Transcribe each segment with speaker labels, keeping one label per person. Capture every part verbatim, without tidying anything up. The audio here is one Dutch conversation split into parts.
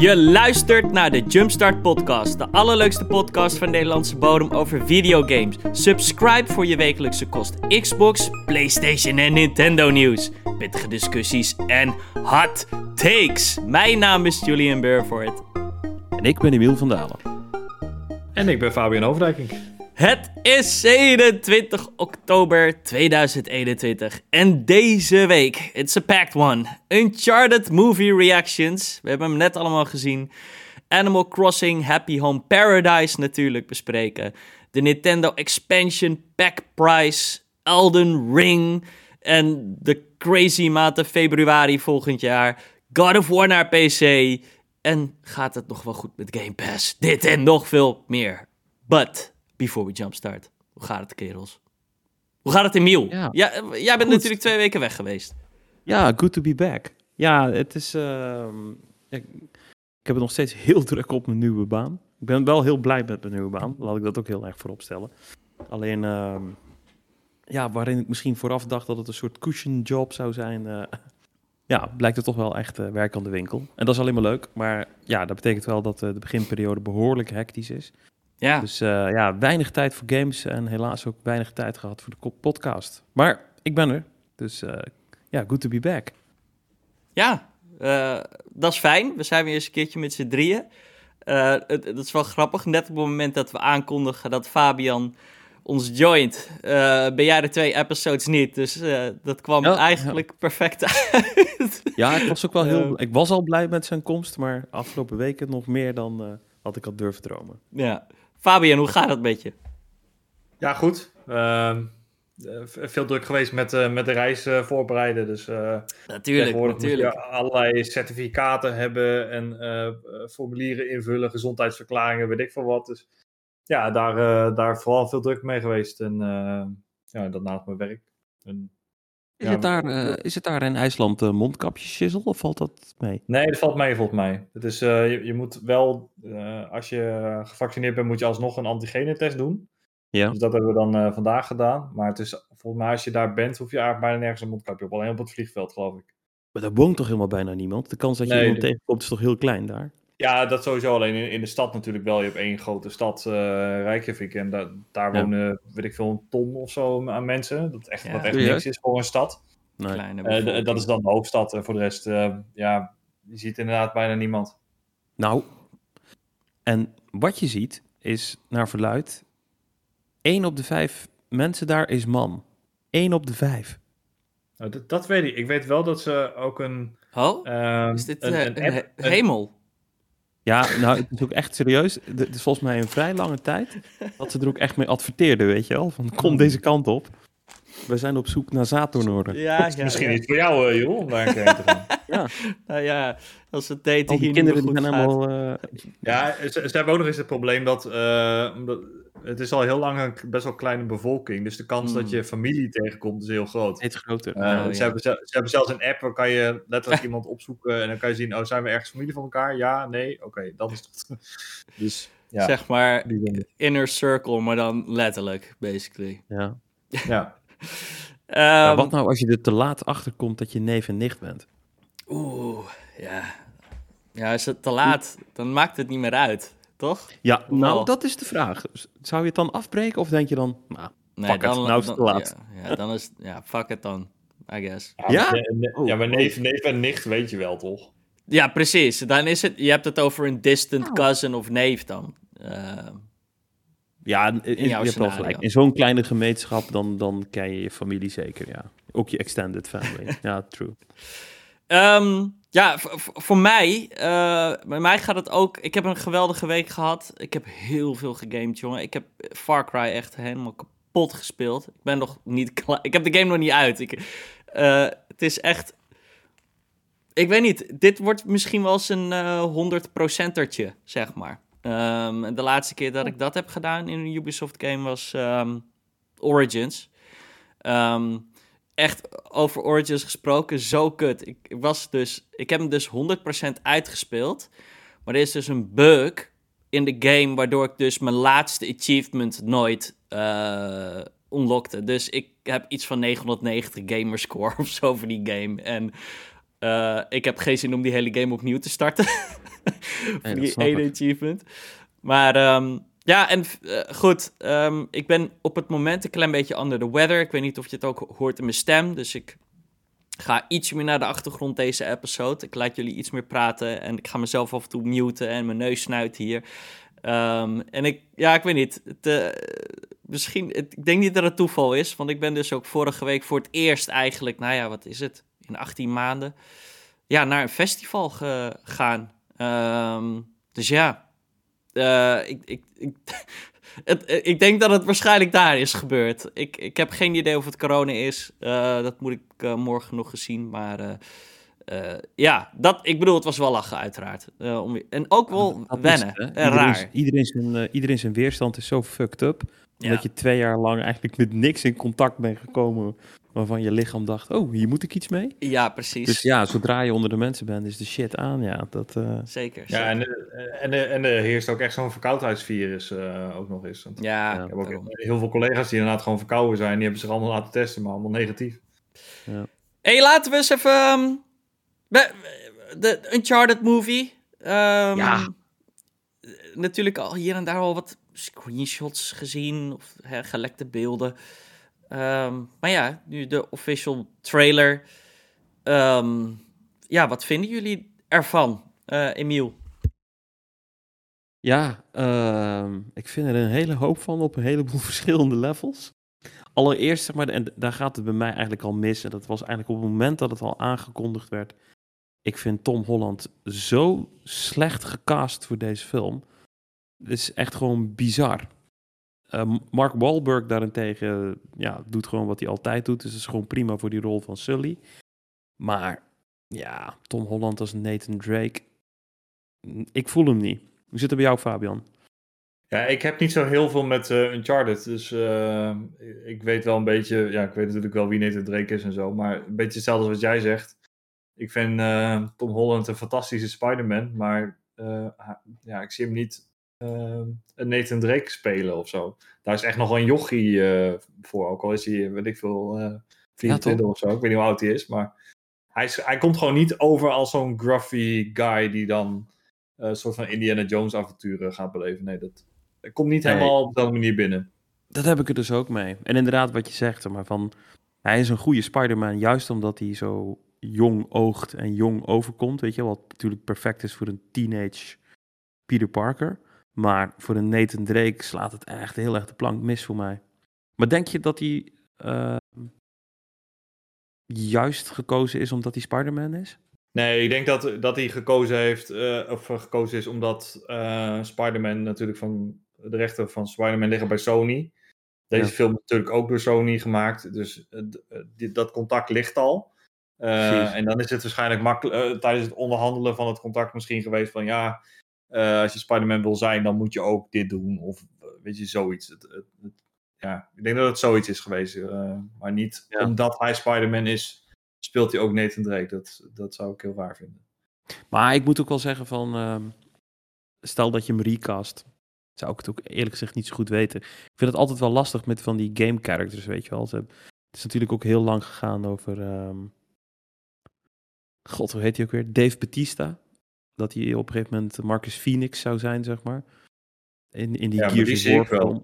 Speaker 1: Je luistert naar de Jumpstart Podcast, de allerleukste podcast van Nederlandse bodem over videogames. Subscribe voor je wekelijkse kost Xbox, PlayStation en Nintendo nieuws. Pittige discussies en hot takes. Mijn naam is Julian Burvoort.
Speaker 2: En ik ben Emiel van Dalen.
Speaker 3: En ik ben Fabian Overdijking.
Speaker 1: Het is zevenentwintig oktober tweeduizend eenentwintig en deze week, it's a packed one, Uncharted Movie Reactions, we hebben hem net allemaal gezien, Animal Crossing Happy Home Paradise natuurlijk bespreken, de Nintendo Expansion Pack Price, Elden Ring en de crazy maanden februari volgend jaar, God of War naar P C en gaat het nog wel goed met Game Pass, dit en nog veel meer, but... Before we jumpstart. Hoe gaat het, kerels? Hoe gaat het, Emiel? Ja, ja, jij bent goed. Natuurlijk twee weken weg geweest.
Speaker 2: Ja, good to be back. Ja, het is... Uh, ik, ik heb het nog steeds heel druk op mijn nieuwe baan. Ik ben wel heel blij met mijn nieuwe baan. Laat ik dat ook heel erg voorop stellen. Alleen, uh, ja, waarin ik misschien vooraf dacht dat het een soort cushion job zou zijn... Uh, ja, blijkt het toch wel echt uh, werk aan de winkel. En dat is alleen maar leuk. Maar ja, dat betekent wel dat uh, de beginperiode behoorlijk hectisch is. Ja. Dus uh, ja, weinig tijd voor games en helaas ook weinig tijd gehad voor de podcast. Maar ik ben er, dus uh, ja, good to be back.
Speaker 1: Ja, uh, dat is fijn. We zijn weer eens een keertje met z'n drieën. Uh, het, het is wel grappig, net op het moment dat we aankondigen dat Fabian ons joint, uh, ben jij de twee episodes niet. Dus uh, dat kwam ja, eigenlijk ja. perfect uit.
Speaker 2: Ja, ik was ook wel heel... Uh, ik was al blij met zijn komst, maar afgelopen weken nog meer dan uh, had ik al durven dromen.
Speaker 1: Ja. Fabian, hoe gaat het met je?
Speaker 3: Ja, goed. Uh, veel druk geweest met, uh, met de reis uh, voorbereiden. Dus, uh,
Speaker 1: natuurlijk, natuurlijk.
Speaker 3: Moet je allerlei certificaten hebben en uh, formulieren invullen, gezondheidsverklaringen, weet ik veel wat. Dus ja, daar, uh, daar vooral veel druk mee geweest. En uh, ja, dat naast mijn werk. En,
Speaker 2: is, ja, het daar, uh, is het daar in IJsland uh, mondkapjes shizzle of valt dat mee?
Speaker 3: Nee, dat valt mee volgens mij. Het is, uh, je, je moet wel, uh, als je gevaccineerd bent, moet je alsnog een antigenetest doen. Ja. Dus dat hebben we dan uh, vandaag gedaan. Maar het is, volgens mij als je daar bent, hoef je eigenlijk bijna nergens een mondkapje op. Alleen op het vliegveld, geloof ik.
Speaker 2: Maar daar woont toch helemaal bijna niemand? De kans dat je nee, iemand de... tegenkomt is toch heel klein daar?
Speaker 3: Ja, dat sowieso. Alleen in, in de stad natuurlijk wel. Je hebt één grote stad, uh, Reykjavik. En da- daar wonen, ja. weet ik veel, een ton of zo aan mensen. Dat echt, ja. Wat echt ja. niks is voor een stad.
Speaker 2: Nee.
Speaker 3: Uh, d- dat is dan de hoofdstad. En voor de rest, uh, ja, je ziet inderdaad bijna niemand.
Speaker 2: Nou, en wat je ziet is, naar verluidt, één op de vijf mensen daar is man. Eén op de vijf.
Speaker 3: Nou, d- dat weet ik. Ik weet wel dat ze ook een...
Speaker 1: Oh, um, is dit een, uh, een, app, een hemel?
Speaker 2: Ja, nou, het is ook echt serieus. Het is volgens mij een vrij lange tijd dat ze er ook echt mee adverteerden, weet je wel. Van, kom deze kant op. We zijn op zoek naar zaaddonoren.
Speaker 1: Ja, ja,
Speaker 3: misschien
Speaker 1: ja.
Speaker 3: iets voor jou, uh, joh, om daar heen te gaan.
Speaker 2: Ja.
Speaker 1: Nou ja, als het daten
Speaker 2: Al die
Speaker 1: hier
Speaker 2: kinderen
Speaker 1: niet
Speaker 2: die
Speaker 1: goed
Speaker 2: zijn
Speaker 1: gaat.
Speaker 2: helemaal... Uh...
Speaker 3: Ja, ze, ze hebben ook nog eens het probleem dat... Uh, omdat, het is al heel lang een best wel kleine bevolking. Dus de kans hmm. dat je familie tegenkomt is heel groot.
Speaker 2: Het is groter.
Speaker 3: Uh, oh, ze, ja. hebben, ze, ze hebben zelfs een app waar kan je letterlijk iemand opzoeken. En dan kan je zien, oh, zijn we ergens familie van elkaar? Ja, nee, oké, okay, dat is het.
Speaker 1: Dus, ja. Zeg maar inner circle, maar dan letterlijk, basically.
Speaker 2: Ja.
Speaker 3: Ja.
Speaker 2: Um, ja, wat nou als je er te laat achter komt dat je neef en nicht bent?
Speaker 1: Oeh, ja. Ja, is het te laat, dan maakt het niet meer uit, toch?
Speaker 2: Ja, nou, wel. Dat is de vraag. Zou je het dan afbreken of denk je dan, nou,
Speaker 1: nee,
Speaker 2: fuck
Speaker 1: dan,
Speaker 2: it, nou is het te
Speaker 1: dan,
Speaker 2: laat.
Speaker 1: Ja, ja, dan is het, ja, fuck it dan, I guess.
Speaker 3: Ja? Ja, ne- oh, ja maar neef, neef en nicht weet je wel, toch?
Speaker 1: Ja, precies. Dan is het, je hebt het over een distant oh. cousin of neef dan. Uh,
Speaker 2: Ja, in, in, je hebt wel gelijk. In zo'n kleine gemeenschap, dan, dan ken je je familie zeker, ja. Ook je extended family. Ja, true.
Speaker 1: Um, ja, v- v- voor mij, uh, bij mij gaat het ook... Ik heb een geweldige week gehad. Ik heb heel veel gegamed, jongen. Ik heb Far Cry echt helemaal kapot gespeeld. Ik ben nog niet klaar. Ik heb de game nog niet uit. Ik, uh, het is echt... Ik weet niet, dit wordt misschien wel eens een uh, honderd procentertje, zeg maar. Um, de laatste keer dat ik dat heb gedaan in een Ubisoft game was um, Origins. Um, echt over Origins gesproken, zo kut. Ik, ik, was dus, ik heb hem dus honderd procent uitgespeeld. Maar er is dus een bug in de game waardoor ik dus mijn laatste achievement nooit uh, unlockte. Dus ik heb iets van negenhonderdnegentig gamerscore of zo voor die game. En Uh, ik heb geen zin om die hele game opnieuw te starten. Voor die ene achievement. Maar um, ja, en uh, goed. Um, ik ben op het moment een klein beetje under the weather. Ik weet niet of je het ook hoort in mijn stem. Dus ik ga iets meer naar de achtergrond deze episode. Ik laat jullie iets meer praten. En ik ga mezelf af en toe muten en mijn neus snuiten hier. Um, en ik, ja, ik weet niet. Het, uh, misschien, het, ik denk niet dat het toeval is. Want ik ben dus ook vorige week voor het eerst eigenlijk, nou ja, wat is het? In achttien maanden. Ja, naar een festival gegaan. Um, dus ja. Uh, ik, ik, ik, het, ik denk dat het waarschijnlijk daar is gebeurd. Ik, ik heb geen idee of het corona is. Uh, dat moet ik uh, morgen nog eens zien. Maar uh, uh, ja, dat, ik bedoel, het was wel lachen uiteraard. Uh, om, en ook wel ja, wennen. Is, uh,
Speaker 2: iedereen,
Speaker 1: raar.
Speaker 2: Iedereen zijn, uh, iedereen zijn weerstand is zo fucked up.
Speaker 1: Ja.
Speaker 2: Omdat je twee jaar lang eigenlijk met niks in contact bent gekomen. Waarvan je lichaam dacht, oh, hier moet ik iets mee.
Speaker 1: Ja, precies.
Speaker 2: Dus ja, zodra je onder de mensen bent, is de shit aan. Ja, dat, uh...
Speaker 1: zeker.
Speaker 3: Ja, en, en, en er heerst ook echt zo'n verkoudheidsvirus uh, ook nog eens. Want
Speaker 1: ja,
Speaker 3: ik heb ook daarom. heel veel collega's die inderdaad gewoon verkouden zijn. Die hebben zich allemaal laten testen, maar allemaal negatief.
Speaker 1: Ja. Hé, hey, laten we eens even... Um, de Uncharted movie. Um,
Speaker 2: ja.
Speaker 1: Natuurlijk al hier en daar al wat screenshots gezien. Of hè, gelekte beelden. Um, maar ja, nu de official trailer. Um, ja, wat vinden jullie ervan, uh, Emiel?
Speaker 2: Ja, uh, ik vind er een hele hoop van op een heleboel verschillende levels. Allereerst, zeg maar, en daar gaat het bij mij eigenlijk al mis. En dat was eigenlijk op het moment dat het al aangekondigd werd. Ik vind Tom Holland zo slecht gecast voor deze film. Het is echt gewoon bizar. Uh, Mark Wahlberg daarentegen ja, doet gewoon wat hij altijd doet. Dus het is gewoon prima voor die rol van Sully. Maar ja, Tom Holland als Nathan Drake. Ik voel hem niet. Hoe zit het bij jou, Fabian?
Speaker 3: Ja, ik heb niet zo heel veel met uh, Uncharted. Dus uh, ik weet wel een beetje... Ja, ik weet natuurlijk wel wie Nathan Drake is en zo. Maar een beetje hetzelfde als wat jij zegt. Ik vind uh, Tom Holland een fantastische Spider-Man. Maar uh, ja, ik zie hem niet... Uh, een Nathan Drake spelen of zo. Daar is echt nog wel een jochie uh, voor. Ook al is hij, weet ik veel, uh, vierentwintig ja, of zo. Ik weet niet hoe oud hij is. Maar hij, is, hij komt gewoon niet over als zo'n gruffy guy die dan uh, een soort van Indiana Jones avonturen gaat beleven. Nee, dat, dat komt niet nee. helemaal op dat manier binnen.
Speaker 2: Dat heb ik er dus ook mee. En inderdaad wat je zegt, maar van... Hij is een goede Spider-Man, juist omdat hij zo jong oogt en jong overkomt. Weet je, wat natuurlijk perfect is voor een teenage Peter Parker. Maar voor een Nathan Drake slaat het echt heel erg de plank mis voor mij. Maar denk je dat hij uh, juist gekozen is omdat hij Spider-Man is?
Speaker 3: Nee, ik denk dat, dat hij gekozen heeft, uh, of uh, gekozen is omdat uh, Spider-Man natuurlijk van de rechten van Spider-Man liggen bij Sony. Deze ja. film is natuurlijk ook door Sony gemaakt, dus uh, die, dat contact ligt al. Uh, en dan is het waarschijnlijk makkelijk uh, tijdens het onderhandelen van het contract misschien geweest van ja... Uh, als je Spider-Man wil zijn, dan moet je ook dit doen. Of uh, weet je, zoiets. Het, het, het, ja, ik denk dat het zoiets is geweest. Uh, maar niet ja. omdat hij Spider-Man is, speelt hij ook Nathan Drake. Dat, dat zou ik heel raar vinden.
Speaker 2: Maar ik moet ook wel zeggen van... Uh, stel dat je hem recast. Zou ik het ook eerlijk gezegd niet zo goed weten. Ik vind het altijd wel lastig met van die game characters, weet je wel. Het is natuurlijk ook heel lang gegaan over... Um, God, hoe heet hij ook weer? Dave Bautista. Dat hij op een gegeven moment Marcus Phoenix zou zijn, zeg maar. In, in die
Speaker 3: ja,
Speaker 2: Gears of War film.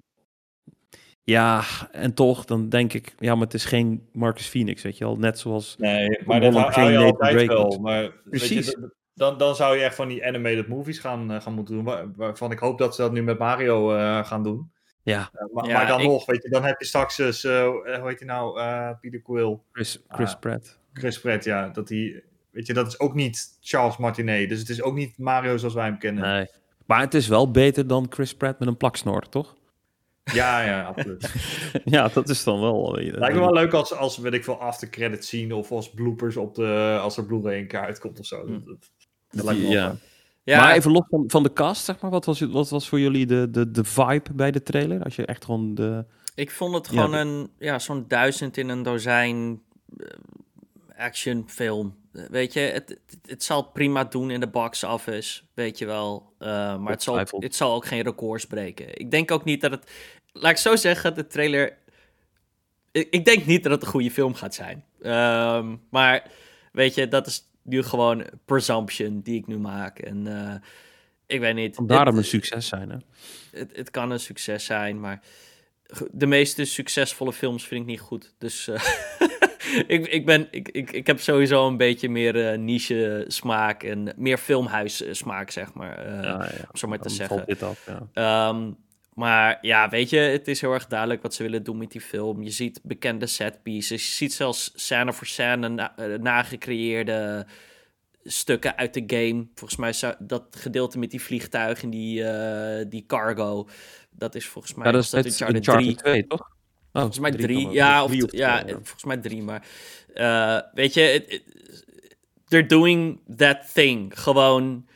Speaker 2: Ja, en toch, dan denk ik... Ja, maar het is geen Marcus Phoenix, weet je wel. Net zoals...
Speaker 3: Nee, maar dat hou, hou je altijd wel. Maar precies. Weet je, dan, dan zou je echt van die animated movies gaan, uh, gaan moeten doen. Waar, waarvan ik hoop dat ze dat nu met Mario uh, gaan doen.
Speaker 2: Ja.
Speaker 3: Uh, maar,
Speaker 1: ja,
Speaker 3: maar dan
Speaker 1: ik...
Speaker 3: nog, weet je, dan heb je straks dus... Uh, hoe heet hij nou? Uh, Peter Quill.
Speaker 2: Chris, Chris uh, Pratt.
Speaker 3: Chris Pratt, ja. Dat hij... Weet je, dat is ook niet Charles Martinet. Dus het is ook niet Mario zoals wij hem kennen.
Speaker 2: Nee. Maar het is wel beter dan Chris Pratt met een plaksnor, toch?
Speaker 3: Ja, ja, absoluut.
Speaker 2: Ja, dat is dan wel...
Speaker 3: Lijkt me wel leuk als, als weet ik veel, aftercredits zien... of als bloopers op de... als er Blu-ray in kaart komt of zo. Dat, dat, dat lijkt me wel
Speaker 2: ja. Ja. Maar even los van, van de cast, zeg maar. Wat was, wat was voor jullie de, de, de vibe bij de trailer? Als je echt gewoon de...
Speaker 1: Ik vond het gewoon
Speaker 2: ja,
Speaker 1: een... Ja, zo'n duizend in een dozijn... Uh, actionfilm. Weet je, het, het, het zal het prima doen in de box office, weet je wel. Uh, maar het zal, het zal ook geen records breken. Ik denk ook niet dat het... Laat ik zo zeggen, de trailer... Ik, ik denk niet dat het een goede film gaat zijn. Um, maar weet je, dat is nu gewoon presumption die ik nu maak. En uh, ik weet niet.
Speaker 2: Kan daarom een succes zijn, hè?
Speaker 1: Het, het kan een succes zijn, maar de meeste succesvolle films vind ik niet goed. Dus uh, ik, ik, ben, ik, ik, ik heb sowieso een beetje meer uh, niche smaak en meer filmhuis smaak, zeg maar. Uh, ja, ja. Om zo maar te zeggen.
Speaker 2: Dit af, ja.
Speaker 1: Um, maar ja, weet je, het is heel erg duidelijk wat ze willen doen met die film. Je ziet bekende setpieces. Je ziet zelfs scène voor scène na, uh, nagecreëerde stukken uit de game. Volgens mij zou dat gedeelte met die vliegtuigen, die, uh, die cargo, dat is volgens mij...
Speaker 2: Ja, dat is
Speaker 1: dat
Speaker 2: Uncharted drie, twee, toch? Oh,
Speaker 1: volgens mij drie, drie ja, of, of ja, twee, ja, volgens mij drie, maar uh, weet je, it, it, they're doing that thing. Gewoon,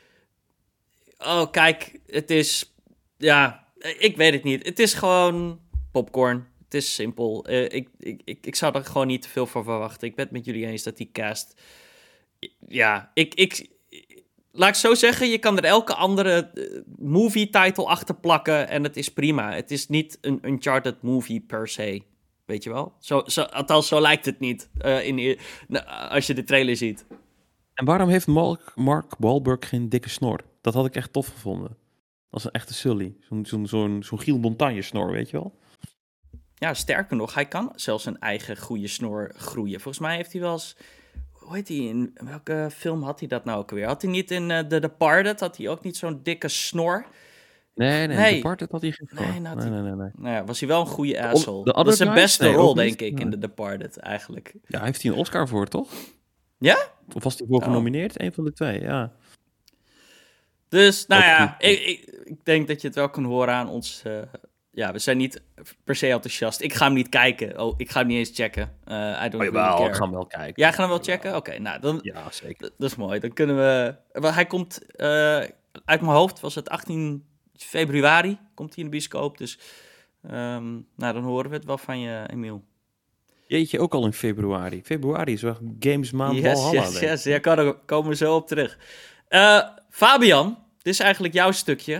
Speaker 1: oh kijk, het is, ja, ik weet het niet. Het is gewoon popcorn. Het is simpel. Uh, ik, ik, ik, ik zou er gewoon niet te veel van verwachten. Ik ben het met jullie eens dat die cast, ja, ik, ik, laat ik zo zeggen, je kan er elke andere uh, movie-title achter plakken en het is prima. Het is niet een Uncharted movie per se, weet je wel? Zo, zo, althans, zo lijkt het niet uh, in, uh, als je de trailer ziet.
Speaker 2: En waarom heeft Mark, Mark Wahlberg geen dikke snor? Dat had ik echt tof gevonden. Dat is een echte Sully. Zo'n, zo'n, zo'n, zo'n Giel Montagne snor, weet je wel?
Speaker 1: Ja, sterker nog, hij kan zelfs een eigen goede snor groeien. Volgens mij heeft hij wel eens... Hoe heet hij? In welke film had hij dat nou ook weer? Had hij niet in uh, The Departed? Had hij ook niet zo'n dikke snor?
Speaker 2: Nee, nee, nee. Departed had hij geen snor.
Speaker 1: Nee, nou,
Speaker 2: nee, nee, nee, nee.
Speaker 1: Nou ja, was hij wel een goede asshole.
Speaker 2: De, de
Speaker 1: dat is zijn beste
Speaker 2: nee,
Speaker 1: rol, denk
Speaker 2: niet?
Speaker 1: ik,
Speaker 2: ja.
Speaker 1: in The Departed, eigenlijk.
Speaker 2: Ja, heeft hij een Oscar voor, toch?
Speaker 1: Ja?
Speaker 2: Of was hij voor
Speaker 1: oh.
Speaker 2: genomineerd? Eén van de twee, ja.
Speaker 1: Dus, nou
Speaker 2: ook
Speaker 1: ja, ik, ik, ik denk dat je het wel kan horen aan ons... Uh, ja, we zijn niet per se enthousiast. Ik ga hem niet kijken. Oh, ik ga hem niet eens checken. Uh, I don't
Speaker 2: oh, jawel, ik ga hem wel kijken.
Speaker 1: Jij gaat hem wel checken? Oké, okay, nou, dan...
Speaker 2: Ja, zeker.
Speaker 1: Dat is mooi. Dan kunnen we... Well, hij komt... Uh, uit mijn hoofd was het achttien februari. Komt hij in de bioscoop. Dus, um, nou, dan horen we het wel van je, Emiel.
Speaker 2: Jeetje, ook al in februari. Februari is wel Games maand
Speaker 1: yes,
Speaker 2: Valhalla.
Speaker 1: Yes, yes, ja, daar komen we zo op terug. Uh, Fabian, dit is eigenlijk jouw stukje.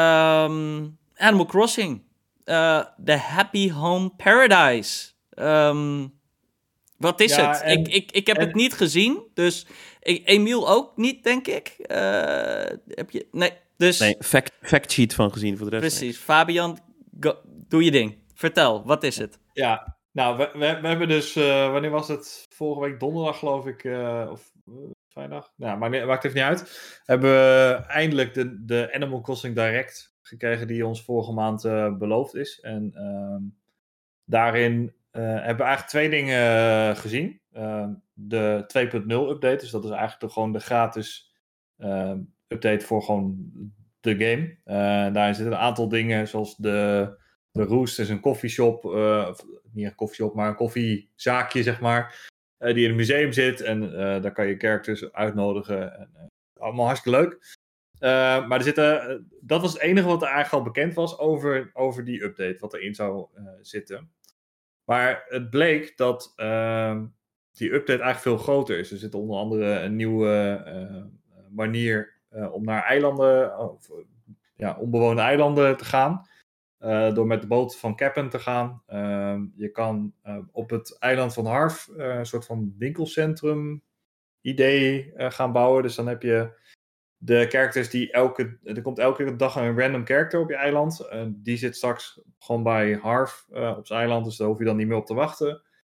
Speaker 1: Um, Animal Crossing. Uh, The Happy Home Paradise. Um, wat is
Speaker 3: ja,
Speaker 1: het?
Speaker 3: En,
Speaker 1: ik, ik, ik heb
Speaker 3: en,
Speaker 1: het niet gezien, dus ik, Emiel ook niet, denk ik. Uh, heb je? Nee, dus...
Speaker 2: Nee, fact, fact sheet van gezien voor de rest.
Speaker 1: Precies. Nee. Fabian, go, doe je ding. Vertel, wat is het?
Speaker 3: Ja, nou, we, we, we hebben dus... Uh, wanneer was het? Vorige week donderdag, geloof ik. Uh, of uh, vrijdag? Nou, maakt, maakt even niet uit. Hebben we eindelijk de, de Animal Crossing Direct gekregen die ons vorige maand uh, beloofd is. En uh, daarin uh, hebben we eigenlijk twee dingen uh, gezien. Uh, de twee punt nul update, dus dat is eigenlijk de, gewoon de gratis uh, update voor gewoon de game. Uh, daarin zitten een aantal dingen zoals de, de Roost is een koffieshop, uh, of niet een koffieshop, maar een koffiezaakje zeg maar, uh, die in een museum zit en uh, daar kan je characters uitnodigen. En, uh, allemaal hartstikke leuk. Uh, maar er zitten, uh, dat was het enige wat er eigenlijk al bekend was over, over die update, wat erin zou uh, zitten. Maar het bleek dat uh, die update eigenlijk veel groter is. Er zit onder andere een nieuwe uh, manier uh, om naar eilanden, of, ja, onbewoonde eilanden te gaan. Uh, door met de boot van Cap'n te gaan. Uh, je kan uh, op het eiland van Harf uh, een soort van winkelcentrum idee uh, gaan bouwen. Dus dan heb je de characters die elke... Er komt elke dag een random character op je eiland. Uh, die zit straks gewoon bij Harf uh, op zijn eiland. Dus daar hoef je dan niet meer op te wachten.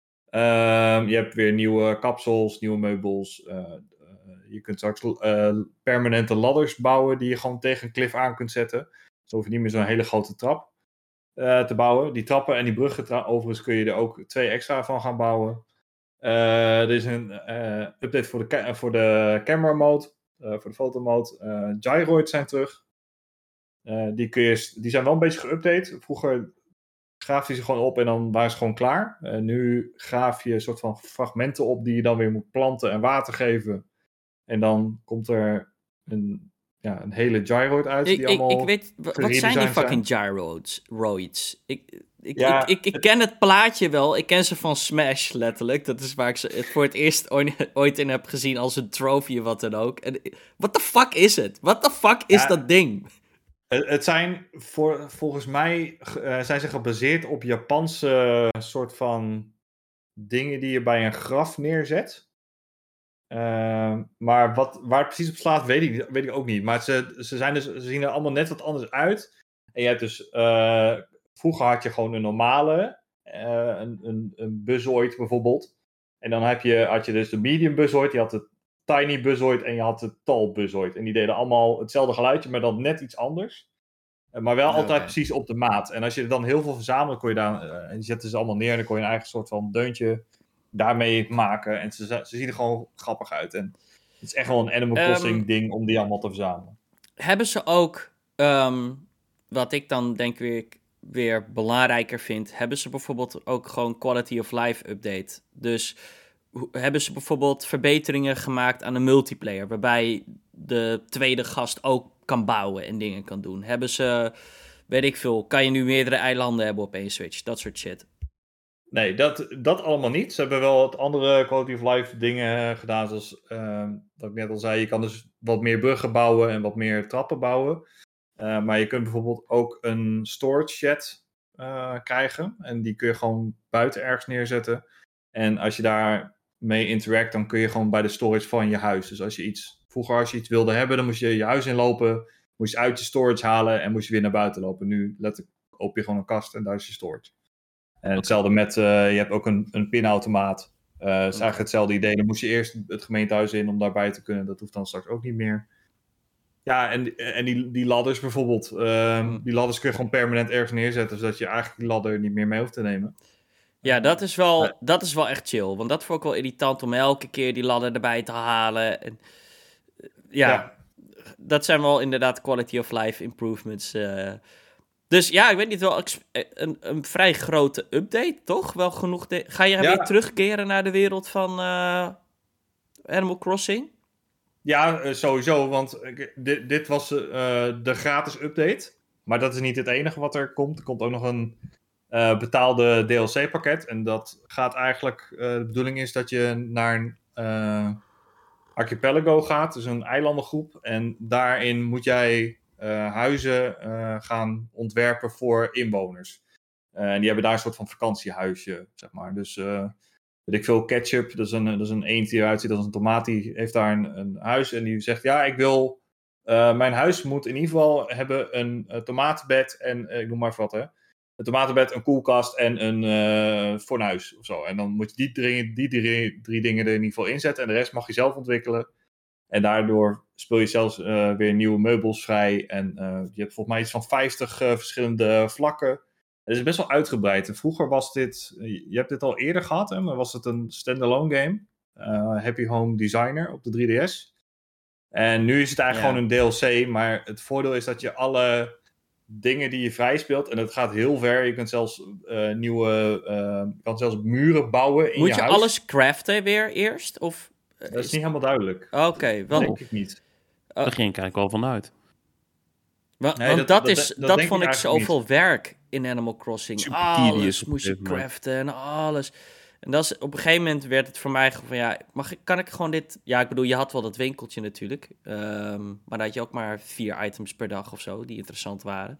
Speaker 3: Uh, je hebt weer nieuwe kapsels, nieuwe meubels. Uh, uh, je kunt straks uh, permanente ladders bouwen die je gewoon tegen een klif aan kunt zetten. Dus hoef je niet meer zo'n hele grote trap uh, te bouwen. Die trappen en die bruggen tra- overigens kun je er ook twee extra van gaan bouwen. Uh, er is een uh, update voor de, ca- voor de camera mode. Uh, voor de fotomode. Uh, gyroids zijn terug. Uh, die, kun je, die zijn wel een beetje geüpdate. Vroeger graaf je ze gewoon op en dan waren ze gewoon klaar. Uh, nu graaf je een soort van fragmenten op die je dan weer moet planten en water geven. En dan komt er een, ja, een hele gyroid uit.
Speaker 1: Ik,
Speaker 3: die
Speaker 1: ik,
Speaker 3: allemaal
Speaker 1: ik weet, wat zijn die fucking gyroids? Roids? Ik, ik,
Speaker 3: ja,
Speaker 1: ik, ik, ik ken het plaatje wel. Ik ken ze van Smash, letterlijk. Dat is waar ik ze het voor het eerst ooit in heb gezien als een trophy of wat dan ook. En what the fuck is het? What the fuck is ja, dat ding?
Speaker 3: Het, het zijn, voor, volgens mij, uh, zijn ze gebaseerd op Japanse uh, soort van dingen die je bij een graf neerzet. Uh, maar wat, waar het precies op slaat, weet ik, weet ik ook niet. Maar ze, ze, zijn dus, ze zien er allemaal net wat anders uit. En je hebt dus... Uh, vroeger had je gewoon een normale... Uh, een, een, een Buzzoid bijvoorbeeld. En dan heb je, had je dus de medium Buzzoid. Je had de tiny Buzzoid en je had de tall Buzzoid. En die deden allemaal hetzelfde geluidje, maar dan net iets anders. Uh, maar wel
Speaker 1: okay.
Speaker 3: altijd precies op de maat. En als je er dan heel veel verzamelt, kon je daar... Uh, en je zette ze allemaal neer en dan kon je een eigen soort van deuntje... daarmee maken. En ze, ze zien er gewoon grappig uit. En het is echt wel een Animal Crossing um, ding om die allemaal te verzamelen.
Speaker 1: Hebben ze ook, um, wat ik dan denk weer, weer belangrijker vind, hebben ze bijvoorbeeld ook gewoon quality of life update? Dus hebben ze bijvoorbeeld verbeteringen gemaakt aan de multiplayer, waarbij de tweede gast ook kan bouwen en dingen kan doen? Hebben ze, weet ik veel, kan je nu meerdere eilanden hebben op één Switch? Dat soort shit.
Speaker 3: Nee, dat, dat allemaal niet. Ze hebben wel wat andere quality of life dingen gedaan. Zoals uh, wat ik net al zei, je kan dus wat meer bruggen bouwen en wat meer trappen bouwen. Uh, maar je kunt bijvoorbeeld ook een storage shed uh, krijgen. En die kun je gewoon buiten ergens neerzetten. En als je daarmee interact, dan kun je gewoon bij de storage van je huis. Dus als je iets, vroeger als je iets wilde hebben, dan moest je je huis inlopen. Moest je uit je storage halen en moest je weer naar buiten lopen. Nu letterlijk open je gewoon een kast en daar is je storage. En hetzelfde met, uh, je hebt ook een, een pinautomaat. Uh, het is eigenlijk hetzelfde idee. Dan moest je eerst het gemeentehuis in om daarbij te kunnen. Dat hoeft dan straks ook niet meer. Ja, en, en die, die ladders bijvoorbeeld. Uh, mm. Die ladders kun je gewoon permanent ergens neerzetten. Zodat je eigenlijk die ladder niet meer mee hoeft te nemen.
Speaker 1: Ja, dat is wel, uh, dat is wel echt chill. Want dat vond ik wel irritant om elke keer die ladder erbij te halen. En, uh, ja, ja, dat zijn wel inderdaad quality of life improvements. Uh, Dus ja, ik weet niet, wel een, een vrij grote update, toch? Wel genoeg. De... Ga je ja. weer terugkeren naar de wereld van uh, Animal Crossing?
Speaker 3: Ja, uh, sowieso, want uh, dit, dit was uh, de gratis update. Maar dat is niet het enige wat er komt. Er komt ook nog een uh, betaalde D L C-pakket. En dat gaat eigenlijk... Uh, de bedoeling is dat je naar een uh, archipelago gaat, dus een eilandengroep. En daarin moet jij... Uh, huizen uh, gaan ontwerpen voor inwoners. Uh, en die hebben daar een soort van vakantiehuisje, zeg maar. Dus, uh, weet ik veel, Ketchup, dat is een, dat is een eend die eruit ziet als een tomaat, die heeft daar een, een huis en die zegt, ja, ik wil, uh, mijn huis moet in ieder geval hebben een, een tomatenbed en, uh, ik noem maar even wat, hè. Een tomatenbed, een koelkast en een uh, fornuis of zo. En dan moet je die drie, die drie, drie dingen er in ieder geval inzetten en de rest mag je zelf ontwikkelen. En daardoor speel je zelfs uh, weer nieuwe meubels vrij. En uh, je hebt volgens mij iets van vijftig uh, verschillende vlakken. Het is best wel uitgebreid. En vroeger was dit... Je hebt dit al eerder gehad, hè, maar was het een standalone game. Uh, Happy Home Designer op de drie D S. En nu is het eigenlijk ja. gewoon een D L C. Maar het voordeel is dat je alle dingen die je vrij speelt... En het gaat heel ver. Je kunt zelfs uh, nieuwe... Uh, je kan zelfs muren bouwen in
Speaker 1: Moet
Speaker 3: je,
Speaker 1: je
Speaker 3: huis.
Speaker 1: Moet je alles craften weer eerst? Of...
Speaker 3: Dat is niet helemaal duidelijk.
Speaker 1: Oké, okay, wel.
Speaker 3: Denk ik niet.
Speaker 2: Uh, Daar ging ik eigenlijk wel vanuit.
Speaker 1: Wa- nee, want dat, dat, is, dat, dat, dat vond ik zoveel niet. werk in Animal Crossing. Super alles moest je craften en alles. En dat is, op een gegeven moment werd het voor mij van ja, mag ik, kan ik gewoon dit... Ja, ik bedoel, je had wel dat winkeltje natuurlijk. Um, maar dan had je ook maar vier items per dag of zo die interessant waren.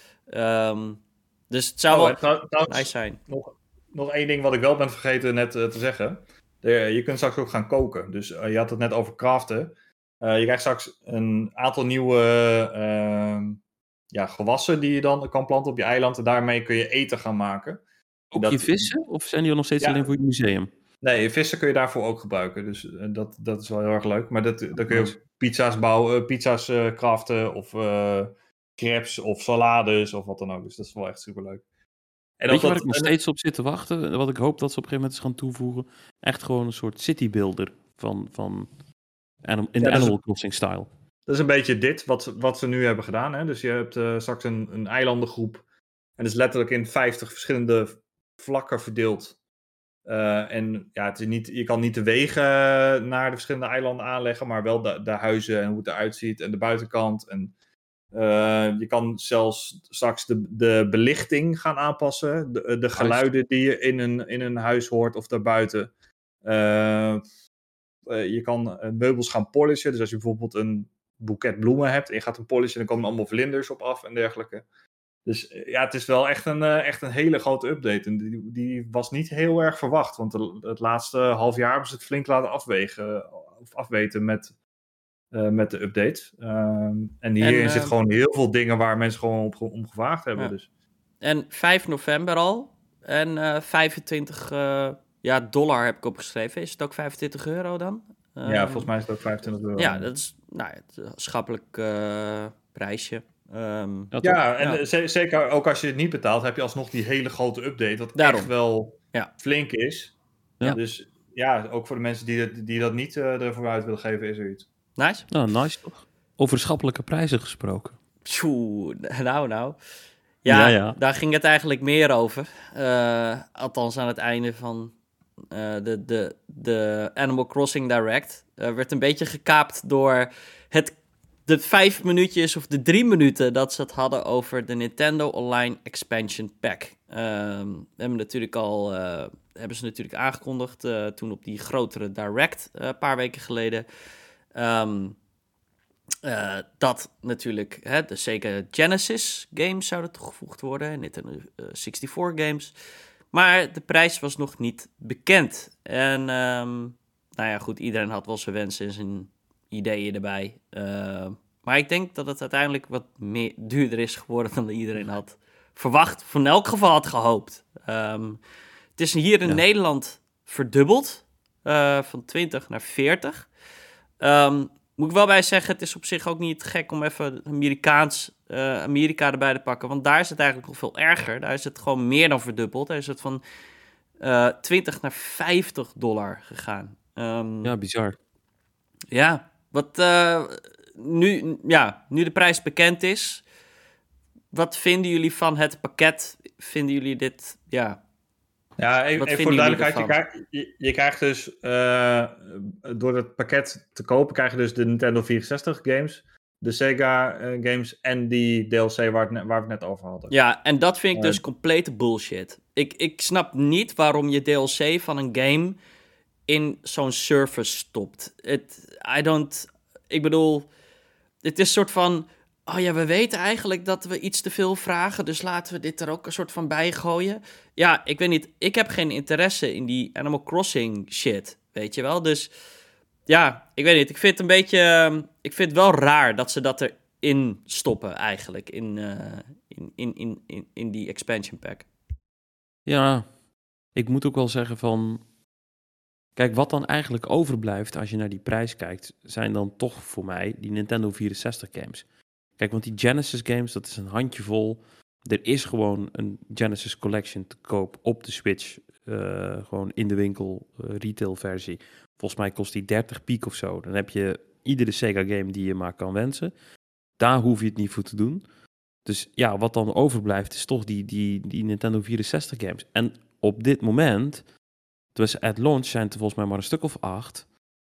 Speaker 1: Um, dus het zou oh, wel trouw, trouwens, nice zijn.
Speaker 3: Nog, nog één ding wat ik wel ben vergeten net uh, te zeggen. De, je kunt straks ook gaan koken. Dus uh, je had het net over craften. Uh, je krijgt straks een aantal nieuwe uh, ja, gewassen die je dan kan planten op je eiland. En daarmee kun je eten gaan maken.
Speaker 2: Ook dat, je vissen? Of zijn die nog steeds ja, alleen voor het museum?
Speaker 3: Nee, vissen kun je daarvoor ook gebruiken. Dus uh, dat, dat is wel heel erg leuk. Maar dat, dan kun je ook pizza's bouwen, pizza's uh, craften. Of uh, crepes of salades of wat dan ook. Dus dat is wel echt superleuk.
Speaker 2: En Weet je waar dat, ik nog steeds op zit te wachten? Wat ik hoop dat ze op een gegeven moment eens gaan toevoegen. Echt gewoon een soort citybuilder van, van anim, in ja, de Animal Crossing style.
Speaker 3: Dat is een beetje dit wat, wat ze nu hebben gedaan. Hè? Dus je hebt uh, straks een, een eilandengroep. En dat is letterlijk in vijftig verschillende vlakken verdeeld. Uh, en ja, het is niet, je kan niet de wegen naar de verschillende eilanden aanleggen. Maar wel de, de huizen en hoe het eruit ziet. En de buitenkant. En Uh, je kan zelfs straks de, de belichting gaan aanpassen. De, de geluiden die je in een, in een huis hoort of daarbuiten. Uh, uh, je kan uh, meubels gaan polishen. Dus als je bijvoorbeeld een boeket bloemen hebt en je gaat een polishen, dan komen er allemaal vlinders op af en dergelijke. Dus uh, ja, het is wel echt een, uh, echt een hele grote update. En die, die was niet heel erg verwacht. Want de, het laatste half jaar hebben ze het flink laten afwegen. of afweten met, uh, met de updates. Um, en hierin en, uh, zit gewoon heel veel dingen waar mensen gewoon op, om gevraagd hebben.
Speaker 1: Ja.
Speaker 3: Dus.
Speaker 1: En vijf november al. En uh, vijfentwintig uh, ja, dollar heb ik opgeschreven. Is het ook vijfentwintig euro dan?
Speaker 3: Um, ja, volgens mij is het ook vijfentwintig euro.
Speaker 1: Ja, dat is nou, het schappelijk uh, prijsje. Um,
Speaker 3: ja, ja, en ja. Z- zeker ook als je het niet betaalt, heb je alsnog die hele grote update. Wat
Speaker 1: Daarom.
Speaker 3: echt wel
Speaker 1: ja.
Speaker 3: flink is. Ja. Dus ja, ook voor de mensen die dat, die dat niet uh, ervoor uit willen geven, is er iets.
Speaker 1: Nice.
Speaker 2: Nou, nice toch? Over schappelijke prijzen gesproken.
Speaker 1: Tjoe, nou, nou. Ja, ja, ja, daar ging het eigenlijk meer over. Uh, althans aan het einde van uh, de, de, de Animal Crossing Direct. Uh, werd een beetje gekaapt door het, de vijf minuutjes of de drie minuten dat ze het hadden over de Nintendo Online Expansion Pack. Uh, we hebben natuurlijk al, uh, hebben ze natuurlijk aangekondigd uh, toen op die grotere Direct een uh, paar weken geleden. Um, Uh, dat natuurlijk, hè, de Sega Genesis games zouden toegevoegd worden, Nintendo uh, zesenzestig games. Maar de prijs was nog niet bekend. En um, nou ja, goed, iedereen had wel zijn wensen en zijn ideeën erbij. Uh, maar ik denk dat het uiteindelijk wat meer duurder is geworden dan iedereen had verwacht. Of in elk geval had gehoopt. Um, het is hier in ja. Nederland verdubbeld, uh, van twintig naar veertig. Um, Moet ik wel bij zeggen, het is op zich ook niet gek om even Amerikaans, uh, Amerika erbij te pakken. Want daar is het eigenlijk nog veel erger. Daar is het gewoon meer dan verdubbeld. Daar is het van uh, twintig naar vijftig dollar gegaan. Um,
Speaker 2: ja, bizar.
Speaker 1: Ja, wat uh, nu, ja, nu de prijs bekend is. Wat vinden jullie van het pakket? Vinden jullie dit, ja...
Speaker 3: Ja, even, even voor de duidelijkheid, je krijgt, je, je krijgt dus, uh, door het pakket te kopen, krijg je dus de Nintendo vierenzestig games, de Sega uh, games en die D L C waar, het ne- waar we het net over hadden.
Speaker 1: Ja, en dat vind ik uh, dus complete bullshit. Ik, ik snap niet waarom je D L C van een game in zo'n service stopt. It, I don't, ik bedoel, het is een soort van... Oh ja, we weten eigenlijk dat we iets te veel vragen, dus laten we dit er ook een soort van bij gooien. Ja, ik weet niet, ik heb geen interesse in die Animal Crossing shit, weet je wel. Dus ja, ik weet niet, ik vind het een beetje, uh, ik vind het wel raar dat ze dat erin stoppen eigenlijk, in, uh, in, in, in, in, in die expansion pack.
Speaker 2: Ja, ik moet ook wel zeggen van, kijk, wat dan eigenlijk overblijft als je naar die prijs kijkt, zijn dan toch voor mij die Nintendo vierenzestig games. Kijk, want die Genesis games, dat is een handjevol. Er is gewoon een Genesis Collection te koop op de Switch. Uh, gewoon in de winkel, uh, retail versie. Volgens mij kost die dertig piek of zo. Dan heb je iedere Sega game die je maar kan wensen. Daar hoef je het niet voor te doen. Dus ja, wat dan overblijft is toch die, die, die Nintendo vierenzestig games. En op dit moment, dus at launch zijn het volgens mij maar een stuk of acht.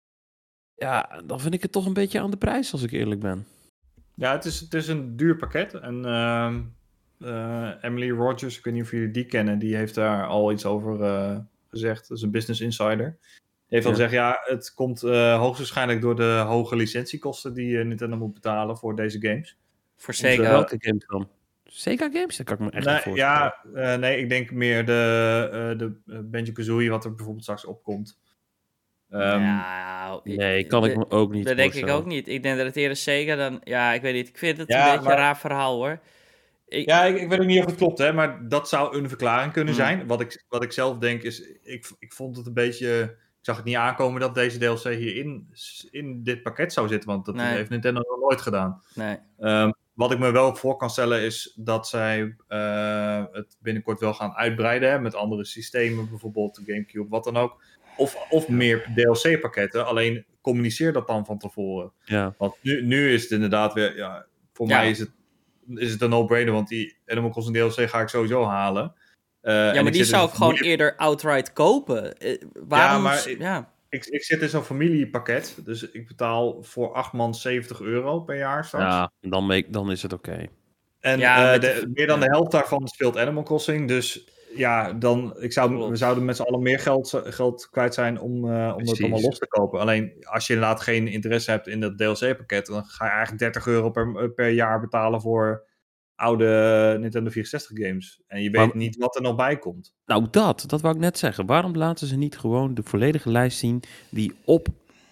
Speaker 2: Ja, dan vind ik het toch een beetje aan de prijs, als ik eerlijk ben.
Speaker 3: Ja, het is, het is een duur pakket. En uh, uh, Emily Rogers, ik weet niet of jullie die kennen, die heeft daar al iets over uh, gezegd. Dat is een business insider. Die heeft al ja. gezegd, ja, het komt uh, hoogstwaarschijnlijk door de hoge licentiekosten die uh, Nintendo moet betalen voor deze games.
Speaker 1: Voor Sega?
Speaker 2: Uh, welke games dan? Sega games? Dat kan ik me echt
Speaker 3: nee,
Speaker 2: niet voorstellen.
Speaker 3: Ja, uh, nee, ik denk meer de, uh, de uh, Banjo-Kazooie, wat er bijvoorbeeld straks opkomt.
Speaker 1: Um, nou,
Speaker 2: nee, kan ik me ook niet
Speaker 1: Dat denk ik ook niet. Ik denk dat het eerder Sega dan... Ja, ik weet niet. Ik vind het
Speaker 3: ja,
Speaker 1: een beetje
Speaker 3: maar...
Speaker 1: een raar verhaal, hoor.
Speaker 3: Ik... Ja, ik, ik weet ook niet of het klopt, hè. Maar dat zou een verklaring kunnen hmm. zijn. Wat ik, wat ik zelf denk is... Ik, ik vond het een beetje... Ik zag het niet aankomen dat deze D L C hier in, in dit pakket zou zitten. Want dat nee. heeft Nintendo nog nooit gedaan.
Speaker 1: Nee.
Speaker 3: Um, wat ik me wel voor kan stellen is dat zij uh, het binnenkort wel gaan uitbreiden. Hè, met andere systemen, bijvoorbeeld de GameCube, wat dan ook. Of, of meer D L C-pakketten. Alleen communiceer dat dan van tevoren.
Speaker 2: Ja.
Speaker 3: Want nu, nu is het inderdaad weer... Ja, voor ja. mij is het, is het een no-brainer. Want die Animal Crossing D L C ga ik sowieso halen. Uh,
Speaker 1: ja, maar die zou ik gewoon familie... eerder outright kopen. Uh, waarom?
Speaker 3: Ja, maar
Speaker 1: ik, ja.
Speaker 3: ik, ik zit in zo'n familiepakket. Dus ik betaal voor acht man zeventig euro per jaar straks.
Speaker 2: Ja, dan, me, dan is het oké. Okay.
Speaker 3: En ja, uh, de, meer dan de helft daarvan speelt Animal Crossing. Dus... Ja, dan, ik zou, we zouden met z'n allen meer geld, geld kwijt zijn om, uh, om het allemaal los te kopen. Alleen, als je inderdaad geen interesse hebt in dat D L C-pakket, dan ga je eigenlijk dertig euro per, per jaar betalen voor oude Nintendo vierenzestig games. En je weet maar, niet wat er nog bij komt.
Speaker 2: Nou, dat, dat wou ik net zeggen. Waarom laten ze niet gewoon de volledige lijst zien die op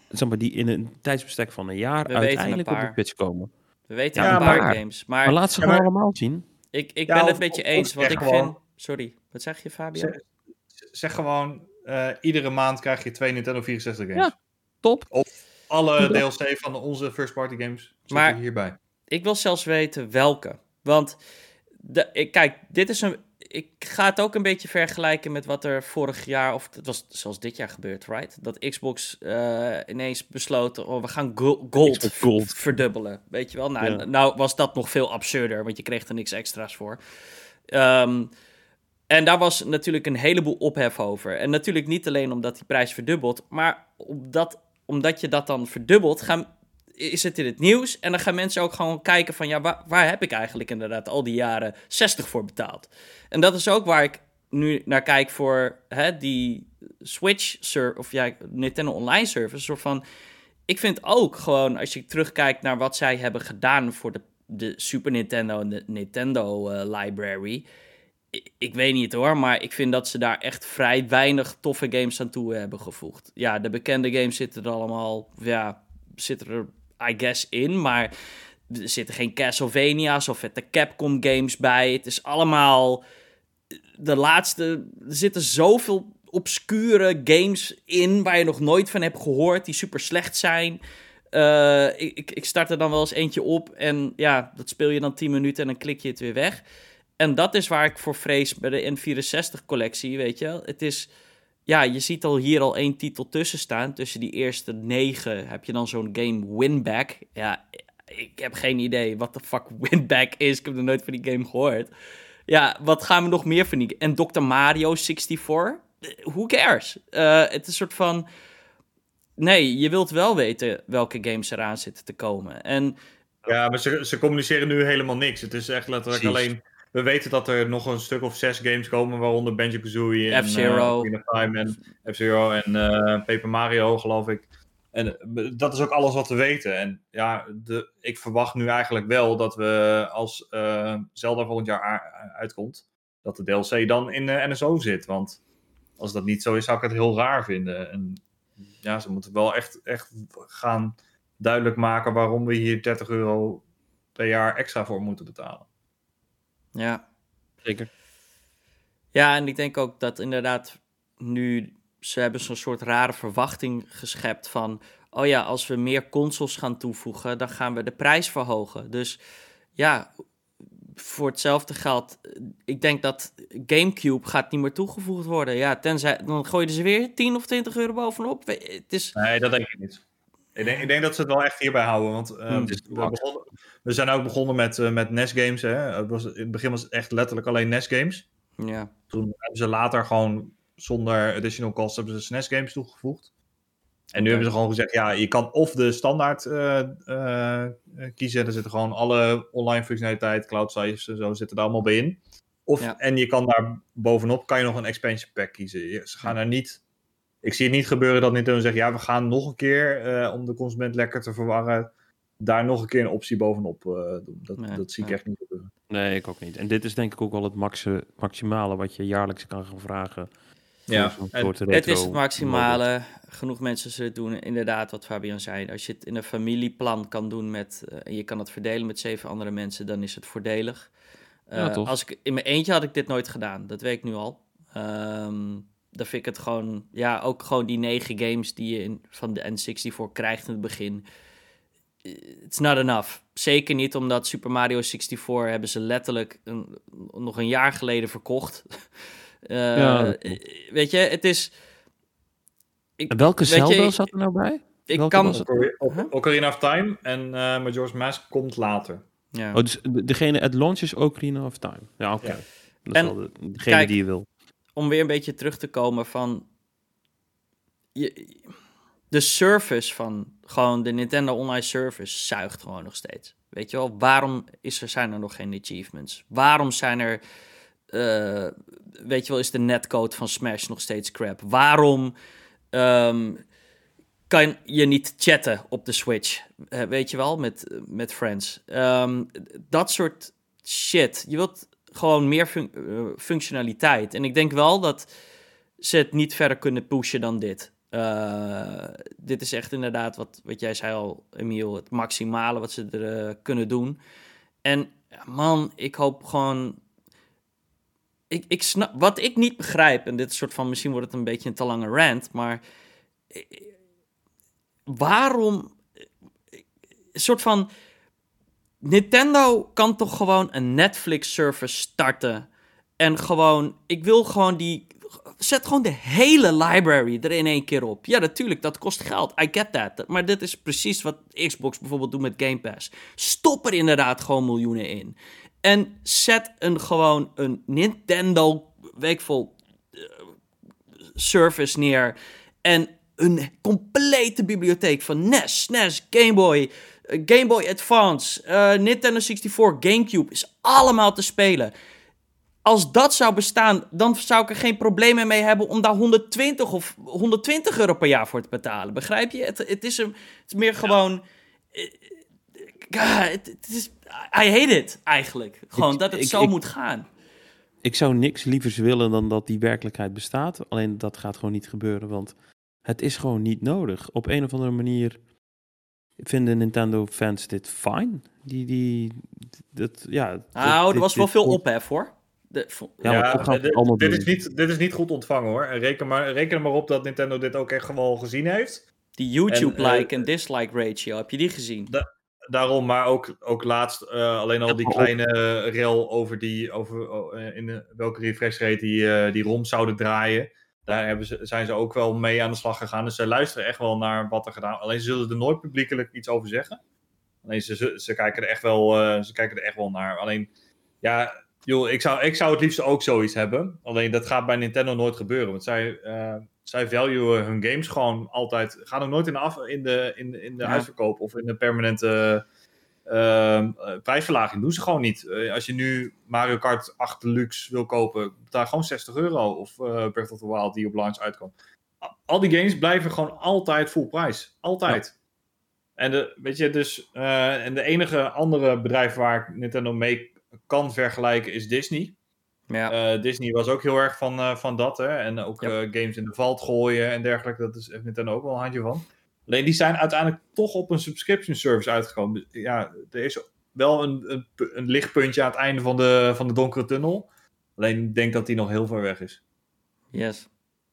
Speaker 2: zeg maar, die in een tijdsbestek van een jaar
Speaker 1: We
Speaker 2: uiteindelijk
Speaker 1: een
Speaker 2: op de pitch komen.
Speaker 1: We weten
Speaker 3: ja,
Speaker 1: een paar
Speaker 2: maar,
Speaker 1: games. Maar,
Speaker 2: maar laat ze
Speaker 3: ja,
Speaker 2: gewoon
Speaker 3: maar,
Speaker 2: allemaal zien.
Speaker 1: Ik, ik
Speaker 3: ja,
Speaker 1: ben het
Speaker 3: of,
Speaker 1: een beetje
Speaker 3: of,
Speaker 1: eens,
Speaker 3: of
Speaker 1: want ik
Speaker 3: gewoon,
Speaker 1: vind... Sorry, wat zeg je, Fabio?
Speaker 3: Zeg, zeg gewoon, uh, iedere maand krijg je twee Nintendo vierenzestig games.
Speaker 2: Ja, top.
Speaker 3: Of alle D L C van onze first party games zitten hierbij.
Speaker 1: Ik wil zelfs weten welke. Want, de, ik, kijk, dit is een... Ik ga het ook een beetje vergelijken met wat er vorig jaar, of het was zelfs dit jaar gebeurd, right? Dat Xbox uh, ineens besloot, oh, we gaan go- gold, gold verdubbelen. Weet je wel? Nou, ja. nou was dat nog veel absurder, want je kreeg er niks extra's voor. Um, en daar was natuurlijk een heleboel ophef over. En natuurlijk niet alleen omdat die prijs verdubbelt, maar omdat, omdat je dat dan verdubbelt, gaan, is het in het nieuws. En dan gaan mensen ook gewoon kijken van, ja, waar, waar heb ik eigenlijk inderdaad al die jaren zestig voor betaald? En dat is ook waar ik nu naar kijk voor hè, die Switch, ser- of ja, Nintendo Online Service. Soort van, ik vind ook gewoon, als je terugkijkt naar wat zij hebben gedaan voor de, de Super Nintendo en de Nintendo uh, Library. Ik, ik weet niet hoor, maar ik vind dat ze daar echt vrij weinig toffe games aan toe hebben gevoegd. Ja, de bekende games zitten er allemaal, ja, zitten er, I guess, in, maar er zitten geen Castlevania's of de Capcom games bij. Het is allemaal de laatste, er zitten zoveel obscure games in waar je nog nooit van hebt gehoord, die super slecht zijn. Uh, ik, ik start er dan wel eens eentje op en ja, dat speel je dan tien minuten en dan klik je het weer weg. En dat is waar ik voor vrees bij de N vierenzestig-collectie, weet je. Het is, ja, je ziet al hier al één titel tussen staan. Tussen die eerste negen heb je dan zo'n game Winback. Ja, ik heb geen idee wat de fuck Winback is. Ik heb nog nooit van die game gehoord. Ja, wat gaan we nog meer van die... En dokter Mario zesendertig? Who cares? Uh, het is een soort van... Nee, je wilt wel weten welke games eraan zitten te komen. En...
Speaker 3: Ja, maar ze, ze communiceren nu helemaal niks. Het is echt letterlijk Precies. alleen... We weten dat er nog een stuk of zes games komen, waaronder Banjo-Kazooie en
Speaker 1: F-Zero.
Speaker 3: Uh, Time en F-Zero en uh, Paper Mario, geloof ik. En uh, dat is ook alles wat we weten. En ja, de, ik verwacht nu eigenlijk wel dat we als uh, Zelda volgend jaar a- uitkomt, dat de D L C dan in de N S O zit. Want als dat niet zo is, zou ik het heel raar vinden. En ja, ze moeten wel echt, echt gaan duidelijk maken waarom we hier dertig euro per jaar extra voor moeten betalen.
Speaker 1: Ja,
Speaker 2: zeker.
Speaker 1: Ja, en ik denk ook dat inderdaad nu... Ze hebben zo'n soort rare verwachting geschept van... Oh ja, als we meer consoles gaan toevoegen, dan gaan we de prijs verhogen. Dus ja, voor hetzelfde geld... Ik denk dat GameCube gaat niet meer toegevoegd worden. Ja, tenzij... Dan gooien ze weer tien of twintig euro bovenop. Het is...
Speaker 3: Nee, dat denk ik niet. Ik denk, ik denk dat ze het wel echt hierbij houden, want uh, hmm, we, begonnen, we zijn ook begonnen met, uh, met N E S games. Hè. Het was, in het begin was het echt letterlijk alleen N E S games.
Speaker 1: Ja.
Speaker 3: Toen hebben ze later gewoon zonder additional cost hebben ze S N E S games toegevoegd. En nu okay. hebben ze gewoon gezegd, ja, je kan of de standaard uh, uh, kiezen. Er zitten gewoon alle online functionaliteit, cloud size, zo zitten er allemaal bij in. Of, ja. En je kan daar bovenop, kan je nog een expansion pack kiezen. Ze gaan ja. er niet... Ik zie het niet gebeuren dat Nintendo zegt, ja, we gaan nog een keer, uh, om de consument lekker te verwarren, daar nog een keer een optie bovenop uh, doen. Dat, nee, dat zie ik nee. echt niet gebeuren.
Speaker 2: Nee, ik ook niet. En dit is denk ik ook wel het maxi- maximale wat je jaarlijks kan gaan vragen.
Speaker 3: Ja,
Speaker 1: en het is het maximale. Model. Genoeg mensen zullen het doen. Inderdaad, wat Fabian zei. Als je het in een familieplan kan doen met, uh, en je kan het verdelen met zeven andere mensen, dan is het voordelig. Uh, ja, als ik, in mijn eentje had ik dit nooit gedaan. Dat weet ik nu al. Um, Dan vind ik het gewoon... Ja, ook gewoon die negen games die je in, van de N zesendertig krijgt in het begin. It's not enough. Zeker niet omdat Super Mario zesendertig hebben ze letterlijk een, nog een jaar geleden verkocht. uh, ja, weet je, het is...
Speaker 2: Ik, welke Zelda zat er nou bij?
Speaker 1: Ik
Speaker 2: welke
Speaker 1: kan...
Speaker 3: Huh? Ocarina of Time en uh, Majora's Mask komt later.
Speaker 2: Ja. Oh, dus degene at launch is Ocarina of Time. Ja, oké. Okay. Ja. Dat is en, wel de, degene kijk, die je wil.
Speaker 1: Om weer een beetje terug te komen van... Je, de service van gewoon de Nintendo Online Service zuigt gewoon nog steeds. Weet je wel, waarom is er, zijn er nog geen achievements? Waarom zijn er... Uh, weet je wel, is de netcode van Smash nog steeds crap? Waarom um, kan je niet chatten op de Switch? Uh, weet je wel, met, met friends. Um, dat soort shit. Je wilt... gewoon meer fun- uh, functionaliteit. En ik denk wel dat ze het niet verder kunnen pushen dan dit. Uh, dit is echt inderdaad wat, wat jij zei al, Emiel, het maximale wat ze er uh, kunnen doen. En man, ik hoop gewoon... Ik, ik snap, wat ik niet begrijp, en dit is soort van, misschien wordt het een beetje een te lange rant, maar waarom... Een soort van... Nintendo kan toch gewoon een Netflix-service starten en gewoon... Ik wil gewoon die... Zet gewoon de hele library er in één keer op. Ja, natuurlijk, dat kost geld. I get that. Maar dit is precies wat Xbox bijvoorbeeld doet met Game Pass. Stop er inderdaad gewoon miljoenen in. En zet een gewoon een Nintendo, weekvol uh, service neer. En een complete bibliotheek van N E S, S N E S, Game Boy, uh, Game Boy Advance, uh, Nintendo zesenzestig, Gamecube. Is allemaal te spelen. Als dat zou bestaan, dan zou ik er geen probleem mee hebben om daar honderdtwintig of honderdtwintig euro per jaar voor te betalen. Begrijp je? Het, het, is, een, het is meer gewoon... Ja. Het, het is, I hate it, eigenlijk. Gewoon ik, dat het ik, zo ik, moet gaan.
Speaker 2: Ik zou niks lievers willen dan dat die werkelijkheid bestaat. Alleen dat gaat gewoon niet gebeuren, want het is gewoon niet nodig. Op een of andere manier vinden Nintendo-fans dit fijn. Die, die, dat, ja,
Speaker 1: nou, dit, er was dit, wel dit, veel ophef, hoor.
Speaker 3: De, ja, ja maar dit, dit, is niet, dit is niet goed ontvangen, hoor. En reken, maar, reken er maar op dat Nintendo dit ook echt gewoon gezien heeft.
Speaker 1: Die YouTube-like en, uh, en dislike ratio, heb je die gezien?
Speaker 3: Da- daarom, maar ook, ook laatst uh, alleen al die kleine uh, rel over, die, over uh, in uh, welke refresh rate die, uh, die ROMs zouden draaien. Daar hebben ze, zijn ze ook wel mee aan de slag gegaan. Dus ze luisteren echt wel naar wat er gedaan. Alleen ze zullen er nooit publiekelijk iets over zeggen. Alleen ze, ze, ze, kijken, er echt wel, uh, ze kijken er echt wel naar. Alleen, ja... Joh, ik zou, ik zou het liefst ook zoiets hebben. Alleen dat gaat bij Nintendo nooit gebeuren. Want zij, uh, zij valuen hun games gewoon altijd. Gaan er nooit in de, af, in de, in de, in de ja. uitverkoop of in de permanente uh, uh, prijsverlaging. Doen ze gewoon niet. Uh, als je nu Mario Kart acht Deluxe wil kopen, betaal gewoon zestig euro. Of uh, Breath of the Wild die op launch uitkomt. Al die games blijven gewoon altijd full prijs. Altijd. Ja. En de, weet je, dus uh, en de enige andere bedrijf waar Nintendo mee kan vergelijken is Disney. Ja. Uh, Disney was ook heel erg van, uh, van dat. Hè? En ook ja. uh, games in de vault gooien en dergelijke. Dat is Nintendo ook wel een handje van. Alleen die zijn uiteindelijk toch op een subscription service uitgekomen. Ja, er is wel een, een, een lichtpuntje aan het einde van de, van de donkere tunnel. Alleen ik denk dat die nog heel ver weg is.
Speaker 1: Yes.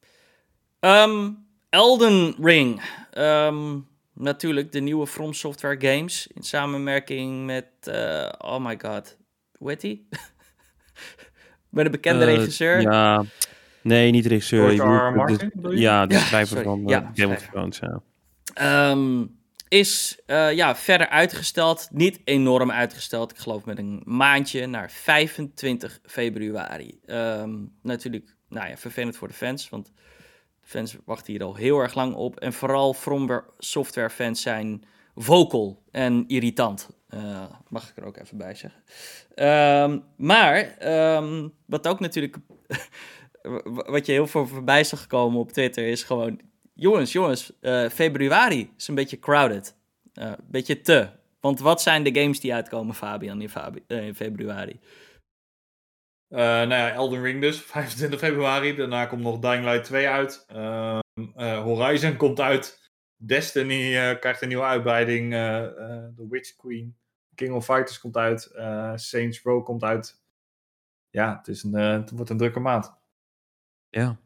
Speaker 1: Um, Elden Ring. Um, natuurlijk de nieuwe From Software games. In samenwerking met... Uh, oh my god... Hoe heet die? Met een bekende uh, regisseur.
Speaker 2: Ja, nee, niet de regisseur.
Speaker 3: George R. Martin, bedoel je?
Speaker 2: Ja, de
Speaker 1: ja,
Speaker 2: schrijver van uh,
Speaker 1: ja,
Speaker 2: Game of Thrones. Ja.
Speaker 1: Um, is uh, ja, verder uitgesteld. Niet enorm uitgesteld. Ik geloof met een maandje naar vijfentwintig februari. Um, natuurlijk, nou ja, vervelend voor de fans. Want de fans wachten hier al heel erg lang op. En vooral From Software fans zijn vocal en irritant. Uh, mag ik er ook even bij zeggen. Um, maar, um, wat ook natuurlijk... wat je heel veel voorbij zag komen op Twitter... is gewoon... Jongens, jongens, uh, februari is een beetje crowded. Een uh, beetje te. Want wat zijn de games die uitkomen, Fabian, in, Fabi- uh, in februari?
Speaker 3: Uh, nou ja, Elden Ring dus, vijfentwintig februari. Daarna komt nog Dying Light twee uit. Uh, uh, Horizon komt uit. Destiny uh, krijgt een nieuwe uitbreiding. Uh, uh, The Witch Queen. King of Fighters komt uit. Uh, Saints Row komt uit. Ja, het, is een, uh, het wordt een drukke maand.
Speaker 2: Ja.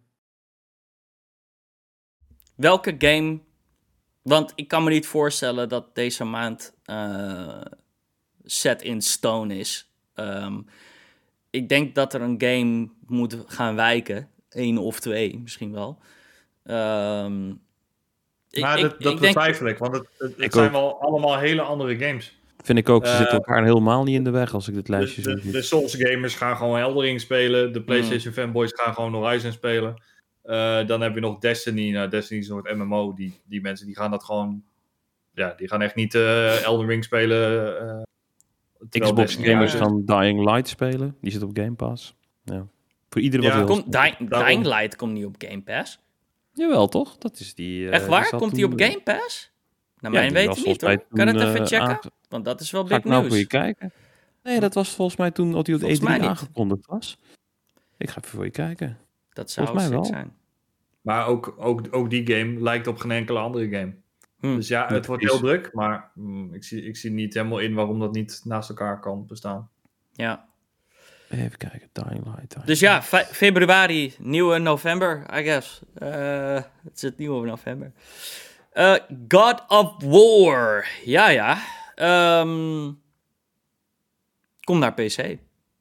Speaker 1: Welke game... Want ik kan me niet voorstellen dat deze maand uh, set in stone is. Um, ik denk dat er een game moet gaan wijken. Eén of twee misschien wel. Um,
Speaker 3: maar ik, dat, ik, dat ik betwijfel denk... ik. Want het, het, het zijn wel allemaal hele andere games.
Speaker 2: Vind ik ook. Ze uh, zitten elkaar helemaal niet in de weg als ik dit lijstje
Speaker 3: de,
Speaker 2: zie.
Speaker 3: De, de Souls gamers gaan gewoon Elden Ring spelen. De PlayStation mm. fanboys gaan gewoon Horizon spelen. Uh, dan heb je nog Destiny. Nou, Destiny is een soort M M O. Die, die mensen die gaan dat gewoon... Ja, die gaan echt niet uh, Elden Ring spelen. Uh,
Speaker 2: Xbox gamers gaan Dying Light spelen. Die zit op Game Pass. Ja. Voor iedereen
Speaker 1: ja,
Speaker 2: wat
Speaker 1: komt Dying, Dying Light komt niet op Game Pass.
Speaker 2: Jawel, toch? Dat is die... Uh,
Speaker 1: echt waar? Die komt die op Game Pass? Nou,
Speaker 2: ja,
Speaker 1: mijn weten niet, hoor. Kan je het even checken? Aange... Want dat is wel big
Speaker 2: news. Ga ik nou
Speaker 1: news.
Speaker 2: voor je kijken? Nee, dat was volgens mij toen die op de E drie aangekondigd was. Ik ga even voor je kijken.
Speaker 1: Dat zou sick zijn.
Speaker 3: Maar ook, ook, ook die game lijkt op geen enkele andere game. Hmm. Dus ja, het wordt heel druk, maar mm, ik, zie, ik zie niet helemaal in waarom dat niet naast elkaar kan bestaan.
Speaker 1: Ja.
Speaker 2: Even kijken, Dying Light. Dying
Speaker 1: dus ja, fe- februari, nieuwe november, I guess. Uh, het is het nieuwe november. Uh, God of War. Ja, ja. Um, kom naar P C.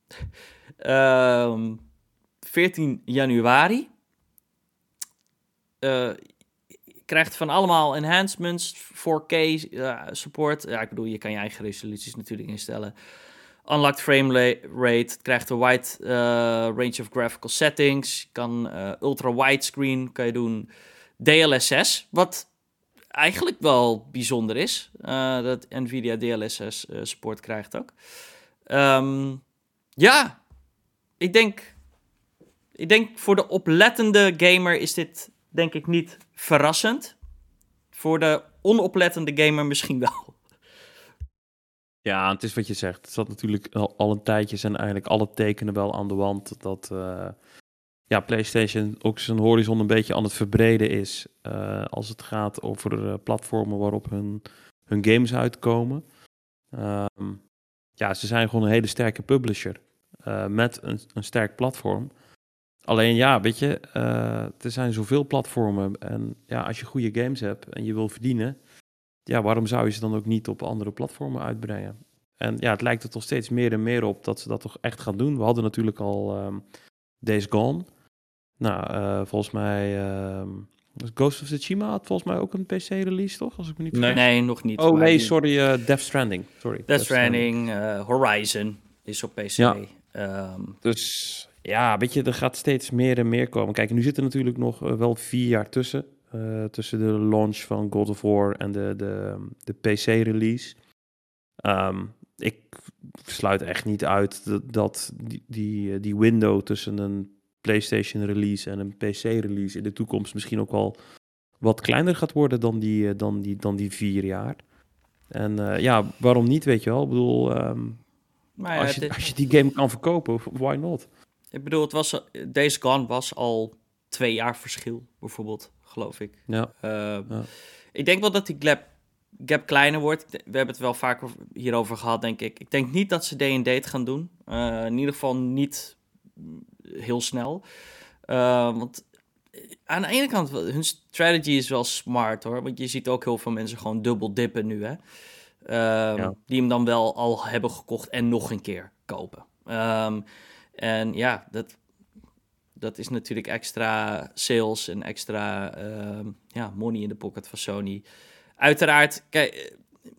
Speaker 1: um, veertien januari. Uh, je krijgt van allemaal enhancements, four K uh, support. Ja, ik bedoel, je kan je eigen resoluties natuurlijk instellen. Unlocked frame rate. Het krijgt een wide uh, range of graphical settings. Je kan uh, ultra widescreen kan je doen. D L S S, wat eigenlijk wel bijzonder is. Uh, dat Nvidia D L S S uh, support krijgt ook. Um, ja, ik denk, ik denk voor de oplettende gamer is dit denk ik niet verrassend. Voor de onoplettende gamer misschien wel.
Speaker 2: Ja, het is wat je zegt. Het zat natuurlijk al, al een tijdje, zijn eigenlijk alle tekenen wel aan de wand dat uh, ja, PlayStation ook zijn horizon een beetje aan het verbreden is uh, als het gaat over uh, platformen waarop hun, hun games uitkomen. Um, ja, ze zijn gewoon een hele sterke publisher uh, met een, een sterk platform. Alleen ja, weet je, uh, er zijn zoveel platformen en ja, als je goede games hebt en je wil verdienen, ja, waarom zou je ze dan ook niet op andere platformen uitbrengen? En ja, het lijkt er toch steeds meer en meer op dat ze dat toch echt gaan doen. We hadden natuurlijk al um, Days Gone. Nou, uh, volgens mij um, Ghost of Tsushima had volgens mij ook een P C-release, toch? Als ik me niet
Speaker 1: nee. nee, nog niet.
Speaker 2: Oh nee, sorry, uh, Death Stranding. Sorry,
Speaker 1: Death, Death Stranding, Stranding. Uh, Horizon is op P C.
Speaker 2: Ja.
Speaker 1: Um,
Speaker 2: dus ja, weet je, er gaat steeds meer en meer komen. Kijk, nu zit er natuurlijk nog uh, wel vier jaar tussen. Uh, tussen de launch van God of War en de, de, de P C-release. Um, ik sluit echt niet uit dat, dat die, die, die window tussen een PlayStation-release en een P C-release in de toekomst misschien ook wel wat kleiner gaat worden dan die, dan die, dan die vier jaar. En uh, ja, waarom niet, weet je wel? Ik bedoel, um, maar ja, als, je, dit... als je die game kan verkopen, why not?
Speaker 1: Ik bedoel, het was, Days Gone was al twee jaar verschil, bijvoorbeeld, geloof ik.
Speaker 2: Ja.
Speaker 1: Uh,
Speaker 2: ja.
Speaker 1: Ik denk wel dat die gap, gap kleiner wordt. We hebben het wel vaker hierover gehad, denk ik. Ik denk niet dat ze D en D gaan doen. Uh, in ieder geval niet heel snel. Uh, want aan de ene kant, hun strategy is wel smart, hoor. Want je ziet ook heel veel mensen gewoon dubbel dippen nu, hè. Uh, ja. Die hem dan wel al hebben gekocht en nog een keer kopen. Um, en ja, dat... Dat is natuurlijk extra sales en extra uh, ja, money in de pocket van Sony. Uiteraard, kijk,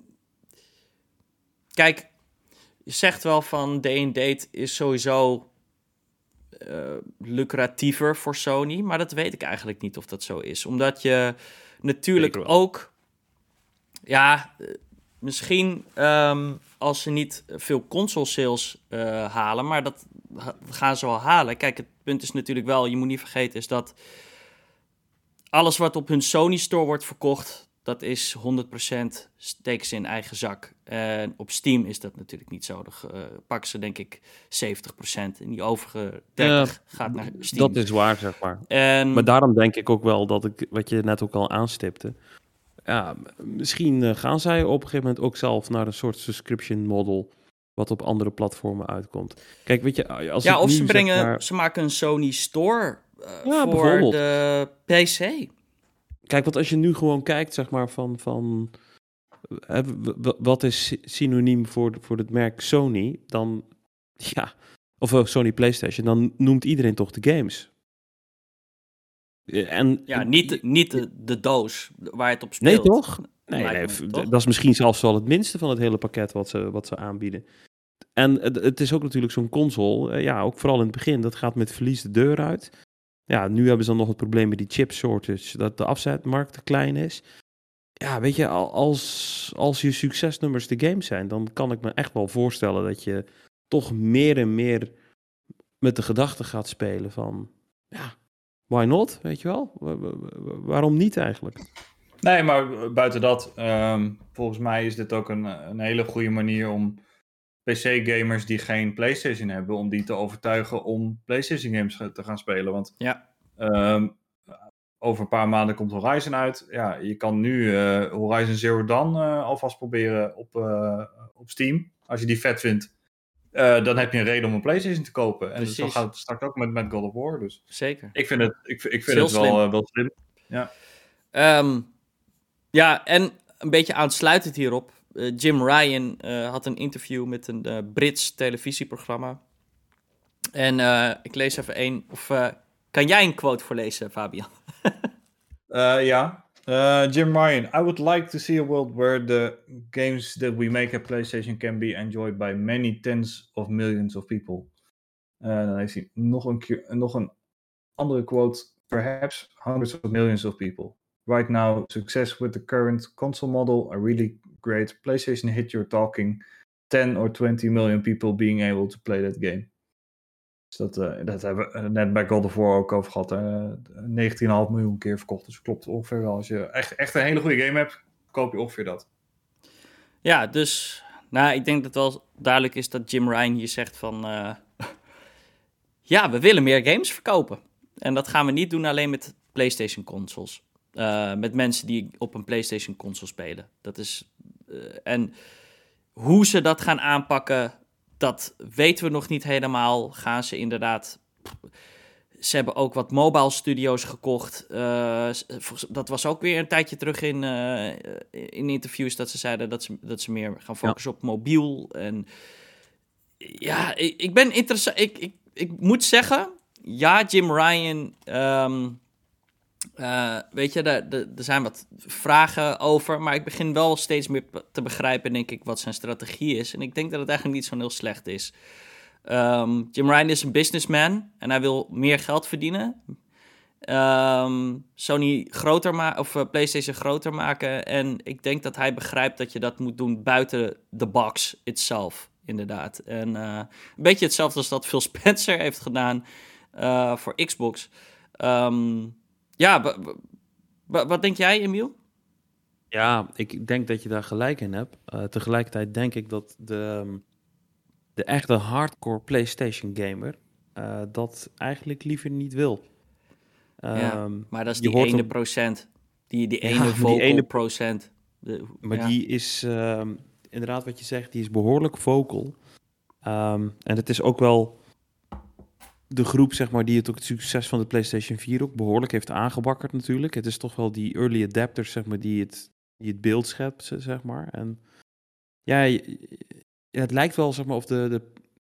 Speaker 1: kijk je zegt wel van Day and Date is sowieso uh, lucratiever voor Sony, maar dat weet ik eigenlijk niet of dat zo is. Omdat je natuurlijk ook, ja, misschien um, als ze niet veel console sales uh, halen, maar dat gaan ze wel halen. Kijk, het punt is natuurlijk wel, je moet niet vergeten, is dat alles wat op hun Sony Store wordt verkocht, dat is honderd procent steken ze in eigen zak. En op Steam is dat natuurlijk niet zo. Dan uh, pakken ze denk ik zeventig procent en die overige dertig ja, gaat naar Steam.
Speaker 2: Dat is waar, zeg maar.
Speaker 1: En...
Speaker 2: Maar daarom denk ik ook wel dat ik, wat je net ook al aanstipte, ja, misschien uh, gaan zij op een gegeven moment ook zelf naar een soort subscription model wat op andere platformen uitkomt. Kijk, weet je, als
Speaker 1: ja,
Speaker 2: ik
Speaker 1: of
Speaker 2: nu,
Speaker 1: ze brengen,
Speaker 2: zeg maar...
Speaker 1: ze maken een Sony Store uh,
Speaker 2: ja,
Speaker 1: voor de P C.
Speaker 2: Kijk, want als je nu gewoon kijkt, zeg maar, van, van hè, wat is synoniem voor, voor het merk Sony, dan, ja, of uh, Sony PlayStation, dan noemt iedereen toch de games. En,
Speaker 1: ja, niet, de, niet de, de doos waar het op speelt.
Speaker 2: Nee, toch? Nee, nee, me, toch? Dat is misschien zelfs wel het minste van het hele pakket wat ze, wat ze aanbieden. En het, het is ook natuurlijk zo'n console, uh, ja, ook vooral in het begin, dat gaat met verlies de deur uit. Ja, nu hebben ze dan nog het probleem met die chip shortage, dat de afzetmarkt te klein is. Ja, weet je, als, als je succesnummers de games zijn, dan kan ik me echt wel voorstellen dat je toch meer en meer met de gedachte gaat spelen van, ja, why not, weet je wel? Waarom niet eigenlijk?
Speaker 3: Nee, maar buiten dat, um, volgens mij is dit ook een, een hele goede manier om P C-gamers die geen PlayStation hebben, om die te overtuigen om PlayStation-games te gaan spelen. Want
Speaker 1: ja.
Speaker 3: um, over een paar maanden komt Horizon uit. Ja, je kan nu uh, Horizon Zero Dawn uh, alvast proberen op, uh, op Steam. Als je die vet vindt, uh, dan heb je een reden om een PlayStation te kopen. En dus zo gaat het straks ook met, met God of War. Dus
Speaker 1: zeker.
Speaker 3: Ik vind het, ik, ik vind het wel, uh, wel slim. Ja.
Speaker 1: Um, ja, en een beetje aansluitend hierop. Uh, Jim Ryan uh, had een interview met een uh, Brits televisieprogramma. En uh, ik lees even één. Of uh, kan jij een quote voorlezen, Fabian?
Speaker 3: uh, ja. Uh, Jim Ryan. I would like to see a world where the games that we make at PlayStation can be enjoyed by many tens of millions of people. Uh, dan heeft hij nog een, keer, nog een andere quote. Perhaps hundreds of millions of people. Right now, success with the current console model are really great. PlayStation hit you're talking ten or twenty million people being able to play that game. Dus dat, uh, dat hebben we net bij God of War ook over gehad. Uh, negentien komma vijf miljoen keer verkocht. Dus klopt ongeveer wel. Als je echt, echt een hele goede game hebt, koop je ongeveer dat.
Speaker 1: Ja, dus nou, ik denk dat het wel duidelijk is dat Jim Ryan hier zegt van... Uh, ja, we willen meer games verkopen. En dat gaan we niet doen alleen met PlayStation consoles. Uh, met mensen die op een PlayStation console spelen. Dat is... Uh, en hoe ze dat gaan aanpakken... Dat weten we nog niet helemaal. Gaan ze inderdaad... Ze hebben ook wat mobile studio's gekocht. Uh, dat was ook weer een tijdje terug in, uh, in interviews... dat ze zeiden dat ze, dat ze meer gaan focussen ja. op mobiel. En ja, ik, ik ben interessant... Ik, ik, ik moet zeggen... Ja, Jim Ryan... Um, uh, weet je, er, er, er zijn wat vragen over... maar ik begin wel steeds meer te begrijpen... denk ik, wat zijn strategie is. En ik denk dat het eigenlijk niet zo heel slecht is. Um, Jim Ryan is een businessman... en hij wil meer geld verdienen. Um, Sony groter maken... of uh, PlayStation groter maken... en ik denk dat hij begrijpt dat je dat moet doen... buiten de box itself, inderdaad. En uh, een beetje hetzelfde als dat Phil Spencer heeft gedaan... Uh, voor Xbox. Um, ja, b- b- b- wat denk jij, Emiel?
Speaker 2: Ja, ik denk dat je daar gelijk in hebt. Uh, tegelijkertijd denk ik dat de, de echte hardcore PlayStation gamer uh, dat eigenlijk liever niet wil. Um,
Speaker 1: ja, maar dat is die ene procent. Die, die ene ja, vocal die ene procent. De,
Speaker 2: maar
Speaker 1: ja.
Speaker 2: die is, um, inderdaad wat je zegt, die is behoorlijk vocal. Um, en het is ook wel... de groep, zeg maar, die het ook het succes van de PlayStation vier ook behoorlijk heeft aangebakkerd natuurlijk. Het is toch wel die early adapters, zeg maar, die het, die het beeld schept, zeg maar. En ja, ja, het lijkt wel, zeg maar, of de, de,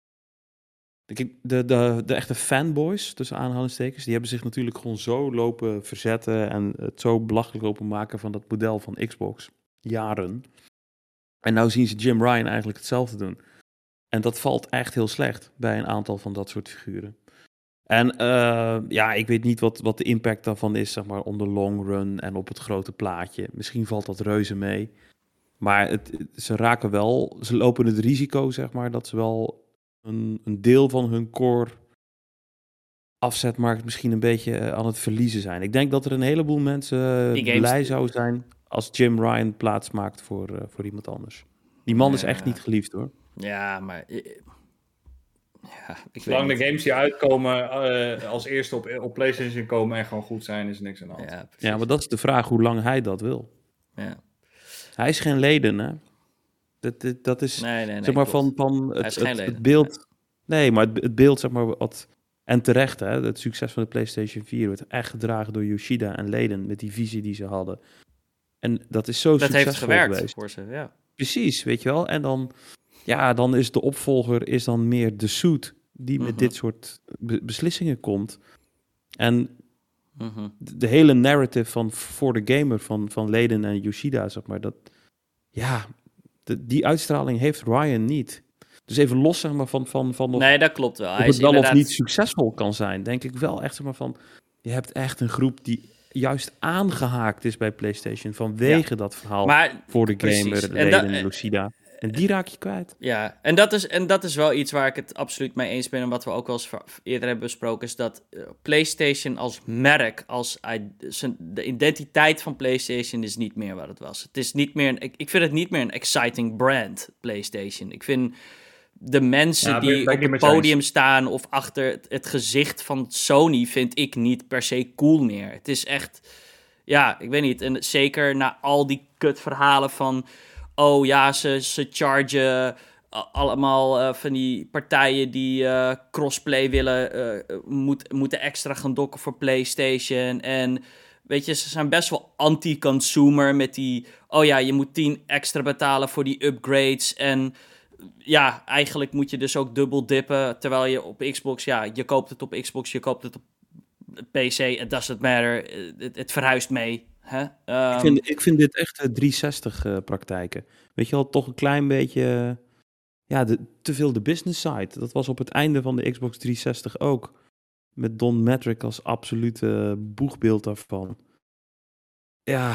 Speaker 2: de, de, de, de echte fanboys, tussen aanhalingstekens, die hebben zich natuurlijk gewoon zo lopen verzetten en het zo belachelijk lopen maken van dat model van Xbox. Jaren. En nou zien ze Jim Ryan eigenlijk hetzelfde doen. En dat valt echt heel slecht bij een aantal van dat soort figuren. En uh, ja, ik weet niet wat, wat de impact daarvan is, zeg maar, on the long run en op het grote plaatje. Misschien valt dat reuze mee. Maar het, ze raken wel, ze lopen het risico, zeg maar, dat ze wel een, een deel van hun core afzetmarkt misschien een beetje aan het verliezen zijn. Ik denk dat er een heleboel mensen blij zouden zijn als Jim Ryan plaats maakt voor, uh, voor iemand anders. Die man ja. is echt niet geliefd, hoor.
Speaker 1: Ja, maar...
Speaker 3: Ja, ik Zolang de games die uitkomen uh, als eerste op, op PlayStation komen en gewoon goed zijn, is er niks aan de hand.
Speaker 2: Ja, ja, maar dat is de vraag hoe lang hij dat wil.
Speaker 1: Ja.
Speaker 2: Hij is geen leden, hè? Dat, dat, dat is,
Speaker 1: nee, nee, nee,
Speaker 2: zeg maar, van, van het, het, het beeld... Nee, maar het, het beeld, zeg maar, wat... En terecht, hè? Het succes van de PlayStation vier werd echt gedragen door Yoshida en leden met die visie die ze hadden. En dat is zo
Speaker 1: dat
Speaker 2: succesvol
Speaker 1: heeft gewerkt
Speaker 2: geweest.
Speaker 1: Voor ze, ja.
Speaker 2: Precies, weet je wel. En dan... Ja, dan is de opvolger is dan meer de suit die met uh-huh. dit soort be- beslissingen komt. En uh-huh. de, de hele narrative van voor de gamer van, van Leden en Yoshida, zeg maar, dat ja, de, die uitstraling heeft Ryan niet. Dus even los, zeg maar, van van van of,
Speaker 1: nee, dat klopt wel.
Speaker 2: Hij
Speaker 1: Hij
Speaker 2: het
Speaker 1: is
Speaker 2: wel
Speaker 1: inderdaad...
Speaker 2: of niet succesvol kan zijn, denk ik wel echt, zeg maar, van je hebt echt een groep die juist aangehaakt is bij PlayStation vanwege ja. dat verhaal maar, voor de gamer, Leden en Yoshida. En die raak je kwijt.
Speaker 1: Ja, en dat, is, en dat is wel iets waar ik het absoluut mee eens ben. En wat we ook wel eens eerder hebben besproken, is dat uh, PlayStation als merk, als uh, de identiteit van PlayStation is niet meer wat het was. Het is niet meer een, ik, ik vind het niet meer een exciting brand, PlayStation. Ik vind de mensen
Speaker 3: Ja,
Speaker 1: die
Speaker 3: ben ik
Speaker 1: op
Speaker 3: niet
Speaker 1: het
Speaker 3: met je
Speaker 1: podium
Speaker 3: eens.
Speaker 1: staan of achter het, het gezicht van Sony vind ik niet per se cool meer. Het is echt, ja, ik weet niet. En zeker na al die kutverhalen van, oh ja, ze, ze chargen a- allemaal eh, van die partijen die eh, crossplay willen, eh, moet, moeten extra gaan dokken voor PlayStation. En weet je, ze zijn best wel anti-consumer met die, oh ja, je moet tien extra betalen voor die upgrades. En ja, eigenlijk moet je dus ook dubbel dippen, terwijl je op Xbox, ja, je koopt het op Xbox, je koopt het op P C, it doesn't matter, het, het verhuist mee. Hè? Um,
Speaker 2: Ik vind, ik vind dit echt driehonderdzestig uh, praktijken. Weet je wel, toch een klein beetje, uh, ja, de, te veel de business side. Dat was op het einde van de Xbox driehonderdzestig ook. Met Don Matrick als absolute boegbeeld daarvan. Ja.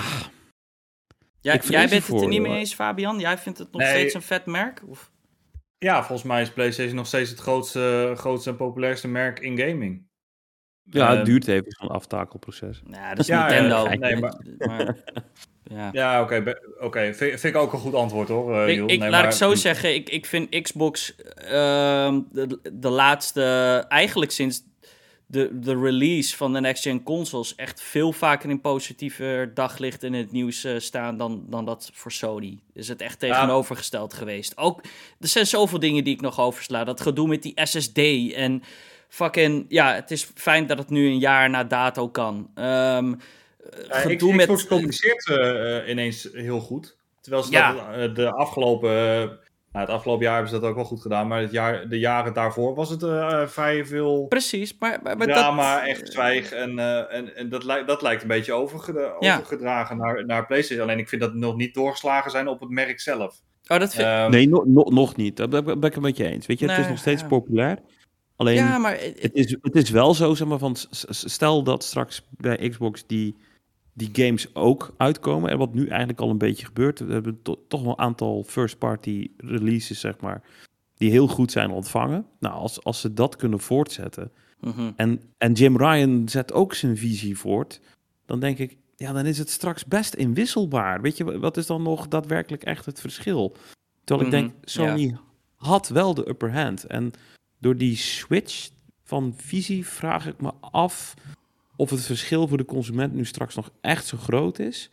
Speaker 1: ja jij bent
Speaker 2: ervoor,
Speaker 1: het er niet mee
Speaker 2: hoor.
Speaker 1: eens, Fabian? Jij vindt het nog
Speaker 3: Nee.
Speaker 1: steeds een vet merk? Of?
Speaker 3: Ja, volgens mij is PlayStation nog steeds het grootste, grootste en populairste merk in gaming.
Speaker 2: Ja, het
Speaker 3: Uh,
Speaker 2: duurt even zo'n aftakelproces.
Speaker 1: Ja, dat is
Speaker 3: Ja,
Speaker 1: Nintendo.
Speaker 3: ja, nee, maar-
Speaker 1: maar ja.
Speaker 3: Ja, oké. Okay, okay. vind, vind ik ook een goed antwoord, hoor, uh,
Speaker 1: Ik,
Speaker 3: Jules.
Speaker 1: ik,
Speaker 3: nee,
Speaker 1: laat
Speaker 3: maar...
Speaker 1: ik zo zeggen, ik, ik vind Xbox uh, de, de laatste, eigenlijk sinds de, de release van de next-gen consoles, echt veel vaker in positiever daglicht in het nieuws uh, staan dan, dan dat voor Sony. Is het echt tegenovergesteld ja. geweest. Ook, er zijn zoveel dingen die ik nog oversla. Dat gedoe met die S S D en fucking, ja, het is fijn dat het nu een jaar na dato kan. Um,
Speaker 3: Ja, gedoe Xbox met... communiceert uh, ineens heel goed. Terwijl ze ja. dat uh, de afgelopen... Uh, nou, het afgelopen jaar hebben ze dat ook wel goed gedaan. Maar het jaar, de jaren daarvoor was het uh, vrij veel...
Speaker 1: Precies, maar... maar, maar
Speaker 3: drama,
Speaker 1: dat...
Speaker 3: echt zwijg. En, uh, en, en dat, li- dat lijkt een beetje overgedra- ja. overgedragen naar, naar PlayStation. Alleen ik vind dat het nog niet doorgeslagen zijn op het merk zelf.
Speaker 1: Oh, dat vind...
Speaker 2: um, nee, no, no, nog niet. Dat ben ik het met je eens. Weet je, nee, het is nog steeds ja. populair. Alleen,
Speaker 1: ja, maar...
Speaker 2: het, is, het is wel zo, zeg maar, van... Stel dat straks bij Xbox die... die games ook uitkomen. En wat nu eigenlijk al een beetje gebeurt. We hebben to- toch wel een aantal first-party releases, zeg maar, die heel goed zijn ontvangen. Nou, als, als ze dat kunnen voortzetten.
Speaker 1: Mm-hmm.
Speaker 2: En, en Jim Ryan zet ook zijn visie voort. Dan denk ik, ja, dan is het straks best inwisselbaar. Weet je, wat is dan nog daadwerkelijk echt het verschil? Terwijl mm-hmm. ik denk, Sony yeah. had wel de upper hand. En door die switch van visie vraag ik me af... of het verschil voor de consument nu straks nog echt zo groot is.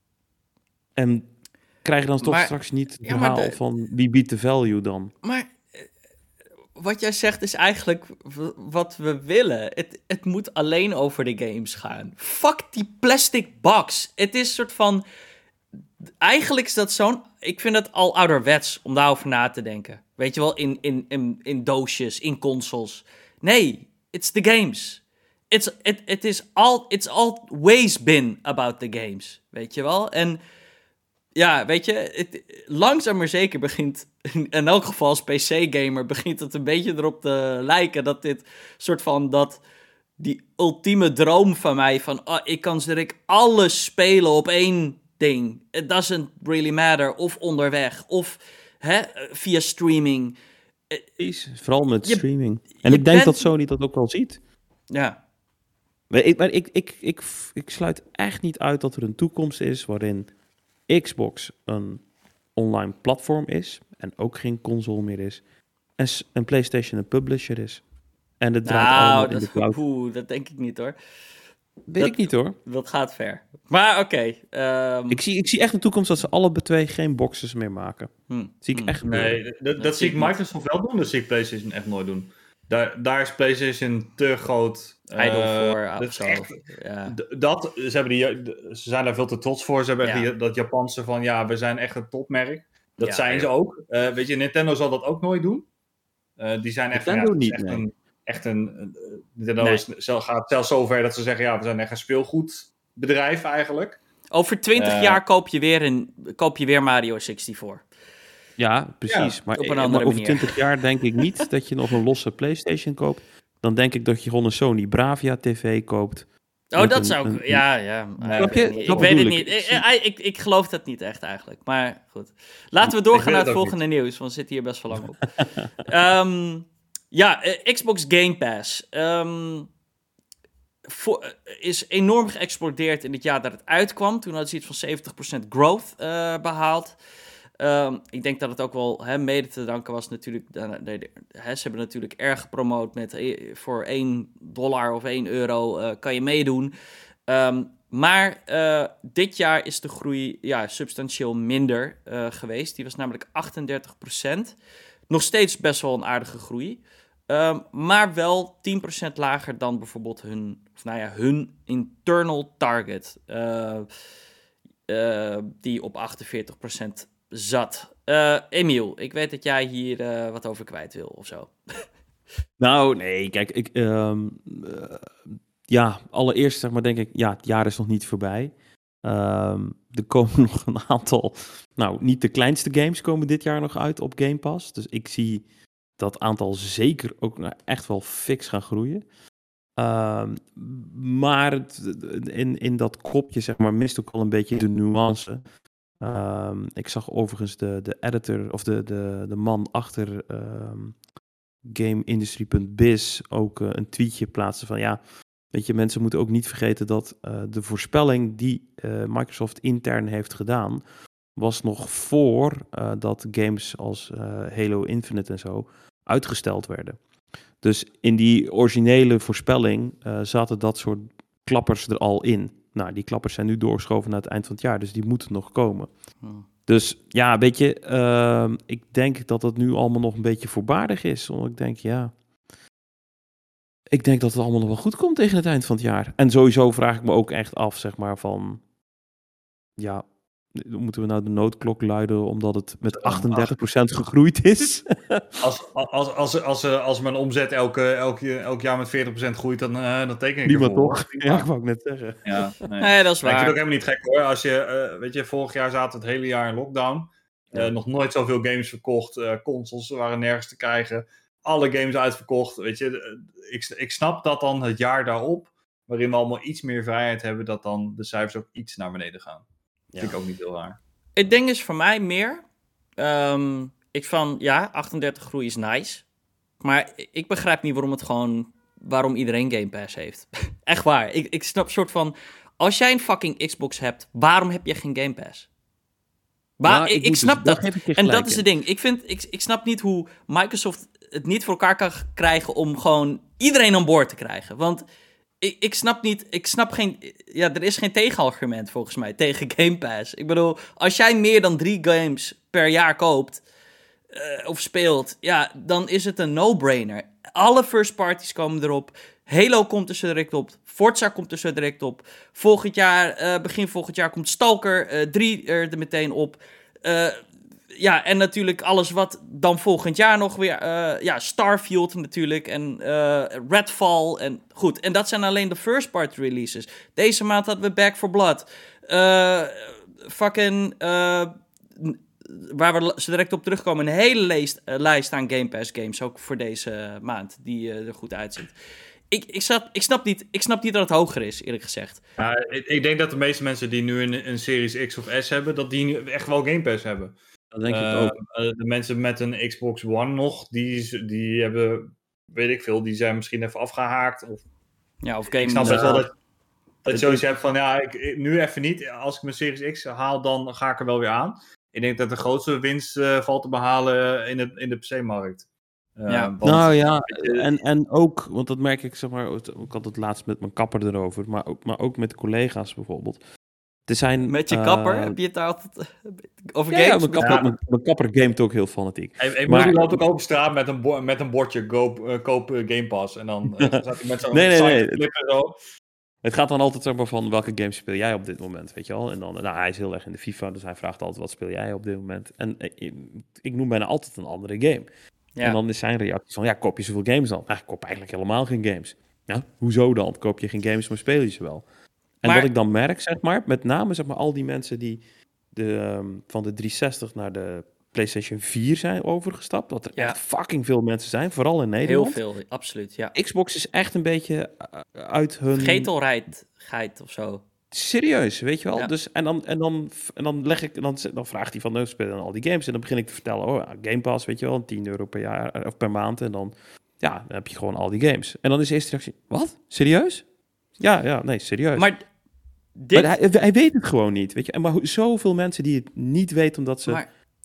Speaker 2: En krijg je dan toch maar, straks niet het ja, verhaal de, van wie biedt de value dan?
Speaker 1: Maar wat jij zegt is eigenlijk wat we willen. Het, het moet alleen over de games gaan. Fuck die plastic box. Het is een soort van... Eigenlijk is dat zo'n... Ik vind het al ouderwets om daarover na te denken. Weet je wel, in, in, in, in doosjes, in consoles. Nee, it's the games. It's, it, it is all, it's always been about the games, weet je wel? En ja, weet je, het, langzaam maar zeker begint, in elk geval als P C-gamer, begint het een beetje erop te lijken dat dit soort van, dat die ultieme droom van mij, van oh, ik kan direct alles spelen op één ding. It doesn't really matter, of onderweg, of hè, via streaming.
Speaker 2: Precies, vooral met je, streaming. En ik denk bent... dat Sony dat ook wel ziet.
Speaker 1: Ja.
Speaker 2: Maar, ik, maar ik, ik, ik, ik sluit echt niet uit dat er een toekomst is waarin Xbox een online platform is en ook geen console meer is. En, en PlayStation een publisher is. En het draait
Speaker 1: nou,
Speaker 2: allemaal
Speaker 1: dat,
Speaker 2: in de cloud.
Speaker 1: Oeh, dat denk ik niet hoor.
Speaker 2: Weet
Speaker 1: dat,
Speaker 2: ik niet hoor.
Speaker 1: Dat gaat ver. Maar oké. Okay, um...
Speaker 2: ik, zie, ik zie echt een toekomst dat ze alle twee geen boxes meer maken.
Speaker 1: Hmm.
Speaker 2: Zie ik
Speaker 1: hmm.
Speaker 2: echt
Speaker 3: Nee, dat, dat, dat zie ik Microsoft niet. wel doen. Dat zie ik PlayStation echt nooit doen. Daar, daar is PlayStation te groot.
Speaker 1: Ijdel uh, voor.
Speaker 3: Dat is
Speaker 1: zo.
Speaker 3: echt,
Speaker 1: ja.
Speaker 3: dat, ze, hebben die, ze zijn daar veel te trots voor. Ze hebben echt ja. die, dat Japanse van, ja, we zijn echt een topmerk. Dat ja, zijn ja. ze ook. Uh, weet je, Nintendo zal dat ook nooit doen. Uh, die zijn echt,
Speaker 2: Nintendo
Speaker 3: ja,
Speaker 2: niet,
Speaker 3: echt
Speaker 2: nee.
Speaker 3: een... Echt een, uh, Nintendo nee. is, gaat zelfs zover dat ze zeggen, ja, we zijn echt een speelgoedbedrijf eigenlijk.
Speaker 1: Over twintig uh, jaar koop je, weer een, koop je weer Mario zesenzestig.
Speaker 2: Ja, precies. Ja, maar,
Speaker 1: op een
Speaker 2: maar
Speaker 1: andere
Speaker 2: over
Speaker 1: manier.
Speaker 2: twintig jaar denk ik niet dat je nog een losse PlayStation koopt. Dan denk ik dat je gewoon een Sony Bravia T V koopt.
Speaker 1: Oh, dat een, zou ik... Een, ja, ja.
Speaker 2: Nee, ik weet,
Speaker 1: ik weet het niet. Ik, ik, ik, ik geloof dat niet echt eigenlijk. Maar goed. Laten we doorgaan naar het, het volgende niet. nieuws. Want we zitten hier best wel lang op. um, ja, uh, Xbox Game Pass. Um, voor, uh, is enorm geëxplodeerd in het jaar dat het uitkwam. Toen hadden ze iets van zeventig procent growth uh, behaald. Um, ik denk dat het ook wel hè, mede te danken was natuurlijk... Uh, de, de, hè, ze hebben natuurlijk erg gepromoot met uh, voor één dollar of één euro uh, kan je meedoen. Um, maar uh, dit jaar is de groei ja, substantieel minder uh, geweest. Die was namelijk achtendertig procent. Nog steeds best wel een aardige groei. Um, maar wel tien procent lager dan bijvoorbeeld hun, of nou ja, hun internal target. Uh, uh, die op achtenveertig procent zat. Uh, Emiel, ik weet dat jij hier uh, wat over kwijt wil of zo.
Speaker 2: Nou, nee, kijk, ik... Um, uh, ja, allereerst zeg maar denk ik, ja, het jaar is nog niet voorbij. Um, er komen nog een aantal, nou, niet de kleinste games komen dit jaar nog uit op Game Pass. Dus ik zie dat aantal zeker ook nou, echt wel fix gaan groeien. Um, maar het, in, in dat kopje, zeg maar, mist ook al een beetje de nuance. Um, ik zag overigens de, de editor, of de, de, de man achter um, GameIndustry punt biz ook uh, een tweetje plaatsen van, ja, weet je, mensen moeten ook niet vergeten dat uh, de voorspelling die uh, Microsoft intern heeft gedaan, was nog voor uh, dat games als uh, Halo Infinite en zo uitgesteld werden. Dus in die originele voorspelling uh, zaten dat soort klappers er al in. Nou, die klappers zijn nu doorgeschoven naar het eind van het jaar, dus die moeten nog komen. Hmm. Dus ja, weet je, uh, ik denk dat dat nu allemaal nog een beetje voorbaardig is. Omdat ik denk, ja, ik denk dat het allemaal nog wel goed komt tegen het eind van het jaar. En sowieso vraag ik me ook echt af, zeg maar, van, ja, moeten we nou de noodklok luiden omdat het met achtendertig procent gegroeid is?
Speaker 3: Als, als, als, als, als mijn omzet elke, elke, elk jaar met veertig procent groeit, dan, uh, dan teken ik
Speaker 2: Niemand toch? Ja, ik wou ik net zeggen.
Speaker 3: Ja, nee.
Speaker 1: nee, dat is waar.
Speaker 3: Ik vind het ook helemaal niet gek hoor. Als je, uh, weet je, vorig jaar zaten we het hele jaar in lockdown. Uh, ja. Nog nooit zoveel games verkocht. Uh, consoles waren nergens te krijgen. Alle games uitverkocht. Weet je, ik, ik snap dat dan het jaar daarop, waarin we allemaal iets meer vrijheid hebben, dat dan de cijfers ook iets naar beneden gaan. Ja. Vind ik ook niet heel raar.
Speaker 1: Het ding is voor mij meer, um, ik van, ja, achtendertig groei is nice, maar ik begrijp niet waarom het gewoon, waarom iedereen Game Pass heeft. Echt waar. Ik, ik snap soort van, als jij een fucking Xbox hebt, waarom heb je geen Game Pass? Maar nou, ik, ik, ik snap dus, dat. En dat is het ding. Ik, vind, ik, ik snap niet hoe Microsoft het niet voor elkaar kan krijgen om gewoon iedereen aan boord te krijgen. Want ik, ik snap niet, ik snap geen, ja, er is geen tegenargument volgens mij tegen Game Pass. Ik bedoel, als jij meer dan drie games per jaar koopt uh, of speelt, ja, dan is het een no-brainer. Alle first parties komen erop. Halo komt er zo direct op. Forza komt er zo direct op. Volgend jaar, uh, begin volgend jaar komt Stalker uh, drie er meteen op. Uh, ja, en natuurlijk alles wat dan volgend jaar nog weer... Uh, ja, Starfield natuurlijk en uh, Redfall en goed. En dat zijn alleen de first party releases. Deze maand hadden we Back four Blood. Uh, fucking... Uh, waar we zo direct op terugkomen. Een hele lijst, uh, lijst aan Game Pass games. Ook voor deze maand. Die uh, er goed uitziet. Ik, ik, snap, ik, snap niet, ik snap niet dat het hoger is, eerlijk gezegd.
Speaker 3: Ja, ik, ik denk dat de meeste mensen die nu een, een Series X of S hebben, dat die nu echt wel Game Pass hebben.
Speaker 2: Dat denk
Speaker 3: uh,
Speaker 2: ik ook.
Speaker 3: Uh, de mensen met een Xbox One nog, die, die hebben, weet ik veel, die zijn misschien even afgehaakt. Of,
Speaker 1: ja, of game.
Speaker 3: Ik snap best wel dat, dat je zoiets hebt van, ja, ik, ik, nu even niet. Als ik mijn Series X haal, dan ga ik er wel weer aan. Ik denk dat de grootste winst uh, valt te behalen in, het, in de P C-markt.
Speaker 2: Uh, ja. Want, nou ja, en, en ook, want dat merk ik, zeg maar, ik had het laatst met mijn kapper erover, maar ook, maar ook met collega's bijvoorbeeld. Er zijn,
Speaker 1: met je kapper? Uh, heb je het daar altijd over
Speaker 2: ja,
Speaker 1: games?
Speaker 2: Ja, mijn kapper, ja. mijn, mijn kapper gamet ook heel fanatiek.
Speaker 3: Hey, hey, maar hij loopt ook over straat met een, bo- met een bordje, go, uh, koop uh, Game Pass. En dan uh, staat hij met zo'n
Speaker 2: nee, nee, nee.
Speaker 3: clip en zo.
Speaker 2: Het gaat dan altijd zeg maar, van welke games speel jij op dit moment, weet je wel? En dan, nou, hij is heel erg in de FIFA, dus hij vraagt altijd wat speel jij op dit moment. En ik, ik noem bijna altijd een andere game. Ja. En dan is zijn reactie van, ja, koop je zoveel games dan? Nou, ik koop eigenlijk helemaal geen games. Ja, hoezo dan? Koop je geen games, maar speel je ze wel? En maar... wat ik dan merk, zeg maar, met name zeg maar, al die mensen die de, um, van de driehonderdzestig naar de PlayStation vier zijn overgestapt, dat er ja. echt fucking veel mensen zijn, vooral in Nederland.
Speaker 1: Heel veel, absoluut, ja.
Speaker 2: Xbox is echt een beetje uh, uit hun...
Speaker 1: Vergetelheid of zo.
Speaker 2: Serieus, weet je wel? Ja. Dus, en, dan, en, dan, en dan leg ik, dan, dan vraagt hij van, nou, spelen dan al die games. En dan begin ik te vertellen, oh, Game Pass, weet je wel, tien euro per jaar of per maand. En dan, ja, dan heb je gewoon al die games. En dan is de eerste reactie, wat? Serieus? Ja, ja, nee, serieus.
Speaker 1: Maar, dit...
Speaker 2: maar hij, hij weet het gewoon niet, weet je. En maar zoveel mensen die het niet weten, omdat ze maar...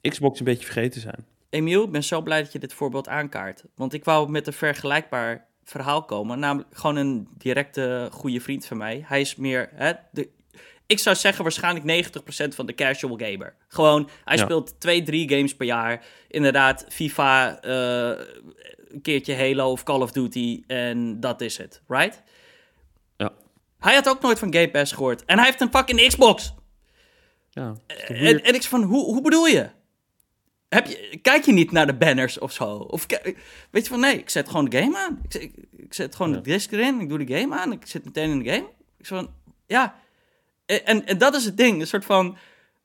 Speaker 2: Xbox een beetje vergeten zijn.
Speaker 1: Emiel, ik ben zo blij dat je dit voorbeeld aankaart. Want ik wou met een vergelijkbaar verhaal komen. Namelijk gewoon een directe goede vriend van mij. Hij is meer... Hè, de, ik zou zeggen waarschijnlijk negentig procent van de casual gamer. Gewoon, hij ja. speelt twee, drie games per jaar. Inderdaad, FIFA, uh, een keertje Halo of Call of Duty. En dat is het, right?
Speaker 2: Ja.
Speaker 1: Hij had ook nooit van Game Pass gehoord. En hij heeft een fucking Xbox.
Speaker 2: Ja.
Speaker 1: En, en ik zei van, hoe, hoe bedoel je? Heb je? Kijk je niet naar de banners of zo? Of weet je van, nee, ik zet gewoon de game aan. Ik zet, ik, ik zet gewoon ja. de disc erin, ik doe de game aan. Ik zit meteen in de game. Ik zeg van, ja... En, en dat is het ding, een soort van...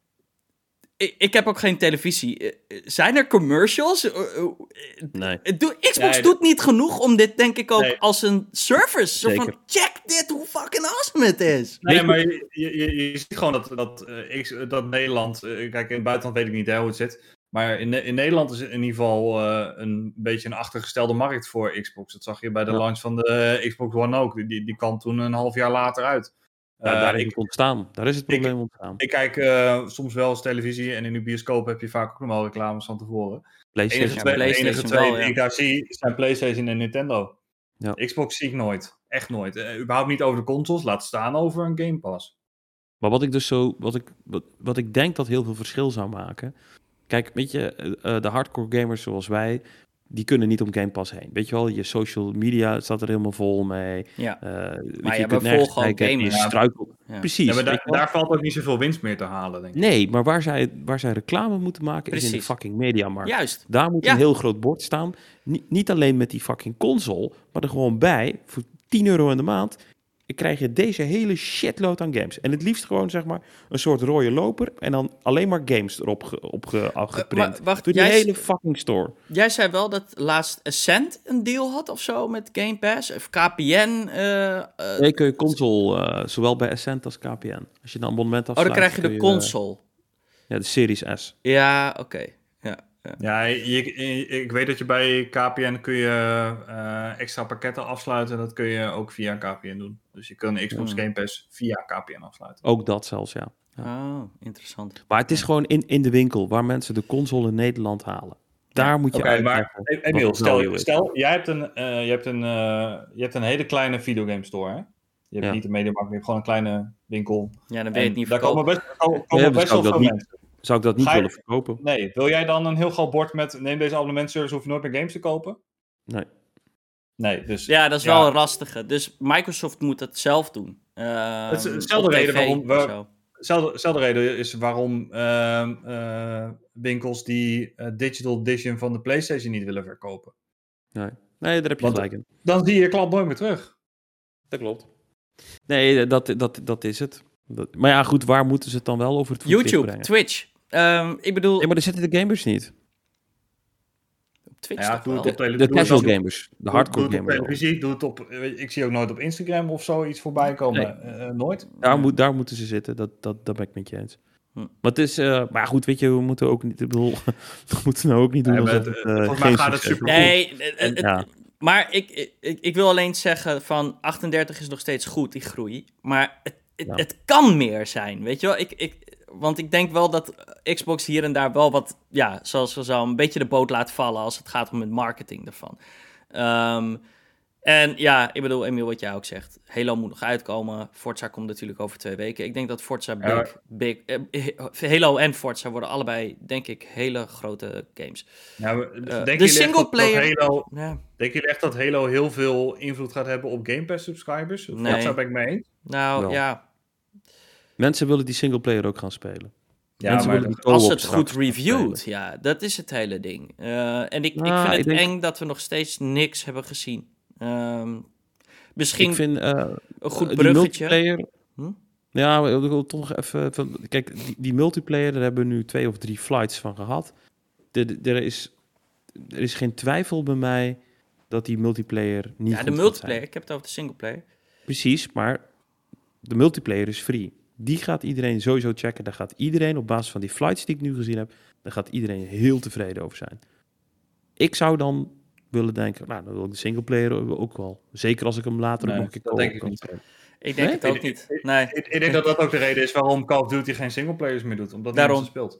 Speaker 1: Ik, ik heb ook geen televisie. Zijn er commercials?
Speaker 2: Nee.
Speaker 1: Doe, Xbox nee, doet niet genoeg om dit, denk ik, ook nee. als een service. Zo van, check dit, hoe fucking awesome het is.
Speaker 3: Nee, maar je, je, je ziet gewoon dat, dat, uh, dat Nederland... Uh, kijk, in het buitenland weet ik niet hè, hoe het zit. Maar in, in Nederland is het in ieder geval uh, een beetje een achtergestelde markt voor Xbox. Dat zag je bij de ja. launch van de uh, Xbox One ook. Die, die kwam toen een half jaar later uit.
Speaker 2: Ja, daar is het ontstaan. Daar is het probleem
Speaker 3: ik,
Speaker 2: ontstaan.
Speaker 3: Ik kijk uh, soms wel eens televisie en in de bioscoop heb je vaak ook nog wel reclames van tevoren.
Speaker 2: PlayStation.
Speaker 3: Enige twee,
Speaker 1: PlayStation
Speaker 3: enige twee
Speaker 1: wel,
Speaker 3: die
Speaker 1: ja.
Speaker 3: ik daar zie zijn PlayStation en Nintendo.
Speaker 2: Ja.
Speaker 3: Xbox zie ik nooit. Echt nooit. Uh, überhaupt niet over de consoles, laat staan over een Game Pass.
Speaker 2: Maar wat ik dus zo... Wat ik, wat, wat ik denk dat heel veel verschil zou maken... Kijk, weet je, uh, de hardcore gamers zoals wij... Die kunnen niet om Game Pass heen. Weet je wel, je social media staat er helemaal vol mee.
Speaker 1: Ja.
Speaker 2: Uh,
Speaker 1: maar
Speaker 2: je,
Speaker 1: je, we volgen ook gamers.
Speaker 3: Ja,
Speaker 2: struikelt. Ja. Precies.
Speaker 3: Ja, maar daar, daar valt ook niet zoveel winst meer te halen, denk ik.
Speaker 2: Nee, maar waar zij, waar zij reclame moeten maken Precies. is in de fucking mediamarkt.
Speaker 1: Juist.
Speaker 2: Daar moet
Speaker 1: ja.
Speaker 2: een heel groot bord staan. Niet, niet alleen met die fucking console, maar er gewoon bij, voor tien euro in de maand... krijg je deze hele shitload aan games. En het liefst gewoon, zeg maar, een soort rode loper... en dan alleen maar games erop ge, op ge, geprint. Uh,
Speaker 1: wacht,
Speaker 2: Door die hele fucking store.
Speaker 1: Jij zei wel dat laatst Ascent een deal had of zo met Game Pass? Of K P N? Uh, uh,
Speaker 2: nee, kun je console, uh, zowel bij Ascent als K P N. Als je een abonnement afsluit...
Speaker 1: Oh, dan krijg je de je, console. Uh,
Speaker 2: ja, de Series S.
Speaker 1: Ja, oké. Okay. Ja, ja.
Speaker 3: ja je, je, ik weet dat je bij K P N kun je uh, extra pakketten afsluiten. Dat kun je ook via K P N doen. Dus je kan Xbox ja. Game Pass via K P N afsluiten.
Speaker 2: Ook dat zelfs, ja. ja.
Speaker 1: Oh, interessant.
Speaker 2: Maar het is gewoon in, in de winkel waar mensen de console in Nederland halen. Daar moet je
Speaker 3: Oké, okay, maar Emiel, stel, stel jij hebt een, uh, je hebt een, uh, je hebt een hele kleine videogame store, hè? Je hebt ja. niet een mediamarkt, je hebt gewoon een kleine winkel.
Speaker 1: Ja, dan ben je het niet
Speaker 3: daar komen best, komen, komen
Speaker 2: ja,
Speaker 3: best wel veel
Speaker 2: niet,
Speaker 3: mensen.
Speaker 2: Zou ik dat niet
Speaker 3: je,
Speaker 2: willen verkopen?
Speaker 3: Nee, wil jij dan een heel groot bord met neem deze abonnementservice, hoef je nooit meer games te kopen?
Speaker 2: Nee.
Speaker 3: Nee, dus...
Speaker 1: Ja, dat is ja. wel een lastige. Dus Microsoft moet het zelf doen. Uh,
Speaker 3: het is dezelfde reden waarom... We, dezelfde reden is waarom uh, uh, winkels die uh, Digital Edition van de PlayStation niet willen verkopen.
Speaker 2: Nee, nee daar heb je
Speaker 3: Want
Speaker 2: gelijk in.
Speaker 3: Dan zie je je klant nooit meer terug.
Speaker 2: Dat klopt. Nee, dat, dat, dat is het. Dat, maar ja, goed, waar moeten ze het dan wel over het voetlicht
Speaker 1: YouTube,
Speaker 2: brengen?
Speaker 1: Twitch. Um, ik bedoel...
Speaker 2: Nee, maar daar zitten de gamers niet.
Speaker 1: Op Twitch
Speaker 3: ja,
Speaker 1: doe
Speaker 3: het op tele-
Speaker 2: de
Speaker 3: doe
Speaker 2: casual
Speaker 3: het op,
Speaker 2: gamers, de hardcore
Speaker 3: doe het
Speaker 2: gamers.
Speaker 3: Op televisie, doe het op... Ik zie ook nooit op Instagram of zo iets voorbij komen. Nee. Uh, nooit.
Speaker 2: Daar, moet, daar moeten ze zitten, dat, dat, dat ben ik met je eens. Hm. Maar het is... Uh, maar goed, weet je, we moeten ook niet... Ik bedoel, we moeten nou ook niet doen
Speaker 3: ja,
Speaker 2: alsof
Speaker 3: het,
Speaker 2: het uh,
Speaker 3: volgens mij gaat het super goed.
Speaker 1: Nee, het, ja. Maar ik, ik, ik wil alleen zeggen van achtendertig is nog steeds goed, die groei. Maar het, het, ja. het kan meer zijn, weet je wel? Ik, ik, want ik denk wel dat Xbox hier en daar wel wat, ja, zoals we zo een beetje de boot laat vallen als het gaat om het marketing ervan. Um, en ja, ik bedoel, Emiel, wat jij ook zegt. Halo moet nog uitkomen. Forza komt natuurlijk over twee weken. Ik denk dat Forza big, ja. big eh, Halo en Forza worden allebei, denk ik, hele grote games.
Speaker 3: Ja,
Speaker 1: uh, de singleplayer...
Speaker 3: Halo... Ja. Denken jullie echt dat Halo heel veel invloed gaat hebben op Game Pass subscribers?
Speaker 1: Nee.
Speaker 3: Forza ben ik mee eens.
Speaker 1: Nou, wel. ja...
Speaker 2: Mensen willen die singleplayer ook gaan spelen.
Speaker 1: Ja, maar als het goed reviewt, ja, dat is het hele ding. Uh, en ik, nou, ik vind het ik denk... eng dat we nog steeds niks hebben gezien. Um, misschien
Speaker 2: ik vind, uh,
Speaker 1: een goed bruggetje.
Speaker 2: Hm? Ja, ik wil toch even... Kijk, die, die multiplayer, daar hebben we nu twee of drie flights van gehad. Er is, er is geen twijfel bij mij dat die multiplayer niet
Speaker 1: Ja, de multiplayer, ik heb het over de singleplayer.
Speaker 2: Precies, maar de multiplayer is free. Die gaat iedereen sowieso checken. Daar gaat iedereen op basis van die flights die ik nu gezien heb, daar gaat iedereen heel tevreden over zijn. Ik zou dan willen denken, nou, dan wil ik de singleplayer ook wel. Zeker als ik hem later
Speaker 3: nee,
Speaker 2: nog een keer
Speaker 3: koop. Dat denk ik niet.
Speaker 1: Ik denk nee? het ook
Speaker 3: ik,
Speaker 1: niet.
Speaker 3: Ik,
Speaker 1: Nee.
Speaker 3: ik, ik denk dat dat ook de reden is waarom Call of Duty geen singleplayers meer doet. Omdat
Speaker 1: Daarom
Speaker 3: mensen speelt.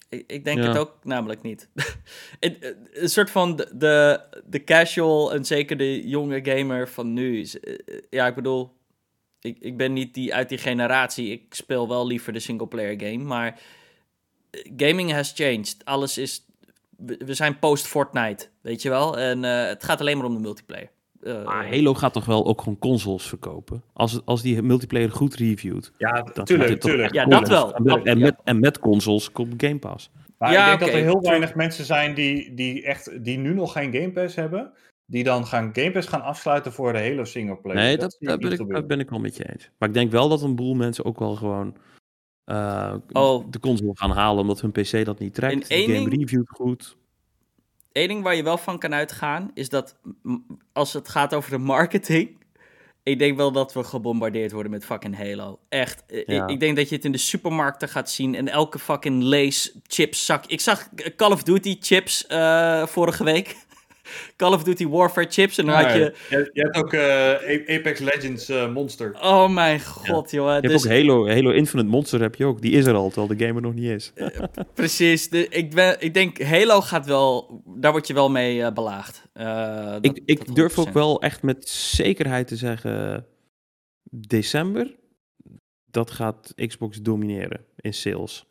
Speaker 1: Ik, ik denk
Speaker 2: Ja.
Speaker 1: het ook namelijk niet. een, een soort van de, de, de casual en zeker de jonge gamer van nu. Is, uh, ja, ik bedoel, ik, ik ben niet die uit die generatie. Ik speel wel liever de singleplayer game, maar gaming has changed. Alles is, we, we zijn post-Fortnite, weet je wel? En uh, het gaat alleen maar om de multiplayer. Uh,
Speaker 2: maar Halo gaat toch wel ook gewoon consoles verkopen? Als, het, als die multiplayer goed reviewt.
Speaker 3: Ja,
Speaker 2: dan
Speaker 3: tuurlijk, tuurlijk.
Speaker 1: Ja, dat wel.
Speaker 2: En,
Speaker 1: Dat,
Speaker 2: en,
Speaker 1: ja.
Speaker 2: met, en met consoles komt Game Pass.
Speaker 3: Maar
Speaker 1: Ja,
Speaker 3: ik denk
Speaker 1: okay.
Speaker 3: dat er heel weinig mensen zijn die, die, echt, die nu nog geen Game Pass hebben, die dan gaan Game Pass gaan afsluiten voor de Halo singleplayer.
Speaker 2: Nee,
Speaker 3: dat,
Speaker 2: dat, dat, ben ik, dat ben ik wel met je eens. Maar ik denk wel dat een boel mensen ook wel gewoon uh, oh. de console gaan halen, omdat hun P C dat niet trekt. De game ding... reviewt goed.
Speaker 1: Eén ding waar je wel van kan uitgaan, is dat als het gaat over de marketing, ik denk wel dat we gebombardeerd worden met fucking Halo. Echt. Ja. Ik, ik denk dat je het in de supermarkten gaat zien en elke fucking Lay's chips zak. Ik zag Call of Duty chips uh, vorige week. Call of Duty Warfare chips en dan
Speaker 3: ja,
Speaker 1: had je...
Speaker 3: Je, je hebt ook uh, Apex Legends uh, Monster.
Speaker 1: Oh mijn god, ja. jongen.
Speaker 2: Je
Speaker 1: dus...
Speaker 2: hebt ook Halo, Halo Infinite Monster heb je ook. Die is er al, terwijl de game er nog niet is.
Speaker 1: uh, precies. De, ik, ben, ik denk Halo gaat wel... Daar word je wel mee uh, belaagd. Uh, dat,
Speaker 2: ik ik durf ook wel echt met zekerheid te zeggen... December... Dat gaat Xbox domineren in sales.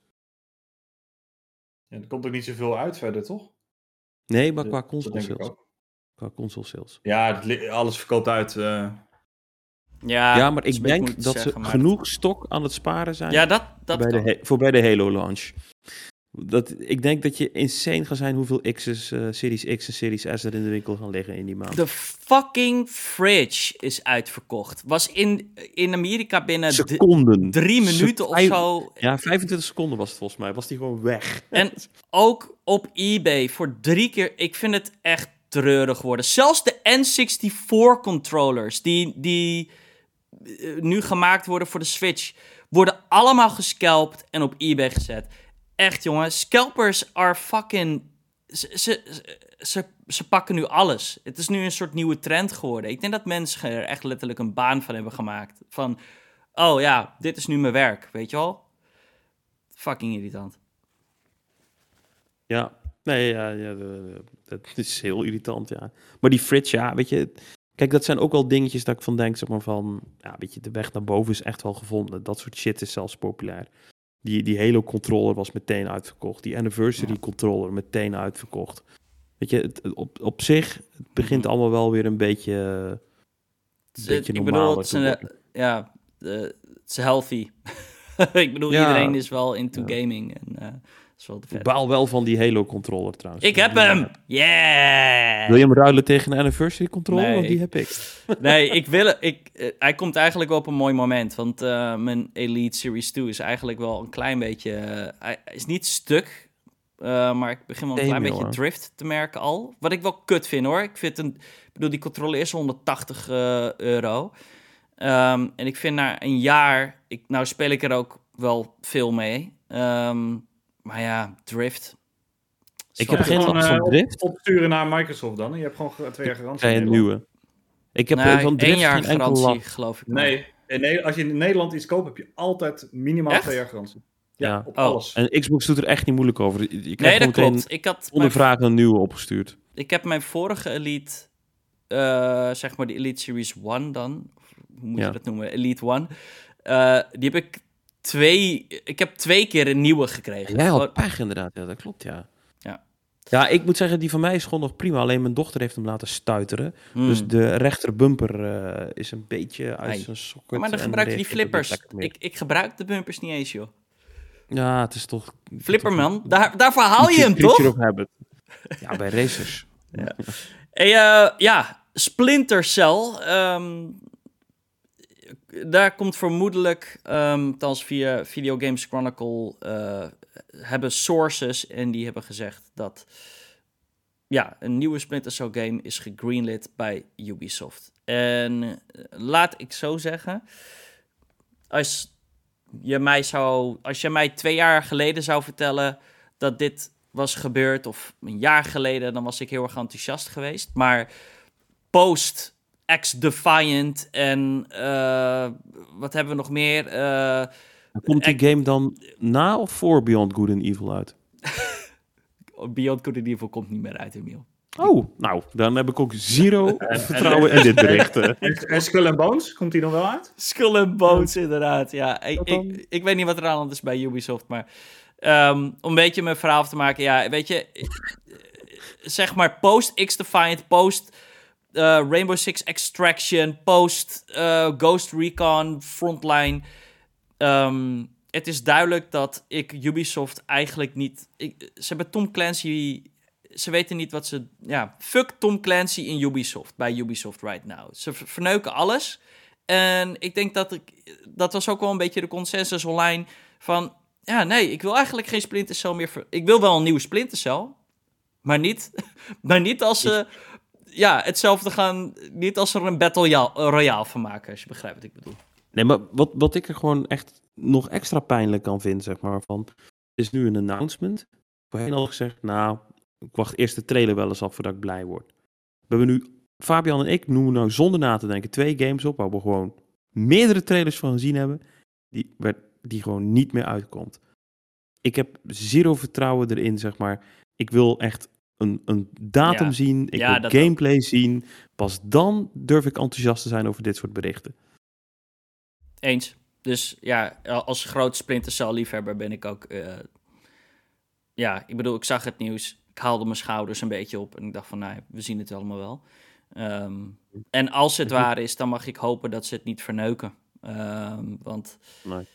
Speaker 3: Ja, er komt ook niet zoveel uit verder, toch?
Speaker 2: Nee, maar qua console sales. Qua console sales.
Speaker 3: Ja, alles verkoopt uit. Uh...
Speaker 1: Ja,
Speaker 2: ja, maar ik denk dat
Speaker 1: zeggen,
Speaker 2: ze
Speaker 1: maar
Speaker 2: genoeg
Speaker 1: het...
Speaker 2: stok aan het sparen zijn.
Speaker 1: Ja, dat, dat
Speaker 2: bij de, voor bij de Halo launch. Dat, ik denk dat je insane gaat zijn hoeveel X's, uh, Series X en Series S er in de winkel gaan liggen in die maand.
Speaker 1: De fucking fridge is uitverkocht. Was in, in Amerika binnen
Speaker 2: seconden.
Speaker 1: D- drie minuten of zo.
Speaker 2: Ja, vijfentwintig seconden was het volgens mij. Was die gewoon weg.
Speaker 1: En ook op eBay voor drie keer. Ik vind het echt treurig worden. Zelfs de N zesenzestig controllers die, die uh, nu gemaakt worden voor de Switch, worden allemaal gescalpt en op eBay gezet. Echt, jongen. Scalpers are fucking... Ze, ze, ze, ze pakken nu alles. Het is nu een soort nieuwe trend geworden. Ik denk dat mensen er echt letterlijk een baan van hebben gemaakt. Van, oh ja, dit is nu mijn werk. Weet je wel? Fucking irritant.
Speaker 2: Ja, nee, ja, ja dat is heel irritant, ja. Maar die fridge, ja, weet je... Kijk, dat zijn ook wel dingetjes dat ik van denk, zeg maar van... Ja, weet je, de weg naar boven is echt wel gevonden. Dat soort shit is zelfs populair. Die, die Halo-controller was meteen uitverkocht. Die Anniversary-controller meteen uitverkocht. Weet je, het, op, op zich, het begint allemaal wel weer een beetje, een beetje
Speaker 1: ik
Speaker 2: normaal.
Speaker 1: bedoel, het is, ja, uh, het is healthy. ik bedoel, ja, iedereen is wel into ja. gaming. En, uh, is wel
Speaker 2: ik baal wel van die Halo-controller trouwens.
Speaker 1: Ik heb hem! Yeah!
Speaker 2: Wil je hem ruilen tegen een Anniversary-controller?
Speaker 1: Nee.
Speaker 2: Want die heb ik.
Speaker 1: nee, ik wil... Ik, uh, hij komt eigenlijk wel op een mooi moment. Want uh, mijn Elite Series twee is eigenlijk wel een klein beetje... Uh, hij is niet stuk... Uh, maar ik begin wel een klein beetje drift te merken al. Wat ik wel kut vind hoor. Ik vind een, ik bedoel, die controller is honderdtachtig uh, euro. Um, en ik vind na een jaar... Ik, nou speel ik er ook wel veel mee. Um, maar ja, drift.
Speaker 2: Ik heb geen last van drift.
Speaker 3: Opsturen naar Microsoft dan. Je hebt gewoon twee jaar garantie.
Speaker 2: Geen nieuwe. Ik heb
Speaker 1: nou,
Speaker 2: van drift
Speaker 1: één jaar
Speaker 2: geen
Speaker 1: garantie,
Speaker 2: enkel
Speaker 1: geloof ik.
Speaker 3: Nee. nee, als je in Nederland iets koopt, heb je altijd minimaal
Speaker 1: Echt?
Speaker 3: twee jaar garantie. Ja,
Speaker 2: ja.
Speaker 3: op
Speaker 1: oh.
Speaker 3: alles.
Speaker 2: En Xbox doet er echt niet moeilijk over. Je
Speaker 1: nee, dat klopt. Ik had
Speaker 2: onder vragen een nieuwe opgestuurd.
Speaker 1: Ik heb mijn vorige Elite, uh, zeg maar de Elite Series one dan, hoe moet ja. je dat noemen? Elite one. Uh, die heb ik twee, ik heb twee keer een nieuwe gekregen.
Speaker 2: Jij had pech inderdaad, ja, dat klopt, ja.
Speaker 1: Ja.
Speaker 2: Ja, ik moet zeggen, die van mij is gewoon nog prima. Alleen mijn dochter heeft hem laten stuiteren. Hmm. Dus de rechter bumper uh, is een beetje uit zijn socket.
Speaker 1: Maar dan gebruik je die flippers. Ik, ik gebruik de bumpers niet eens, joh.
Speaker 2: Ja, het is toch...
Speaker 1: Flipperman, toch, daar, daarvoor haal je hem, toch?
Speaker 2: Of habit. Ja, bij racers.
Speaker 1: ja. Hey, uh, ja, Splinter Cell. Um, daar komt vermoedelijk, um, althans via Video Games Chronicle, uh, hebben sources en die hebben gezegd dat ja, een nieuwe Splinter Cell game is gegreenlit bij Ubisoft. En uh, laat ik zo zeggen, als je mij zou, als je mij twee jaar geleden zou vertellen dat dit was gebeurd, of een jaar geleden, dan was ik heel erg enthousiast geweest. Maar post X-Defiant en uh, wat hebben we nog meer? Uh,
Speaker 2: Komt die game dan na of voor Beyond Good and Evil uit?
Speaker 1: Beyond Good and Evil komt niet meer uit, Emiel.
Speaker 2: Oh, nou, dan heb ik ook zero vertrouwen in dit bericht.
Speaker 3: En, en Skull and Bones, komt die nog wel uit?
Speaker 1: Skull and Bones, inderdaad, ja. Ik, ik, ik weet niet wat er aan is bij Ubisoft, maar... Um, om een beetje mijn verhaal af te maken, ja, weet je... zeg maar, post X-Defiant, post uh, Rainbow Six Extraction, post uh, Ghost Recon Frontline... Um, het is duidelijk dat ik Ubisoft eigenlijk niet... Ik, ze hebben Tom Clancy... Ze weten niet wat ze... Ja, fuck Tom Clancy in Ubisoft, bij Ubisoft right now. Ze verneuken alles. En ik denk dat ik... Dat was ook wel een beetje de consensus online van... Ja, nee, ik wil eigenlijk geen Splinter Cell meer... Ver, ik wil wel een nieuwe Splinter Cell. Maar niet, maar niet als ze... Ja, hetzelfde gaan... Niet als er een Battle Royale van maken, als je begrijpt wat ik bedoel.
Speaker 2: Nee, maar wat, wat ik er gewoon echt nog extra pijnlijk aan vind, zeg maar, van... is nu een announcement. Voorheen al gezegd, nou... Ik wacht eerst de trailer wel eens af voordat ik blij word. We hebben nu, Fabian en ik noemen nou zonder na te denken twee games op waar we gewoon meerdere trailers van gezien hebben, die, die gewoon niet meer uitkomt. Ik heb zero vertrouwen erin, zeg maar. Ik wil echt een, een datum ja. zien, ik ja, wil gameplay ook. zien. Pas dan durf ik enthousiast te zijn over dit soort berichten.
Speaker 1: Eens. Dus ja, als groot Splinter Cell liefhebber ben ik ook... Uh... Ja, ik bedoel, ik zag het nieuws. Ik haalde mijn schouders een beetje op. En ik dacht van, nou, we zien het allemaal wel. Um, en als het waar is, dan mag ik hopen dat ze het niet verneuken. Um, want...
Speaker 2: Nee.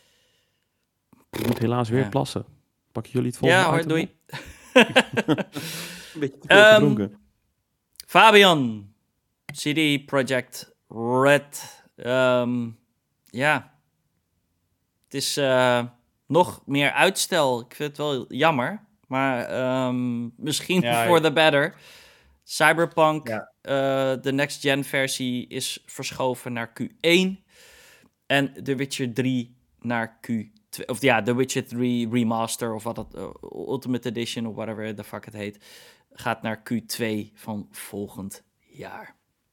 Speaker 2: Je moet helaas weer ja. plassen. Pak jullie het volgende
Speaker 1: Ja hoor, doei.
Speaker 2: Een beetje te veel gedronken. Um,
Speaker 1: Fabian. C D Projekt Red. Um, ja. Het is uh, nog meer uitstel. Ik vind het wel jammer. Maar um, misschien ja, for ja. the better. Cyberpunk, ja. uh, de next-gen versie, is verschoven naar Q één. En The Witcher drie naar Q twee. Of ja, The Witcher drie Remaster, of wat dat, uh, Ultimate Edition, of whatever the fuck het heet, gaat naar Q twee van volgend jaar.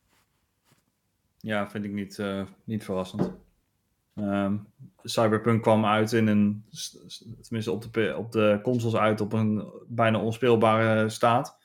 Speaker 3: Ja, vind ik niet, uh, niet verrassend. Um, Cyberpunk kwam uit in een, tenminste op de, op de consoles uit op een bijna onspeelbare staat.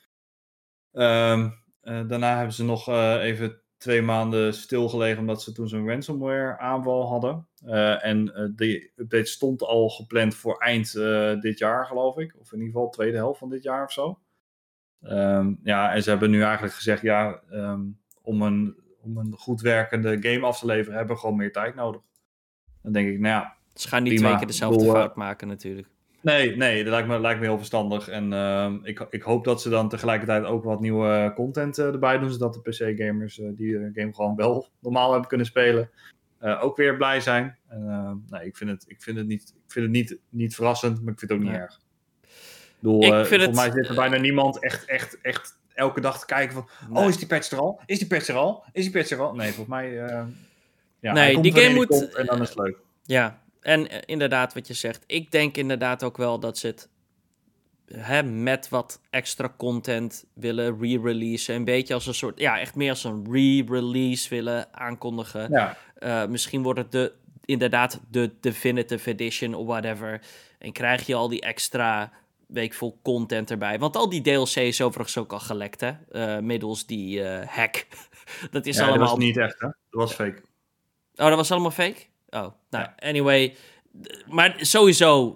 Speaker 3: Um, uh, daarna hebben ze nog uh, even twee maanden stilgelegen omdat ze toen zo'n ransomware aanval hadden. Uh, en uh, die update stond al gepland voor eind uh, dit jaar, geloof ik. Of in ieder geval tweede helft van dit jaar of zo. Um, ja, en ze hebben nu eigenlijk gezegd, ja, um, om, een, om een goed werkende game af te leveren hebben we gewoon meer tijd nodig. Dan denk ik, nou ja...
Speaker 1: Ze gaan niet prima. twee keer dezelfde Doel, fout maken natuurlijk.
Speaker 3: Nee, nee, dat lijkt me, lijkt me heel verstandig. En uh, ik, ik hoop dat ze dan tegelijkertijd ook wat nieuwe content uh, erbij doen, zodat de P C-gamers uh, die de game gewoon wel normaal hebben kunnen spelen, uh, ook weer blij zijn. En, uh, nee, ik vind het, ik vind het, niet, ik vind het niet, niet verrassend, maar ik vind het ook niet ja. erg. Ik bedoel, uh, voor het, mij zit er bijna uh, niemand echt, echt, echt elke dag te kijken van, nee. oh, is die patch er al? Is die patch er al? Is die patch er al? Nee, volgens mij... Uh, ja,
Speaker 1: nee, die game moet...
Speaker 3: Komt en dan is het leuk.
Speaker 1: Ja, en uh, inderdaad wat je zegt. Ik denk inderdaad ook wel dat ze het hè, met wat extra content willen re-releasen. Een beetje als een soort, ja, echt meer als een re-release willen aankondigen. Ja. Uh, misschien wordt het de, inderdaad de Definitive Edition of whatever. En krijg je al die extra weekvol content erbij. Want al die D L C is overigens ook al gelekt, hè. Uh, middels die uh, hack. Dat is
Speaker 3: ja,
Speaker 1: allemaal...
Speaker 3: dat was niet echt, hè. Dat was fake.
Speaker 1: Oh, dat was allemaal fake? Oh, nou, ja. Anyway. Maar sowieso,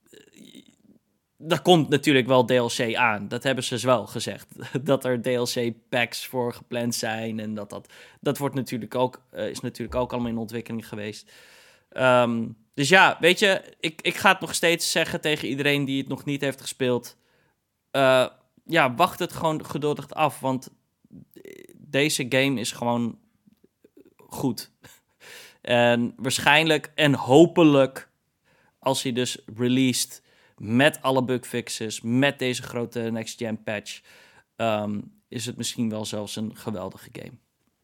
Speaker 1: er komt natuurlijk wel D L C aan. Dat hebben ze wel gezegd. Dat er D L C-packs voor gepland zijn. En dat dat, dat wordt natuurlijk ook, uh, is natuurlijk ook allemaal in ontwikkeling geweest. Um, dus ja, weet je, ik, ik ga het nog steeds zeggen tegen iedereen die het nog niet heeft gespeeld. Uh, ja, wacht het gewoon geduldig af, want deze game is gewoon goed. En waarschijnlijk en hopelijk, als hij dus released met alle bugfixes, met deze grote next-gen patch, um, is het misschien wel zelfs een geweldige game.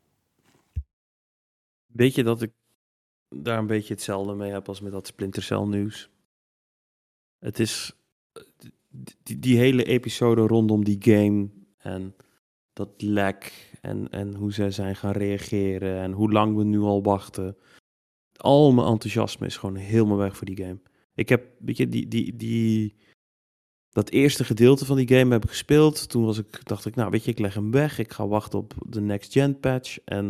Speaker 2: Weet je dat ik daar een beetje hetzelfde mee heb als met dat Splinter Cell nieuws? Het is die, die hele episode rondom die game en dat lek en, en hoe ze zijn gaan reageren en hoe lang we nu al wachten. Al mijn enthousiasme is gewoon helemaal weg voor die game. Ik heb, weet je, die, die, die dat eerste gedeelte van die game heb ik gespeeld. Toen was ik, dacht ik, nou weet je, ik leg hem weg. Ik ga wachten op de next gen patch. En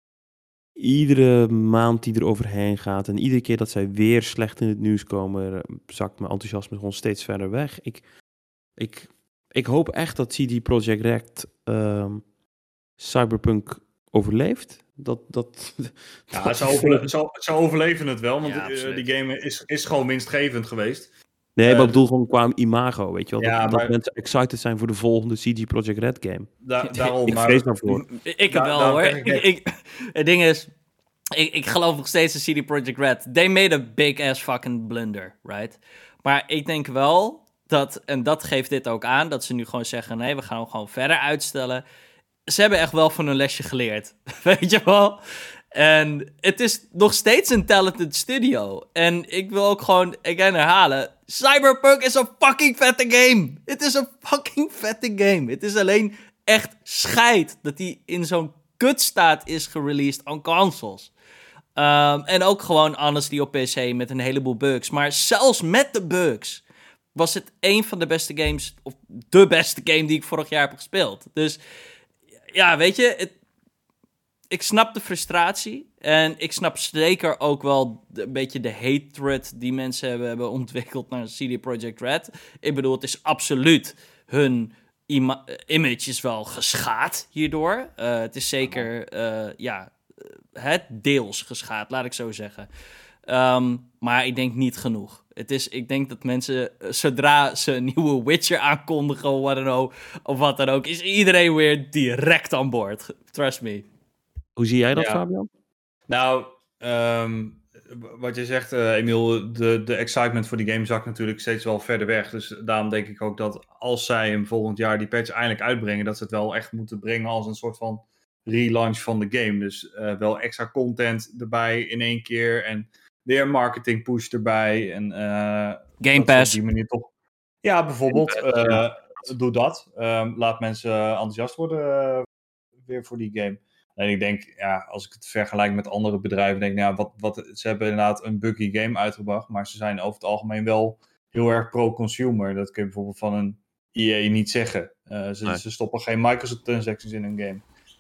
Speaker 2: iedere maand die er overheen gaat en iedere keer dat zij weer slecht in het nieuws komen, zakt mijn enthousiasme gewoon steeds verder weg. Ik, ik, ik hoop echt dat C D Projekt Red um, Cyberpunk overleeft. Dat, dat,
Speaker 3: ja,
Speaker 2: dat
Speaker 3: ze, overle- ze, ze overleven het wel, want ja, uh, die game is, is gewoon winstgevend geweest.
Speaker 2: Nee, maar uh, ik bedoel gewoon qua imago, weet je wel.
Speaker 3: Ja,
Speaker 2: dat,
Speaker 3: maar,
Speaker 2: dat mensen excited zijn voor de volgende C D Projekt Red game.
Speaker 3: Da- daarom,
Speaker 2: ik vrees daarvoor.
Speaker 1: Ik heb da- wel hoor. Ik, ik, het ding is, ik, ik geloof nog steeds in C D Projekt Red. They made a big ass fucking blunder, right? Maar ik denk wel dat, en dat geeft dit ook aan, dat ze nu gewoon zeggen, nee, we gaan hem gewoon verder uitstellen. Ze hebben echt wel van hun lesje geleerd, weet je wel? En het is nog steeds een talented studio. En ik wil ook gewoon, again herhalen, Cyberpunk is een fucking vette game. Het is een fucking vette game. Het is alleen echt scheid dat die in zo'n kutstaat is gereleased aan consoles. Um, en ook gewoon honestly op P C met een heleboel bugs. Maar zelfs met de bugs was het een van de beste games, of de beste game die ik vorig jaar heb gespeeld. Dus ja, weet je, het, ik snap de frustratie. En ik snap zeker ook wel de, een beetje de hatred die mensen hebben, hebben ontwikkeld naar C D Projekt Red. Ik bedoel, het is absoluut hun ima- image is wel geschaad hierdoor. Uh, het is zeker, uh, ja, het deels geschaad, laat ik zo zeggen. Um, maar ik denk niet genoeg. Het is, ik denk dat mensen, zodra ze een nieuwe Witcher aankondigen of wat dan ook, of wat dan ook, is iedereen weer direct aan boord. Trust me.
Speaker 2: Hoe zie jij dat,
Speaker 3: ja.
Speaker 2: Fabian?
Speaker 3: Nou, um, wat je zegt, uh, Emiel, de, de excitement voor die game zakt natuurlijk steeds wel verder weg. Dus daarom denk ik ook dat als zij hem volgend jaar die patch eindelijk uitbrengen, dat ze het wel echt moeten brengen als een soort van relaunch van de game. Dus uh, wel extra content erbij in één keer en weer een marketing push erbij. En, uh,
Speaker 1: Game Pass.
Speaker 3: Op die manier toch. Ja, bijvoorbeeld. Pass, uh, ja. Doe dat. Um, laat mensen enthousiast worden uh, weer voor die game. En ik denk, ja, als ik het vergelijk met andere bedrijven, denk ik, nou, wat, wat, ze hebben inderdaad een buggy game uitgebracht, maar ze zijn over het algemeen wel heel erg pro-consumer. Dat kun je bijvoorbeeld van een E A niet zeggen. Uh, ze, nee. ze stoppen geen microtransactions in hun game.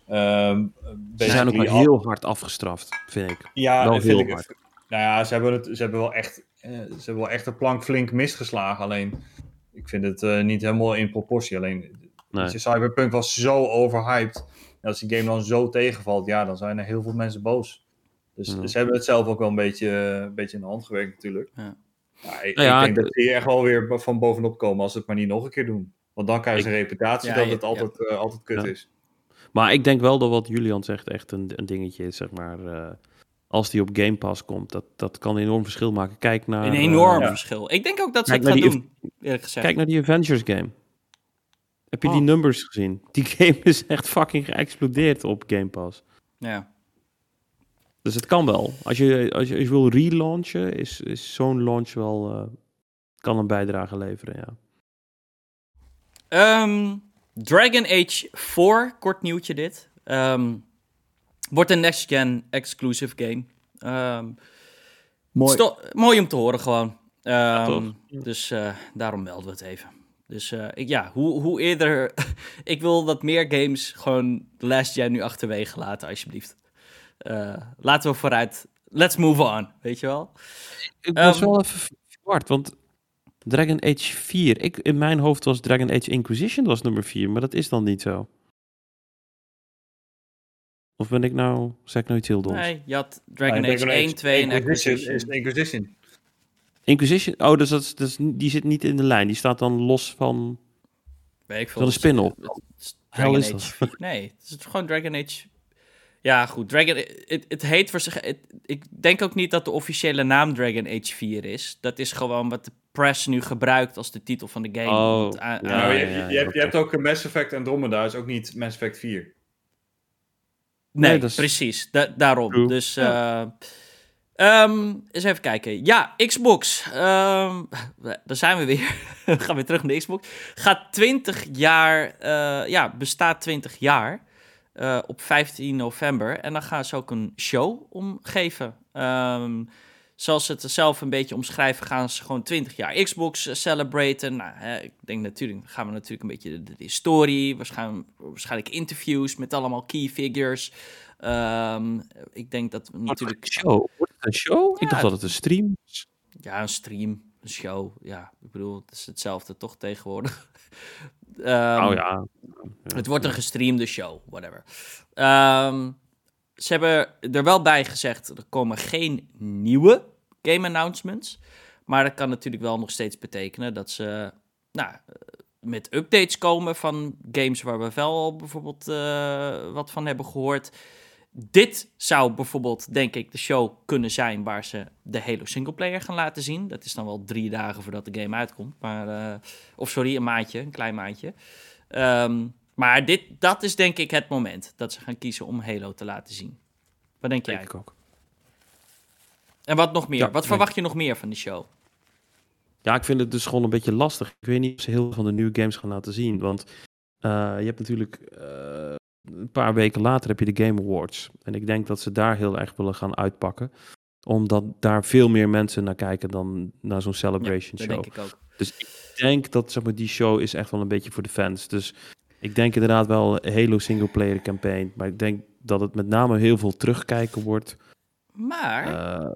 Speaker 3: Um,
Speaker 2: ze zijn ook wel heel af... hard afgestraft, vind ik.
Speaker 3: Ja,
Speaker 2: wel
Speaker 3: vind
Speaker 2: heel
Speaker 3: ik.
Speaker 2: Hard.
Speaker 3: Nou ja, ze hebben, het, ze, hebben wel echt, uh, ze hebben wel echt de plank flink misgeslagen. Alleen, ik vind het uh, niet helemaal in proportie. Alleen, nee. Cyberpunk was zo overhyped. En als die game dan zo tegenvalt, ja, dan zijn er heel veel mensen boos. Dus mm. ze hebben het zelf ook wel een beetje, een beetje in de hand gewerkt natuurlijk. Ja. Ja, ik, nou ja, ik denk ik, dat die er echt wel weer van bovenop komen als ze het maar niet nog een keer doen. Want dan krijgen ze een reputatie ja, dat ja, het altijd, ja. uh, altijd kut ja. is.
Speaker 2: Maar ik denk wel dat wat Julian zegt echt een, een dingetje is, zeg maar. Uh, als die op Game Pass komt, dat, dat kan een enorm verschil maken. Kijk naar...
Speaker 1: Een enorm uh, verschil. Ik denk ook dat ze het gaan die, doen, eerlijk gezegd.
Speaker 2: Kijk naar die Avengers game. Heb je oh. die numbers gezien? Die game is echt fucking geëxplodeerd op Game Pass.
Speaker 1: Ja.
Speaker 2: Dus het kan wel. Als je, als je, als je wil relaunchen, is, is zo'n launch wel... Uh, kan een bijdrage leveren, ja.
Speaker 1: Um, Dragon Age vier, kort nieuwtje dit. Um, wordt een next-gen exclusive game. Um,
Speaker 2: mooi.
Speaker 1: Sto- mooi om te horen gewoon. Um, ja, dus uh, daarom melden we het even. Dus uh, ik, ja, hoe, hoe eerder... ik wil dat meer games gewoon de last gen nu achterwege laten, alsjeblieft. Uh, laten we vooruit... Let's move on, weet je wel?
Speaker 2: Ik was um, wel even verward, want Dragon Age vier... Ik, in mijn hoofd was Dragon Age Inquisition was nummer vier, maar dat is dan niet zo. Of ben ik nou... Zeg ik nou iets heel doms?
Speaker 1: Nee, je had Dragon nee, Age Dragon één, twee en Inquisition.
Speaker 3: Is Inquisition.
Speaker 2: Inquisition? Oh, dus, dat, dus die zit niet in de lijn. Die staat dan los van...
Speaker 1: Weet ik veel.
Speaker 2: Van een spin-off.
Speaker 1: Dragon Age vier. Nee, het is gewoon Dragon Age... Ja, goed. Dragon... Het, het heet voor zich... Het, ik denk ook niet dat de officiële naam Dragon Age vier is. Dat is gewoon wat de press nu gebruikt als de titel van de game.
Speaker 2: Oh,
Speaker 3: aan, ja, aan... je, je, je, hebt, je hebt ook Mass Effect Andromeda, is ook niet Mass Effect vier.
Speaker 1: Nee, nee is... precies. Da- daarom. True. Dus... Uh, Um, eens even kijken. Ja, Xbox. Um, daar zijn we weer. We gaan weer terug naar de Xbox. Gaat twintig jaar... Uh, ja, bestaat twintig jaar. Uh, op vijftien november. En dan gaan ze ook een show omgeven. Um, zoals ze het zelf een beetje omschrijven, gaan ze gewoon twintig jaar Xbox uh, celebraten. Nou, hè, ik denk natuurlijk, gaan we natuurlijk een beetje de, de historie, waarschijnlijk, waarschijnlijk interviews met allemaal key figures. Um, ik denk dat we natuurlijk...
Speaker 2: Een show? Wordt het een show?
Speaker 1: Ja,
Speaker 2: ik dacht dat het een stream was.
Speaker 1: Ja, een stream, een show. Ja, ik bedoel, het is hetzelfde toch tegenwoordig. um,
Speaker 2: oh ja.
Speaker 1: Het wordt een gestreamde show, whatever. Um, ze hebben er wel bij gezegd, er komen geen nieuwe game announcements. Maar dat kan natuurlijk wel nog steeds betekenen dat ze nou, met updates komen van games waar we wel bijvoorbeeld uh, wat van hebben gehoord. Dit zou bijvoorbeeld, denk ik, de show kunnen zijn waar ze de Halo singleplayer gaan laten zien. Dat is dan wel drie dagen voordat de game uitkomt. Maar, uh, of sorry, een maandje, een klein maandje. Um, maar dit, dat is denk ik het moment dat ze gaan kiezen om Halo te laten zien. Wat denk jij?
Speaker 2: Ik ook.
Speaker 1: En wat nog meer?
Speaker 2: Ja,
Speaker 1: wat verwacht je nog meer van die show?
Speaker 2: Ja, ik vind het dus gewoon een beetje lastig. Ik weet niet of ze heel veel van de nieuwe games gaan laten zien. Want uh, je hebt natuurlijk... Uh, een paar weken later heb je de Game Awards. En ik denk dat ze daar heel erg willen gaan uitpakken. Omdat daar veel meer mensen naar kijken dan naar zo'n Celebration
Speaker 1: ja,
Speaker 2: show.
Speaker 1: Dat denk ik ook.
Speaker 2: Dus ik denk dat zeg maar, die show is echt wel een beetje voor de fans. Dus ik denk inderdaad wel Halo singleplayer campaign. Maar ik denk dat het met name heel veel terugkijken wordt.
Speaker 1: Maar... Uh,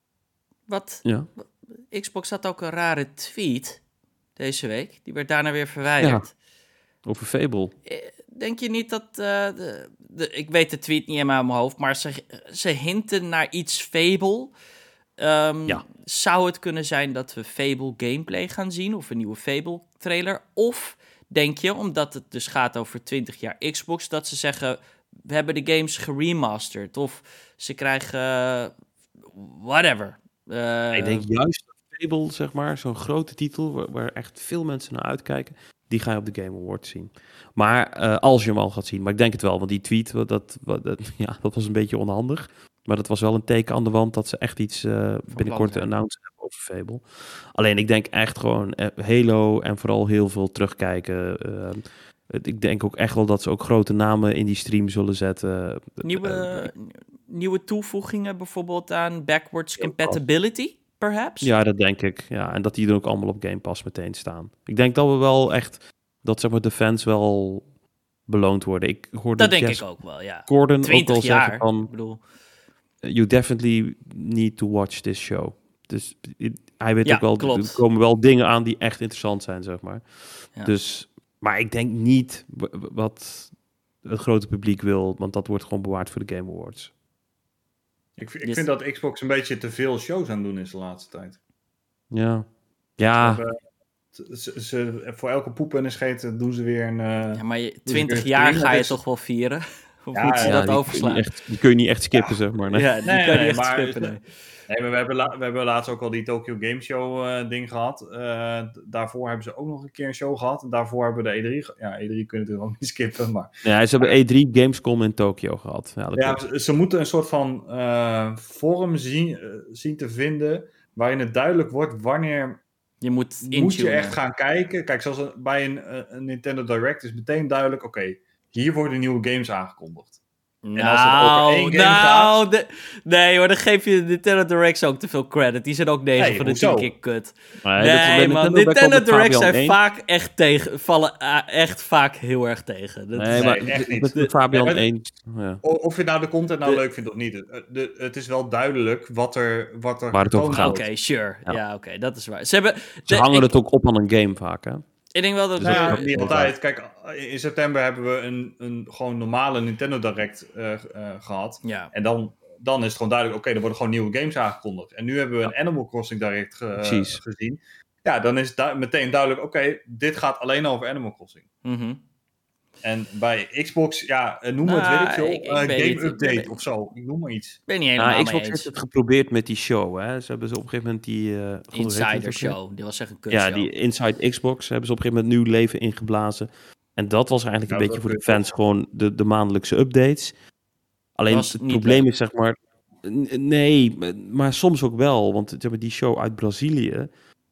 Speaker 1: wat...
Speaker 2: Ja.
Speaker 1: Xbox had ook een rare tweet deze week. Die werd daarna weer verwijderd.
Speaker 2: Ja, over Fable.
Speaker 1: Denk je niet dat... Uh, de, de, ik weet de tweet niet helemaal in mijn hoofd, maar ze, ze hinten naar iets Fable. Um,
Speaker 2: ja.
Speaker 1: Zou het kunnen zijn dat we Fable gameplay gaan zien? Of een nieuwe Fable trailer? Of denk je, omdat het dus gaat over twintig jaar Xbox, dat ze zeggen, we hebben de games geremasterd. Of ze krijgen... Uh, whatever. Uh,
Speaker 2: ik denk juist dat Fable, zeg maar, zo'n grote titel, waar, waar echt veel mensen naar uitkijken, die ga je op de Game Awards zien. Maar uh, als je hem al gaat zien, maar ik denk het wel, want die tweet, dat, dat, dat, ja, dat was een beetje onhandig. Maar dat was wel een teken aan de wand dat ze echt iets uh, binnenkort te announcen hebben over Fable. Alleen ik denk echt gewoon uh, Halo en vooral heel veel terugkijken. Uh, ik denk ook echt wel dat ze ook grote namen in die stream zullen zetten.
Speaker 1: Nieuwe, uh, nieuwe toevoegingen bijvoorbeeld aan backwards compatibility, perhaps?
Speaker 2: Ja, dat denk ik. Ja, en dat die er ook allemaal op Game Pass meteen staan. Ik denk dat we wel echt, dat zeg maar de fans wel beloond worden. Ik hoorde
Speaker 1: dat denk
Speaker 2: Jess
Speaker 1: ik ook wel, ja.
Speaker 2: Gordon ook al
Speaker 1: jaar,
Speaker 2: zeggen van,
Speaker 1: ik bedoel...
Speaker 2: you definitely need to watch this show. Dus hij weet
Speaker 1: ja,
Speaker 2: ook wel,
Speaker 1: klopt.
Speaker 2: er komen wel dingen aan die echt interessant zijn, zeg maar.
Speaker 1: Ja.
Speaker 2: Dus, maar ik denk niet wat het grote publiek wil, want dat wordt gewoon bewaard voor de Game Awards.
Speaker 3: Ik, ik yes. vind dat Xbox een beetje te veel shows aan doen is de laatste tijd.
Speaker 2: Ja. Ja.
Speaker 3: Ze hebben, ze, ze, voor elke poep en een scheet doen ze weer een... Uh,
Speaker 1: ja, maar je, twintig jaar ga je is... toch wel vieren? Of
Speaker 3: ja,
Speaker 1: moet je
Speaker 3: ja,
Speaker 1: dat
Speaker 2: die
Speaker 1: overslaan?
Speaker 2: Kun echt, die kun je niet echt skippen,
Speaker 3: ja.
Speaker 2: zeg maar. Nee.
Speaker 1: Ja, die
Speaker 3: nee,
Speaker 1: kan je
Speaker 3: nee,
Speaker 1: echt
Speaker 3: maar,
Speaker 1: skippen, nee.
Speaker 3: Nee, maar we hebben, la- we hebben laatst ook al die Tokyo Game Show uh, ding gehad. Uh, d- daarvoor hebben ze ook nog een keer een show gehad. En daarvoor hebben we de E drie... Ge- ja, E drie kunnen natuurlijk ook niet skippen, maar...
Speaker 2: Ja, ze hebben E drie Gamescom in Tokyo gehad. Ja, dat
Speaker 3: ja ze, ze moeten een soort van uh, vorm zien, uh, zien te vinden... waarin het duidelijk wordt wanneer...
Speaker 1: Je moet,
Speaker 3: moet je echt gaan kijken. Kijk, zoals een, bij een, uh, een Nintendo Direct is meteen duidelijk... oké, okay, hier worden nieuwe games aangekondigd.
Speaker 1: En nou, als het over één game nou, gaat... de, nee hoor, dan geef je de Nintendo Directs ook te veel credit. Die zijn ook negen nee, van de tien keer kut.
Speaker 2: Nee,
Speaker 1: nee
Speaker 2: dat,
Speaker 1: man, Nintendo, Nintendo Directs zijn één. vaak echt tegen, vallen uh, echt vaak heel erg tegen. Dat
Speaker 2: nee,
Speaker 1: is,
Speaker 2: maar
Speaker 3: nee, echt niet.
Speaker 2: Met, met Fabian ja, één. Ja.
Speaker 3: Of je nou de content nou de, leuk vindt of niet. De, de, het is wel duidelijk wat er wat er
Speaker 2: waar het over gaat.
Speaker 1: Oké, okay, sure. Ja, ja oké, okay, dat is waar. Ze, hebben,
Speaker 2: Ze
Speaker 1: de,
Speaker 2: hangen
Speaker 1: ik,
Speaker 2: het ook op aan een game vaak, hè?
Speaker 1: Ik denk wel dat...
Speaker 3: Nou ja, niet altijd. Kijk, in september hebben we een, een gewoon normale Nintendo Direct uh, uh, gehad.
Speaker 1: Ja.
Speaker 3: En dan, dan is het gewoon duidelijk, oké, okay, er worden gewoon nieuwe games aangekondigd. En nu hebben we een Animal Crossing Direct ge, uh, gezien. Ja, dan is het du- meteen duidelijk, oké, okay, dit gaat alleen over Animal Crossing.
Speaker 1: Mm-hmm.
Speaker 3: En bij Xbox, ja, noem nou, het, weet ik veel, ik, ik uh, game niet, update ik, of zo. Ik noem maar iets.
Speaker 1: Ik ben niet helemaal
Speaker 2: nou, Xbox
Speaker 1: mee
Speaker 2: heeft het geprobeerd met die show, hè. Ze hebben ze op een gegeven moment die... Uh,
Speaker 1: Insider show, die was echt een kut
Speaker 2: Ja,
Speaker 1: show.
Speaker 2: die Inside Xbox hebben ze op een gegeven moment nieuw leven ingeblazen. En dat was eigenlijk ja, een beetje voor de fans gewoon de, de maandelijkse updates. Alleen het probleem leuk. is, zeg maar... Nee, maar soms ook wel, want die show uit Brazilië...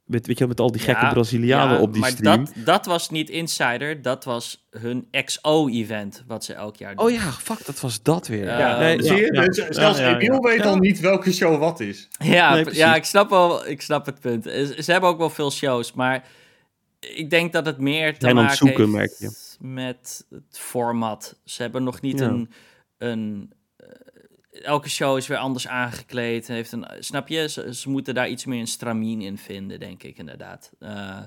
Speaker 2: Met, weet je, met al die gekke
Speaker 1: Ja,
Speaker 2: Brazilianen
Speaker 1: ja,
Speaker 2: op die
Speaker 1: maar
Speaker 2: stream.
Speaker 1: Dat, dat was niet Insider, dat was hun X O-event, wat ze elk jaar doen.
Speaker 2: Oh ja, fuck, dat was dat weer.
Speaker 1: Uh,
Speaker 3: ja,
Speaker 1: nee,
Speaker 3: zie je?
Speaker 2: ja,
Speaker 3: Dus, zelfs
Speaker 2: ja, ja,
Speaker 3: Emiel
Speaker 2: ja.
Speaker 3: weet
Speaker 2: Ja.
Speaker 3: al niet welke show wat is.
Speaker 1: Ja,
Speaker 2: Nee,
Speaker 1: p- ja ik, snap wel, ik snap het punt. Ze ze hebben ook wel veel shows, maar ik denk dat het meer te
Speaker 2: zijn aan het
Speaker 1: maken
Speaker 2: zoeken,
Speaker 1: heeft
Speaker 2: merk je.
Speaker 1: met het format. Ze hebben nog niet
Speaker 2: Ja.
Speaker 1: een... een uh, elke show is weer anders aangekleed. Heeft een, snap je? Ze, ze moeten daar iets meer een stramien in vinden, denk ik inderdaad. Uh,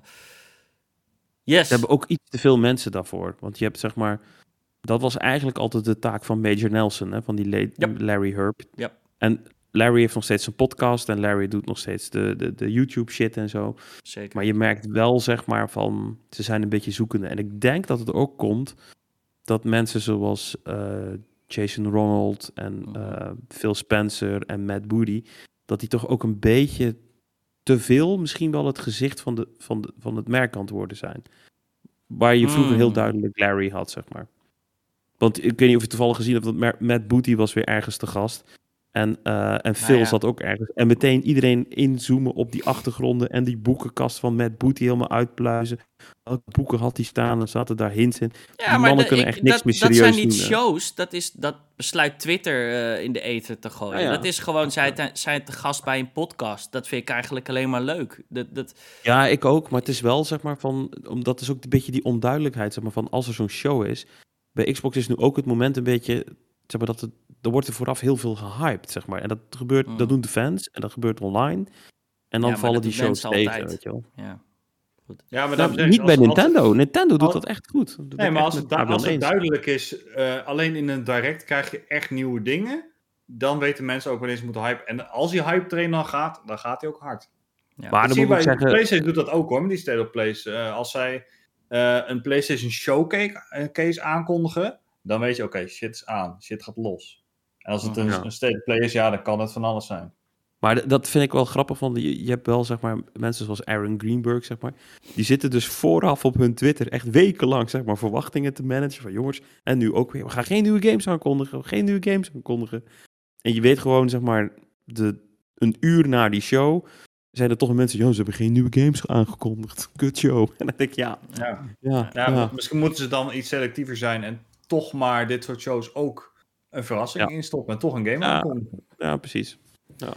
Speaker 1: yes.
Speaker 2: Ze hebben ook iets te veel mensen daarvoor. Want je hebt zeg maar... Dat was eigenlijk altijd de taak van Major Nelson, hè, van die La-
Speaker 1: Yep.
Speaker 2: Larry Herb.
Speaker 1: Yep.
Speaker 2: En Larry heeft nog steeds een podcast en Larry doet nog steeds de, de, de YouTube shit en zo.
Speaker 1: Zeker.
Speaker 2: Maar je merkt wel, zeg maar, van... Ze zijn een beetje zoekende. En ik denk dat het ook komt dat mensen zoals uh, Jason Ronald en uh, Phil Spencer en Matt Booty... dat die toch ook een beetje te veel misschien wel het gezicht van, de, van, de, van het merk aan het worden zijn. Waar je vroeger
Speaker 1: Mm.
Speaker 2: heel duidelijk Larry had, zeg maar. Want ik weet niet of je toevallig gezien hebt, dat Matt Booty was weer ergens te gast. En, uh, en Phil
Speaker 1: ja.
Speaker 2: zat ook ergens. En meteen iedereen inzoomen op die achtergronden en die boekenkast van Matt Booty helemaal uitpluizen. Welke boeken had hij staan en zaten daar hints in.
Speaker 1: Ja,
Speaker 2: die
Speaker 1: maar
Speaker 2: mannen
Speaker 1: de,
Speaker 2: kunnen
Speaker 1: ik,
Speaker 2: echt niks
Speaker 1: dat,
Speaker 2: meer
Speaker 1: dat
Speaker 2: serieus
Speaker 1: zijn niet
Speaker 2: doen,
Speaker 1: shows, dat, is, dat besluit Twitter uh, in de ether te gooien.
Speaker 2: Ja, ja.
Speaker 1: Dat is gewoon, zij te, zijn te gast bij een podcast. Dat vind ik eigenlijk alleen maar leuk. Dat, dat...
Speaker 2: Ja, ik ook, maar het is wel, zeg maar, van... Omdat is ook een beetje die onduidelijkheid, zeg maar, van als er zo'n show is... Bij Xbox is nu ook het moment een beetje... Zeg maar, dat het, er wordt er vooraf heel veel gehyped, zeg maar. En dat gebeurt, mm. dat doen de fans en dat gebeurt online. En dan
Speaker 1: ja,
Speaker 2: vallen die shows tegen,
Speaker 1: altijd.
Speaker 2: weet je wel.
Speaker 1: Ja.
Speaker 3: Goed. Ja, maar
Speaker 2: nou,
Speaker 3: zeg,
Speaker 2: niet bij
Speaker 3: als,
Speaker 2: Nintendo.
Speaker 3: Als,
Speaker 2: Nintendo doet
Speaker 3: als,
Speaker 2: dat echt goed. Dat
Speaker 3: nee, maar als het,
Speaker 2: du-
Speaker 3: als het duidelijk is, uh, alleen in een direct krijg je echt nieuwe dingen. Dan weten mensen ook wanneer ze moeten hypen. En als die hype train dan gaat, dan gaat hij ook hard.
Speaker 2: Ja, maar dan moet ik
Speaker 3: bij
Speaker 2: zeggen...
Speaker 3: PlayStation doet dat ook hoor, met die State of Plays. Uh, als zij uh, een PlayStation Showcase case aankondigen, dan weet je, oké, okay, shit is aan. Shit gaat los. En als het een, ja. een State of Play is, ja, dan kan het van alles zijn.
Speaker 2: Maar d- dat vind ik wel grappig, van je, je hebt wel, zeg maar, mensen zoals Aaron Greenberg, zeg maar, die zitten dus vooraf op hun Twitter echt wekenlang, zeg maar, verwachtingen te managen van jongens, en nu ook weer, we gaan geen nieuwe games aankondigen, geen nieuwe games aankondigen. En je weet gewoon, zeg maar, de, een uur na die show, zijn er toch mensen, joh, ze hebben geen nieuwe games aangekondigd, kut show. En dan denk ik, ja,
Speaker 3: ja.
Speaker 2: ja,
Speaker 3: ja,
Speaker 2: ja.
Speaker 3: Misschien moeten ze dan iets selectiever zijn en toch maar dit soort shows ook een verrassing ja. instoppen en toch een game
Speaker 2: ja.
Speaker 3: aankondigen.
Speaker 2: Ja, precies. Ja.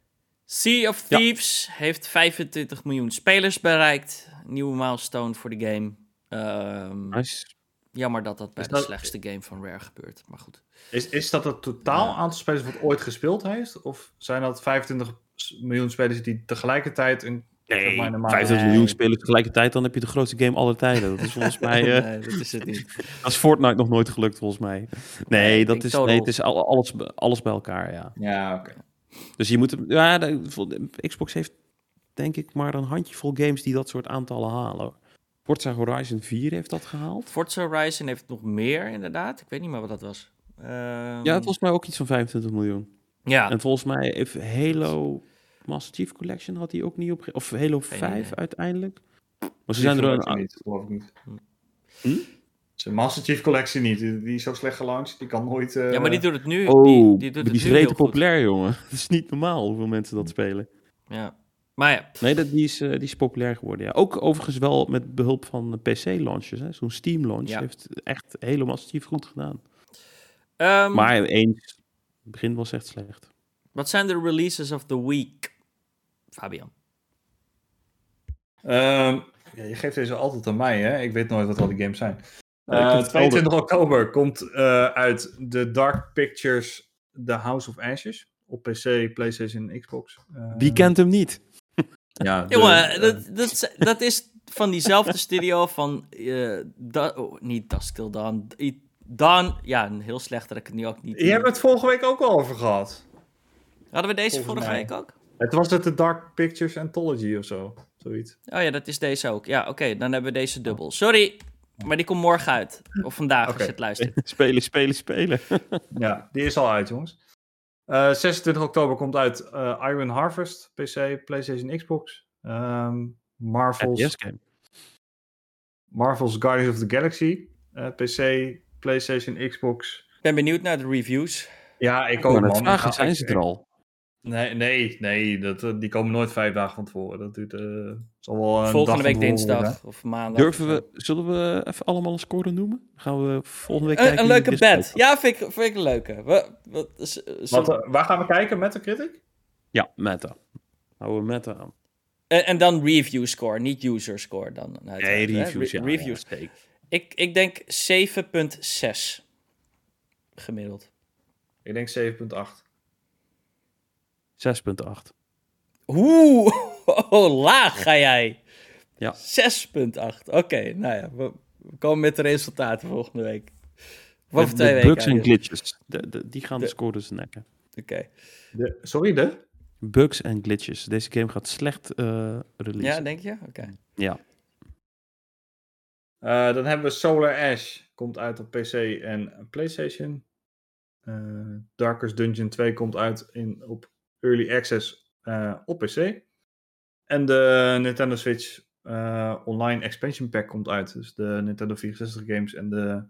Speaker 1: Sea of Thieves ja. heeft vijfentwintig miljoen spelers bereikt. Nieuwe milestone voor de game. Um,
Speaker 2: nice.
Speaker 1: Jammer dat dat bij
Speaker 3: is
Speaker 1: de
Speaker 3: dat...
Speaker 1: slechtste game van Rare gebeurt, maar goed.
Speaker 3: Is, is dat het totaal ja. aantal spelers wat ooit gespeeld heeft? Of zijn dat vijfentwintig miljoen spelers die tegelijkertijd een...
Speaker 2: Nee,
Speaker 3: zeg maar, een
Speaker 2: vijfentwintig
Speaker 3: nee.
Speaker 2: miljoen spelers tegelijkertijd, dan heb je de grootste game aller tijden. Dat is volgens mij... Uh,
Speaker 1: nee, dat is het niet.
Speaker 2: Dat is Fortnite nog nooit gelukt, volgens mij. Nee, nee dat is, nee het is al, alles, alles bij elkaar, ja.
Speaker 3: Ja, oké. Okay.
Speaker 2: Dus je moet... Ja, de, Xbox heeft, denk ik, maar een handjevol games die dat soort aantallen halen. Forza Horizon vier heeft dat gehaald.
Speaker 1: Forza Horizon heeft nog meer, inderdaad. Ik weet niet meer wat dat was. Um...
Speaker 2: Ja, volgens mij ook iets van vijfentwintig miljoen.
Speaker 1: Ja.
Speaker 2: En volgens mij heeft Halo... Master Chief Collection had hij ook niet op... Of Halo
Speaker 1: Geen
Speaker 2: vijf
Speaker 1: idee.
Speaker 2: uiteindelijk. Maar ze zijn er
Speaker 3: een... niet, geloof ik niet.
Speaker 2: Hm?
Speaker 3: Zijn Master Chief Collection niet. Die, die is zo slecht gelaunched. Die kan nooit... Uh...
Speaker 1: Ja, maar die doet het nu...
Speaker 2: Oh,
Speaker 1: die, die, doet
Speaker 2: die
Speaker 1: het
Speaker 2: is
Speaker 1: nu
Speaker 2: rete populair, jongen. Dat is niet normaal hoeveel mensen dat spelen.
Speaker 1: Ja. Maar ja.
Speaker 2: Nee, dat, die, is, uh, die is populair geworden, ja. Ook overigens wel met behulp van P C-launches. Zo'n Steam-launch ja. heeft echt Halo Master Chief goed gedaan.
Speaker 1: Um,
Speaker 2: maar eens, het begin was echt slecht.
Speaker 1: Wat zijn de releases of the week, Fabian?
Speaker 3: Um, ja, je geeft deze altijd aan mij, hè? Ik weet nooit wat al die games zijn. Uh, tweeëntwintig oktober komt uh, uit The Dark Pictures The House of Ashes. Op P C, PlayStation, Xbox. Uh,
Speaker 2: Wie kent hem niet?
Speaker 3: Ja, de,
Speaker 1: jongen, dat, dat, dat is van diezelfde studio van... Uh, da, oh, niet Dusk Till Dawn. Dawn, ja, een heel slecht dat ik het nu ook niet...
Speaker 3: Je hebt het vorige week ook al over gehad.
Speaker 1: Hadden we deze
Speaker 3: Volgens
Speaker 1: vorige
Speaker 3: mij.
Speaker 1: week ook?
Speaker 3: Het was het de Dark Pictures Anthology of zo. Zoiets.
Speaker 1: Oh ja, dat is deze ook. Ja, oké, okay, dan hebben we deze dubbel. Sorry, maar die komt morgen uit. Of vandaag, okay. Als je het luistert.
Speaker 2: Spelen, spelen, spelen.
Speaker 3: Ja, die is al uit, jongens. Uh, zesentwintig oktober komt uit uh, Iron Harvest, P C, PlayStation, Xbox. Um, Marvel's...
Speaker 2: Yes game.
Speaker 3: Marvel's Guardians of the Galaxy. Uh, P C, PlayStation, Xbox.
Speaker 1: Ik ben benieuwd naar de reviews.
Speaker 3: Ja, ik ook, man.
Speaker 2: Vragen, zijn ze er al?
Speaker 3: Nee, nee, nee dat, die komen nooit vijf dagen van tevoren. Dat duurt uh, zal wel een
Speaker 1: volgende
Speaker 3: dag
Speaker 1: week dinsdag hè? Of maandag.
Speaker 2: Durven we, zullen we even allemaal een score noemen? Gaan we volgende week
Speaker 1: een,
Speaker 2: kijken?
Speaker 1: Een leuke bet. Ja, vind ik, vind ik een leuke. We, we, z-
Speaker 3: Wat, uh, waar gaan we kijken? Metacritic?
Speaker 2: Ja, meta. Houden we meta aan.
Speaker 1: En, en dan review score, niet user score dan.
Speaker 2: Nee, reviews, Re- ja.
Speaker 1: Reviews.
Speaker 2: Ja,
Speaker 1: ik, ik denk zeven komma zes gemiddeld.
Speaker 3: Ik denk zeven komma acht.
Speaker 2: zes komma acht.
Speaker 1: Oeh, oh, laag ga jij.
Speaker 2: Ja.
Speaker 1: zes komma acht. Oké, okay, nou ja, we, we komen met de resultaten volgende week. Of over
Speaker 2: de,
Speaker 1: twee
Speaker 2: de
Speaker 1: weken.
Speaker 2: Bugs en glitches, de, de, die gaan de, de scores nekken.
Speaker 1: Oké.
Speaker 3: Okay. Sorry, de?
Speaker 2: Bugs en glitches. Deze game gaat slecht uh, releasen.
Speaker 1: Ja, denk je? Oké. Okay.
Speaker 2: Ja.
Speaker 3: Uh, dan hebben we Solar Ash. Komt uit op P C en PlayStation. Uh, Darkest Dungeon twee komt uit in, op Early Access uh, op P C. En de Nintendo Switch uh, Online Expansion Pack komt uit. Dus de Nintendo vierenzestig games en de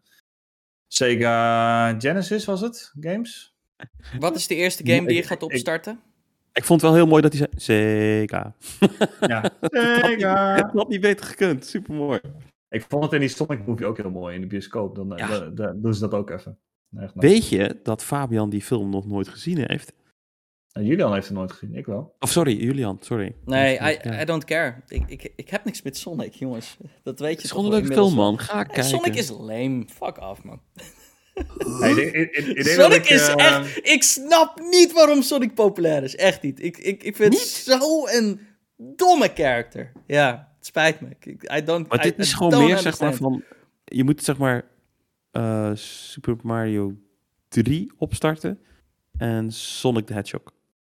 Speaker 3: Sega Genesis was het? Games?
Speaker 1: Wat is de eerste game die je gaat opstarten?
Speaker 2: Ik, ik vond het wel heel mooi dat hij zei Sega.
Speaker 3: Ja, Sega.
Speaker 2: Het had niet beter gekund. Supermooi.
Speaker 3: Ik vond het in die Sonic movie ook heel mooi in de bioscoop. Dan ja. da, da, doen ze dat ook even.
Speaker 2: Echt Weet je dat Fabian die film nog nooit gezien heeft?
Speaker 3: En Julian heeft het nooit gezien, ik wel.
Speaker 2: Of sorry, Julian, sorry.
Speaker 1: Nee, I, ja. I don't care. Ik, ik, ik heb niks met Sonic, jongens. Dat weet je.
Speaker 2: Het is gewoon een leuke film, man. Ga kijken.
Speaker 1: Sonic is lame. Fuck off, man.
Speaker 3: Hey, ik, ik, ik, ik
Speaker 1: Sonic
Speaker 3: ik,
Speaker 1: is
Speaker 3: uh...
Speaker 1: echt... Ik snap niet waarom Sonic populair is. Echt niet. Ik, ik, ik vind niet? het zo een domme character. Ja, het spijt me. Ik, I don't,
Speaker 2: maar
Speaker 1: I,
Speaker 2: dit is
Speaker 1: I
Speaker 2: gewoon
Speaker 1: don't
Speaker 2: meer,
Speaker 1: understand.
Speaker 2: zeg maar, van... Je moet, zeg maar, uh, Super Mario drie opstarten en Sonic the Hedgehog.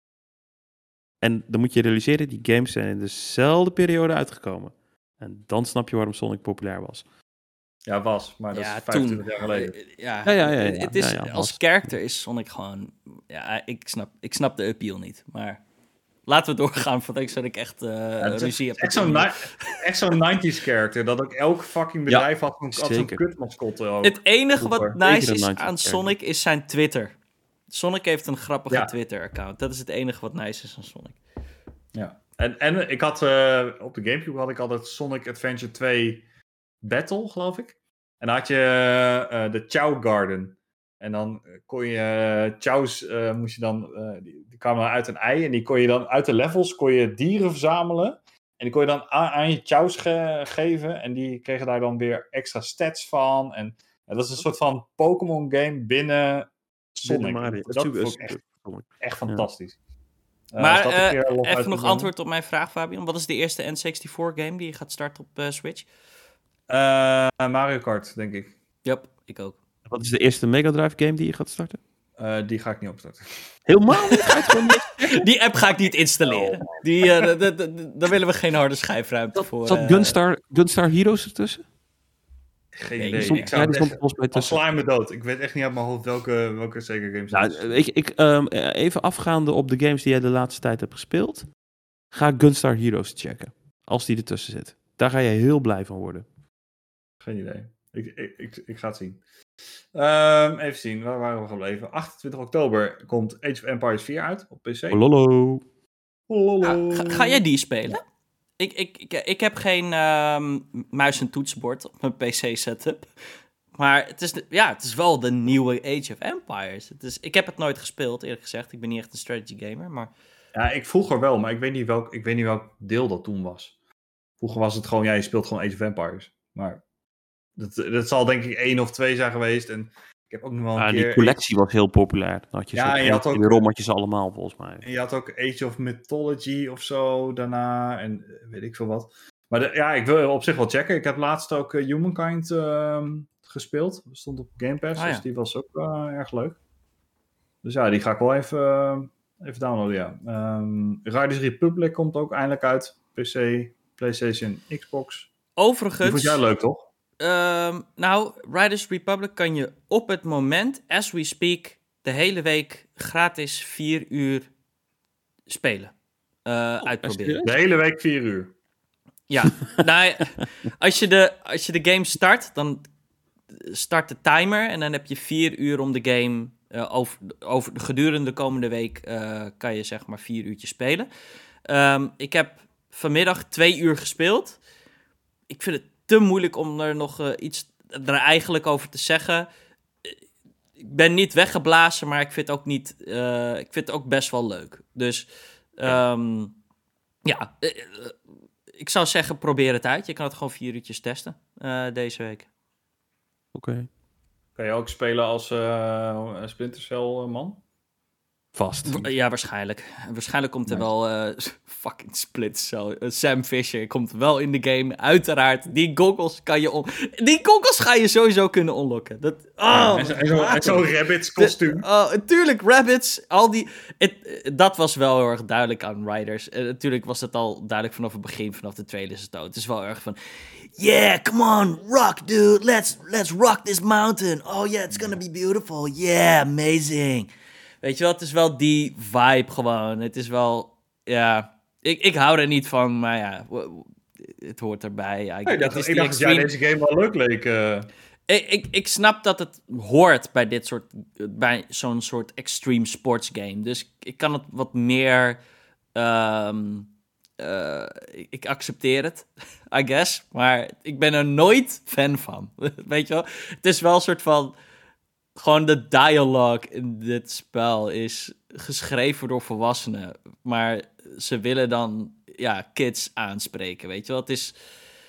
Speaker 2: En dan moet je realiseren, die games zijn in dezelfde periode uitgekomen. En dan snap je waarom Sonic populair was.
Speaker 3: Ja, was, maar dat
Speaker 1: ja,
Speaker 3: is vijfentwintig jaar geleden.
Speaker 1: Ja,
Speaker 2: ja, ja, ja, ja,
Speaker 1: het is,
Speaker 2: ja, ja,
Speaker 1: als character is Sonic gewoon... Ja, ik snap, ik snap de appeal niet, maar... Laten we doorgaan, voordat ik, zodat ik echt uh, ja, ruzie heb.
Speaker 3: Echt zo'n, na- echt zo'n nineties character, dat ook elk fucking bedrijf ja, had, had zo'n kutmascotte.
Speaker 1: Het enige wat nice is aan Sonic is zijn Twitter. Sonic heeft een grappige ja. Twitter-account. Dat is het enige wat nice is aan Sonic.
Speaker 3: Ja, en, en ik had uh, op de Gamecube had ik altijd Sonic Adventure twee Battle, geloof ik. En dan had je uh, de Chow Garden. En dan kon je uh, chows, uh, moest je dan, uh, die, die kwamen dan uit een ei. En die kon je dan uit de levels kon je dieren verzamelen. En die kon je dan aan, aan je chows ge- geven. En die kregen daar dan weer extra stats van. En ja, dat is een soort van Pokémon game binnen Sonic. Binnen Mario. Dat vond ik echt, echt fantastisch.
Speaker 1: Ja. Uh, maar uh, even nog antwoord op mijn vraag, Fabian. Wat is de eerste N zesentachtig game die je gaat starten op uh, Switch?
Speaker 3: Uh, Mario Kart, denk ik.
Speaker 1: Yep, ik ook.
Speaker 2: Wat is de eerste Mega Drive game die je gaat starten?
Speaker 3: Uh, die ga ik niet opstarten.
Speaker 2: Helemaal niet? Ga je het gewoon niet...
Speaker 1: Die app ga ik niet installeren. Oh. Die, uh, d- d- d- daar willen we geen harde schijfruimte voor.
Speaker 2: Zat uh... Gunstar, Gunstar Heroes ertussen?
Speaker 3: Geen idee. Stond, ik zou ja, die stond volgens mij tussen. Sla me dood. Ik weet echt niet uit mijn hoofd welke, welke Sega games
Speaker 2: nou, zijn. Ik, ik, um, even afgaande op de games die jij de laatste tijd hebt gespeeld. Ga Gunstar Heroes checken. Als die ertussen zit. Daar ga je heel blij van worden.
Speaker 3: Geen idee. Ik, ik, ik, ik ga het zien. Um, even zien, waar waren we gebleven? achtentwintig oktober komt Age of Empires vier uit op P C.
Speaker 2: Lolo.
Speaker 1: Ga, ga, ga jij die spelen? Ik, ik, ik, ik heb geen um, muis en toetsenbord op mijn P C setup. Maar het is, de, ja, het is wel de nieuwe Age of Empires. Het is, ik heb het nooit gespeeld, eerlijk gezegd. Ik ben niet echt een strategy gamer, maar...
Speaker 3: Ja, ik vroeger wel, maar ik weet niet welk, ik weet niet welk deel dat toen was. Vroeger was het gewoon, ja, je speelt gewoon Age of Empires. Maar dat, dat zal denk ik één of twee zijn geweest. En ik heb ook nog wel een
Speaker 2: ah,
Speaker 3: keer...
Speaker 2: Die collectie was heel populair. Dan had je
Speaker 3: ja,
Speaker 2: en
Speaker 3: je had ook...
Speaker 2: de rommetjes allemaal, volgens mij.
Speaker 3: En je had ook Age of Mythology of zo daarna. En weet ik veel wat. Maar de, ja, ik wil op zich wel checken. Ik heb laatst ook uh, Humankind uh, gespeeld. Dat stond op Game Pass, ah, dus ja. Die was ook uh, erg leuk. Dus ja, die ga ik wel even, uh, even downloaden, ja. Um, Riders Republic komt ook eindelijk uit. P C, PlayStation, Xbox.
Speaker 1: Overigens... Die
Speaker 3: vond jij leuk, toch?
Speaker 1: Um, nou, Riders Republic kan je op het moment, as we speak, de hele week gratis vier uur spelen. Uh, oh, uitproberen.
Speaker 3: De hele week vier uur?
Speaker 1: Ja. Nou, als je, de, als je de game start, dan start de timer en dan heb je vier uur om de game Uh, over, over gedurende de komende week uh, kan je zeg maar vier uurtjes spelen. Um, ik heb vanmiddag twee uur gespeeld. Ik vind het te moeilijk om er nog uh, iets er eigenlijk over te zeggen. Ik ben niet weggeblazen, maar ik vind het ook niet. Uh, ik vind het ook best wel leuk. Dus um, ja, uh, uh, ik zou zeggen, probeer het uit. Je kan het gewoon vier uurtjes testen uh, deze week.
Speaker 2: Oké. Okay.
Speaker 3: Kan je ook spelen als uh, Splinter Cell uh, man?
Speaker 2: Vast.
Speaker 1: Ja, waarschijnlijk. Waarschijnlijk komt er nice. wel uh, fucking Splinter Cell. Uh, Sam Fisher komt wel in de game. Uiteraard. Die goggles kan je on... Die goggles ga je sowieso kunnen unlocken. Dat... Oh,
Speaker 3: ja, en zo'n zo, zo rabbits kostuum.
Speaker 1: Oh, tuurlijk, rabbits. Al die... Het, dat was wel heel erg duidelijk aan Riders. Uh, natuurlijk was het al duidelijk vanaf het begin, vanaf de trailer is het ook. Het is wel erg van... Yeah, come on, rock, dude. Let's, let's rock this mountain. Oh yeah, it's gonna be beautiful. Yeah, amazing. Weet je wel, het is wel die vibe gewoon. Het is wel, ja... Ik, ik hou er niet van, maar ja... Het hoort erbij. Ja, ik,
Speaker 3: hey, dat,
Speaker 1: het is
Speaker 3: ik dacht extreme... dat jij deze game wel leuk leek. Uh...
Speaker 1: Ik, ik, ik snap dat het hoort bij dit soort... Bij zo'n soort extreme sports game. Dus ik kan het wat meer... Um, uh, ik accepteer het, I guess. Maar ik ben er nooit fan van. Weet je wel? Het is wel een soort van... Gewoon de dialogue in dit spel is geschreven door volwassenen. Maar ze willen dan ja, kids aanspreken, weet je wel. Het is,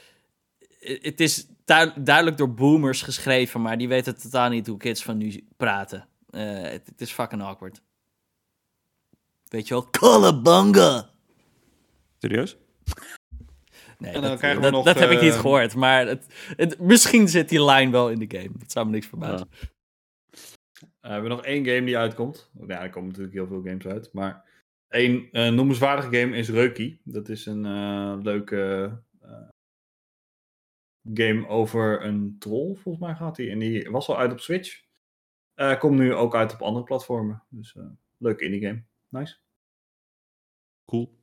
Speaker 1: het is duidelijk door boomers geschreven, maar die weten totaal niet hoe kids van nu praten. Uh, het, het is fucking awkward. Weet je wel? Cowabunga!
Speaker 2: Serieus?
Speaker 1: Nee, en dan dat, krijgen we dat, nog, dat uh... heb ik niet gehoord. Maar het, het, misschien zit die line wel in de game. Dat zou me niks verbazen. Ja.
Speaker 3: Uh, we hebben nog één game die uitkomt. Ja, er komen natuurlijk heel veel games uit. Maar één uh, noemenswaardige game is Reuki. Dat is een uh, leuke uh, game over een troll, volgens mij gaat die. En die was al uit op Switch. Uh, komt nu ook uit op andere platformen. Dus uh, leuke indie game. Nice.
Speaker 2: Cool.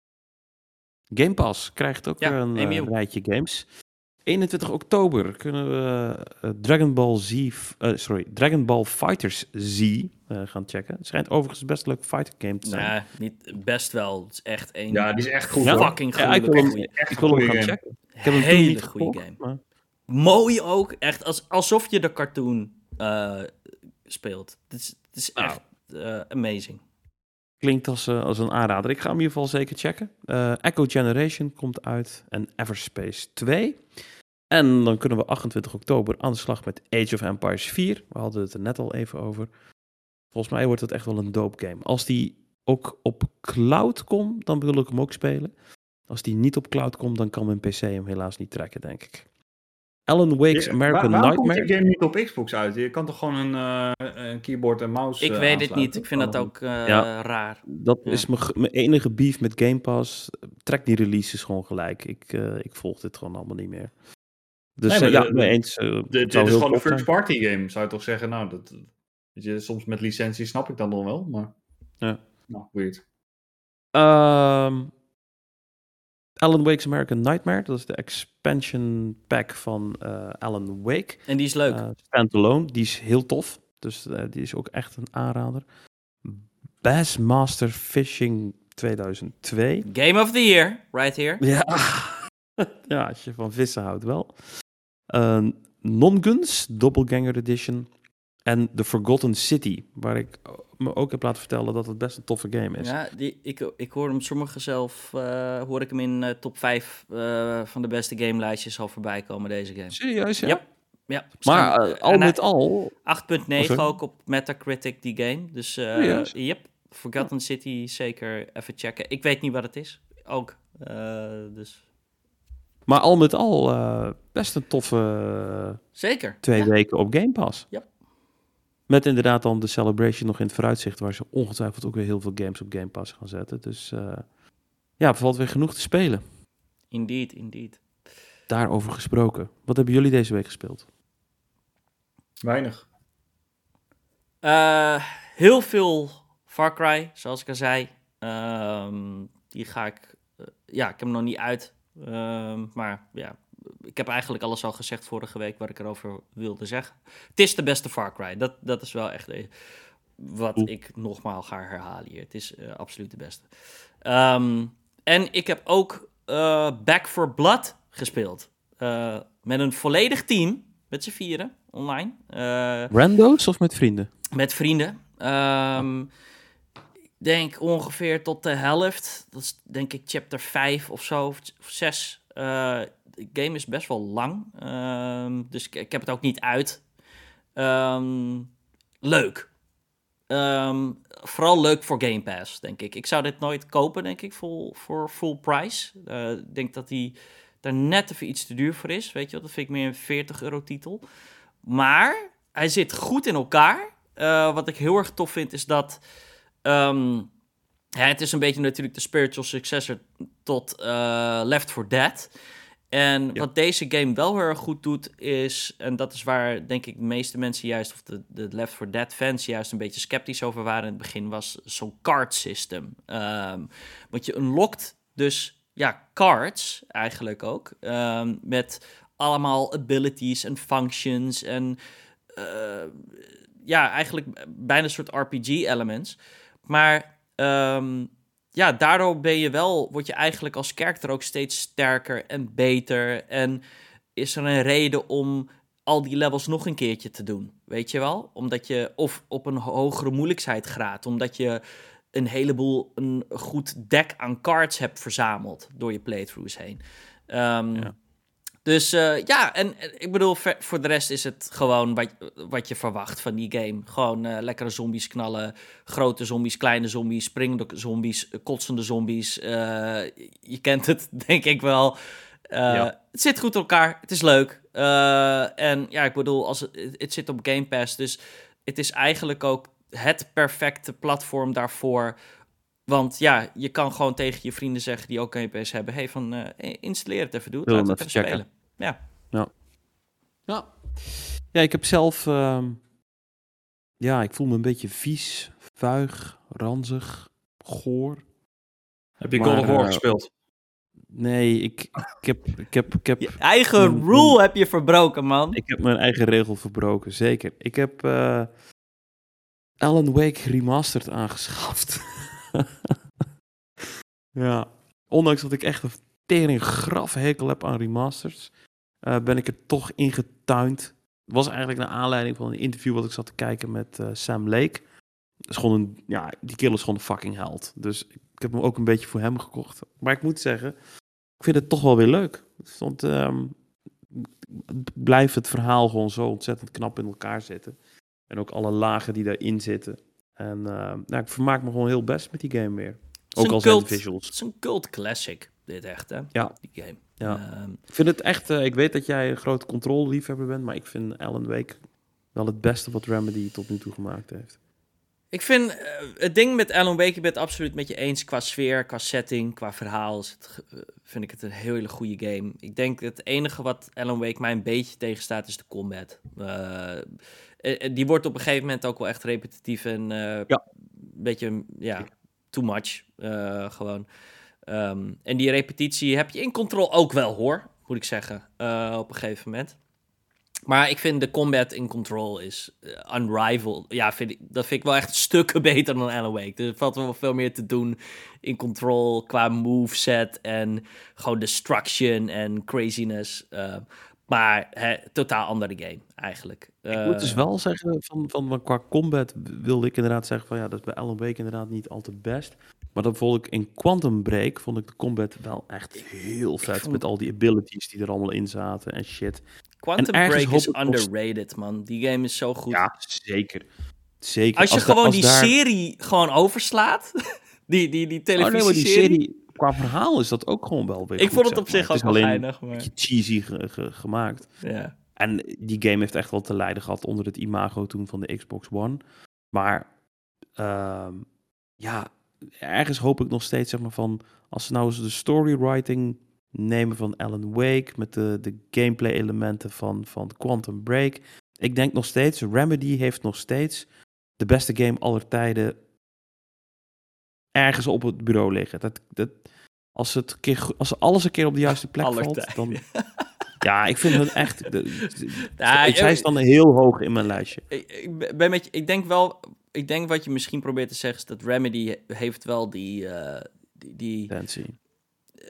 Speaker 2: Game Pass krijgt ook
Speaker 1: ja,
Speaker 2: weer een uh, rijtje games. eenentwintig oktober kunnen we uh, Dragon Ball Z, uh, sorry, Dragon Ball Fighters Z uh, gaan checken. Het schijnt overigens best leuk fighter game te zijn.
Speaker 1: Nee, niet best wel. Het is echt één.
Speaker 3: Ja, die is echt goed.
Speaker 1: Ja? Fucking
Speaker 2: ja,
Speaker 1: goed.
Speaker 2: ik wil hem, echt, echt ik wil hem gaan game. checken. Ik heb hem
Speaker 1: hele
Speaker 2: niet
Speaker 1: goede game.
Speaker 2: Maar...
Speaker 1: Mooi ook, echt als, alsof je de cartoon uh, speelt. Het is, het is echt uh, amazing.
Speaker 2: Klinkt als, uh, als een aanrader. Ik ga hem in ieder geval zeker checken. Uh, Echo Generation komt uit en Everspace twee. En dan kunnen we achtentwintig oktober aan de slag met Age of Empires vier. We hadden het er net al even over. Volgens mij wordt het echt wel een dope game. Als die ook op cloud komt, dan wil ik hem ook spelen. Als die niet op cloud komt, dan kan mijn P C hem helaas niet trekken, denk ik. Alan Wake's
Speaker 3: ja,
Speaker 2: American
Speaker 3: waar, waarom
Speaker 2: Nightmare.
Speaker 3: Komt die game niet op Xbox uit? Je kan toch gewoon een, uh, een keyboard en mouse
Speaker 1: Ik
Speaker 3: uh,
Speaker 1: weet het niet. Ik vind dat ook uh, ja, raar.
Speaker 2: Dat
Speaker 1: ja.
Speaker 2: is mijn enige beef met Game Pass. Trek die releases gewoon gelijk. Ik, uh, ik volg dit gewoon allemaal niet meer. Dus nee, uh, ja, mee eens. Uh,
Speaker 3: dit is gewoon een first party game, zou je toch zeggen? Nou, dat, weet je, soms met licentie snap ik dan nog wel, maar...
Speaker 2: Ja.
Speaker 3: Nou, weird.
Speaker 2: Um, Alan Wake's American Nightmare. Dat is de expansion pack van uh, Alan Wake.
Speaker 1: En die is leuk. Uh,
Speaker 2: standalone. Die is heel tof. Dus uh, die is ook echt een aanrader. Bassmaster Fishing tweeduizend twee.
Speaker 1: Game of the Year, right here.
Speaker 2: Ja, ja als je van vissen houdt wel. Uh, Non-Guns, Doppelganger Edition. En The Forgotten City, waar ik me ook heb laten vertellen dat het best een toffe game is.
Speaker 1: Ja, die, ik, ik hoor hem sommige zelf, uh, hoor ik hem in uh, top vijf uh, van de beste gamelijstjes al voorbij komen, deze game.
Speaker 2: Serieus, ja?
Speaker 1: Yep. Ja,
Speaker 2: maar uh, al met al...
Speaker 1: acht komma negen ook op Metacritic, die game. Dus uh, yep, Forgotten City zeker even checken. Ik weet niet wat het is, ook. Uh, dus...
Speaker 2: Maar al met al uh, best een toffe uh,
Speaker 1: zeker.
Speaker 2: twee
Speaker 1: ja.
Speaker 2: weken op Game Pass.
Speaker 1: Yep.
Speaker 2: Met inderdaad dan de Celebration nog in het vooruitzicht, waar ze ongetwijfeld ook weer heel veel games op Game Pass gaan zetten. Dus uh, ja, er valt weer genoeg te spelen.
Speaker 1: Indeed, indeed.
Speaker 2: Daarover gesproken. Wat hebben jullie deze week gespeeld?
Speaker 3: Weinig.
Speaker 1: Uh, heel veel Far Cry, zoals ik al zei. Um, die ga ik... Uh, ja, ik heb hem nog niet uit. Um, maar ja, ik heb eigenlijk alles al gezegd vorige week wat ik erover wilde zeggen. Het is de beste Far Cry. Dat, dat is wel echt wat Oeh. ik nogmaals ga herhalen hier. Het is uh, absoluut de beste. Um, en ik heb ook uh, Back four Blood gespeeld. Uh, met een volledig team. Met z'n vieren, online. Uh,
Speaker 2: Rando's of met vrienden?
Speaker 1: Met vrienden. Um, ik denk ongeveer tot de helft. Dat is denk ik chapter vijf of zo, of zes. Uh, de game is best wel lang. Um, dus ik, ik heb het ook niet uit. Um, leuk. Um, vooral leuk voor Game Pass, denk ik. Ik zou dit nooit kopen, denk ik, voor, voor full price. Uh, ik denk dat die daar net even iets te duur voor is. Weet je wel, dat vind ik meer een veertig euro titel. Maar hij zit goed in elkaar. Uh, wat ik heel erg tof vind, is dat... Um, ja, het is een beetje natuurlijk de spiritual successor tot uh, Left four Dead. En ja. wat deze game wel heel erg goed doet is... en dat is waar, denk ik, de meeste mensen juist... of de, de Left four Dead fans juist een beetje sceptisch over waren in het begin... was zo'n card system. Um, want je unlockt dus... ja, cards eigenlijk ook. Um, met allemaal abilities en functions en uh, ja, eigenlijk bijna een soort R P G-elements. Maar um, ja, daardoor ben je wel, word je eigenlijk als character ook steeds sterker en beter. En is er een reden om al die levels nog een keertje te doen, weet je wel? Omdat je, of op een hogere moeilijkheidsgraad, omdat je een heleboel, een goed deck aan cards hebt verzameld door je playthroughs heen. Um, ja. Dus uh, ja, en, en ik bedoel, ver, voor de rest is het gewoon wat, wat je verwacht van die game. Gewoon uh, lekkere zombies knallen, grote zombies, kleine zombies, springende zombies, kotsende zombies. Uh, je kent het, denk ik wel. Uh, ja. Het zit goed in elkaar, het is leuk. Uh, en ja, ik bedoel, als het, het zit op Game Pass, dus het is eigenlijk ook het perfecte platform daarvoor. Want ja, je kan gewoon tegen je vrienden zeggen die ook Game Pass hebben... hey, van uh, installeer het even, doe het, laat het even checken. Spelen. Ja.
Speaker 2: Ja. Ja. Ja, ik heb zelf... Uh, ja, ik voel me een beetje vies, vuig, ranzig, goor.
Speaker 3: Heb je God of War uh, gespeeld?
Speaker 2: Nee, ik, ik heb... Ik heb, ik heb
Speaker 1: je eigen mijn, rule mijn, heb je verbroken, man.
Speaker 2: Ik heb mijn eigen regel verbroken, zeker. Ik heb... Uh, Alan Wake Remastered aangeschaft. Ja, ondanks dat ik echt een tering graf hekel heb aan remasters, uh, ben ik er toch in getuind. Het was eigenlijk naar aanleiding van een interview wat ik zat te kijken met uh, Sam Lake. Dat is gewoon een, ja, die kerel is gewoon een fucking held. Dus ik heb hem ook een beetje voor hem gekocht. Maar ik moet zeggen, ik vind het toch wel weer leuk. Want um, blijft het verhaal gewoon zo ontzettend knap in elkaar zitten. En ook alle lagen die daarin zitten. En uh, nou, ik vermaak me gewoon heel best met die game weer. Ook al zijn de visuals.
Speaker 1: Het is een cult classic, dit echt, hè?
Speaker 2: Ja.
Speaker 1: Die game.
Speaker 2: Ja. Um, ik vind het echt... Uh, ik weet dat jij een grote controle-liefhebber bent, maar ik vind Alan Wake wel het beste wat Remedy tot nu toe gemaakt heeft.
Speaker 1: Ik vind... Uh, het ding met Alan Wake, ik ben het absoluut met je eens qua sfeer, qua setting, qua verhaal. Het, uh, vind ik het een hele goede game. Ik denk het enige wat Alan Wake mij een beetje tegenstaat is de combat. Uh, die wordt op een gegeven moment ook wel echt repetitief en uh, ja. een beetje, ja, too much. Uh, gewoon. Um, en die repetitie heb je in Control ook wel, hoor, moet ik zeggen, uh, op een gegeven moment. Maar ik vind de combat in Control is uh, unrivaled. Ja, vind ik, dat vind ik wel echt stukken beter dan Alan Wake. Er valt wel veel meer te doen in Control qua moveset en gewoon destruction en craziness. Uh, Maar hè, totaal andere game, eigenlijk.
Speaker 2: Ik uh, moet dus wel zeggen, van, van, qua combat wilde ik inderdaad zeggen van ja, dat is bij Alan Wake inderdaad niet altijd best. Maar dan vond ik in Quantum Break, vond ik de combat wel echt heel vet. Vond... Met al die abilities die er allemaal in zaten en shit.
Speaker 1: Quantum en Break is underrated, nog... man. Die game is zo goed.
Speaker 2: Ja, zeker. Zeker.
Speaker 1: Als je als gewoon da, als die daar... serie gewoon overslaat, die, die, die televisie-serie... Oh, nee, die serie...
Speaker 2: Qua verhaal is dat ook gewoon wel weer
Speaker 1: Ik
Speaker 2: goed,
Speaker 1: vond het op
Speaker 2: zeg
Speaker 1: zich ook
Speaker 2: wel
Speaker 1: geinig.
Speaker 2: Maar... een beetje cheesy ge- ge- gemaakt.
Speaker 1: Ja.
Speaker 2: En die game heeft echt wel te lijden gehad onder het imago toen van de Xbox One. Maar uh, ja, ergens hoop ik nog steeds, zeg maar, van... als ze nou eens de storywriting nemen van Alan Wake... met de, de gameplay elementen van, van Quantum Break... Ik denk nog steeds, Remedy heeft nog steeds de beste game aller tijden... ergens op het bureau liggen. Dat, dat, als, het keer, als alles een keer op de juiste plek valt, dan... Ja, ik vind het echt... De, de, ja, zij is dan heel hoog in mijn lijstje.
Speaker 1: Ik, ik, ben met je, ik denk wel... ik denk wat je misschien probeert te zeggen is dat Remedy heeft wel die... Uh, die, die
Speaker 2: Fancy.
Speaker 1: Uh,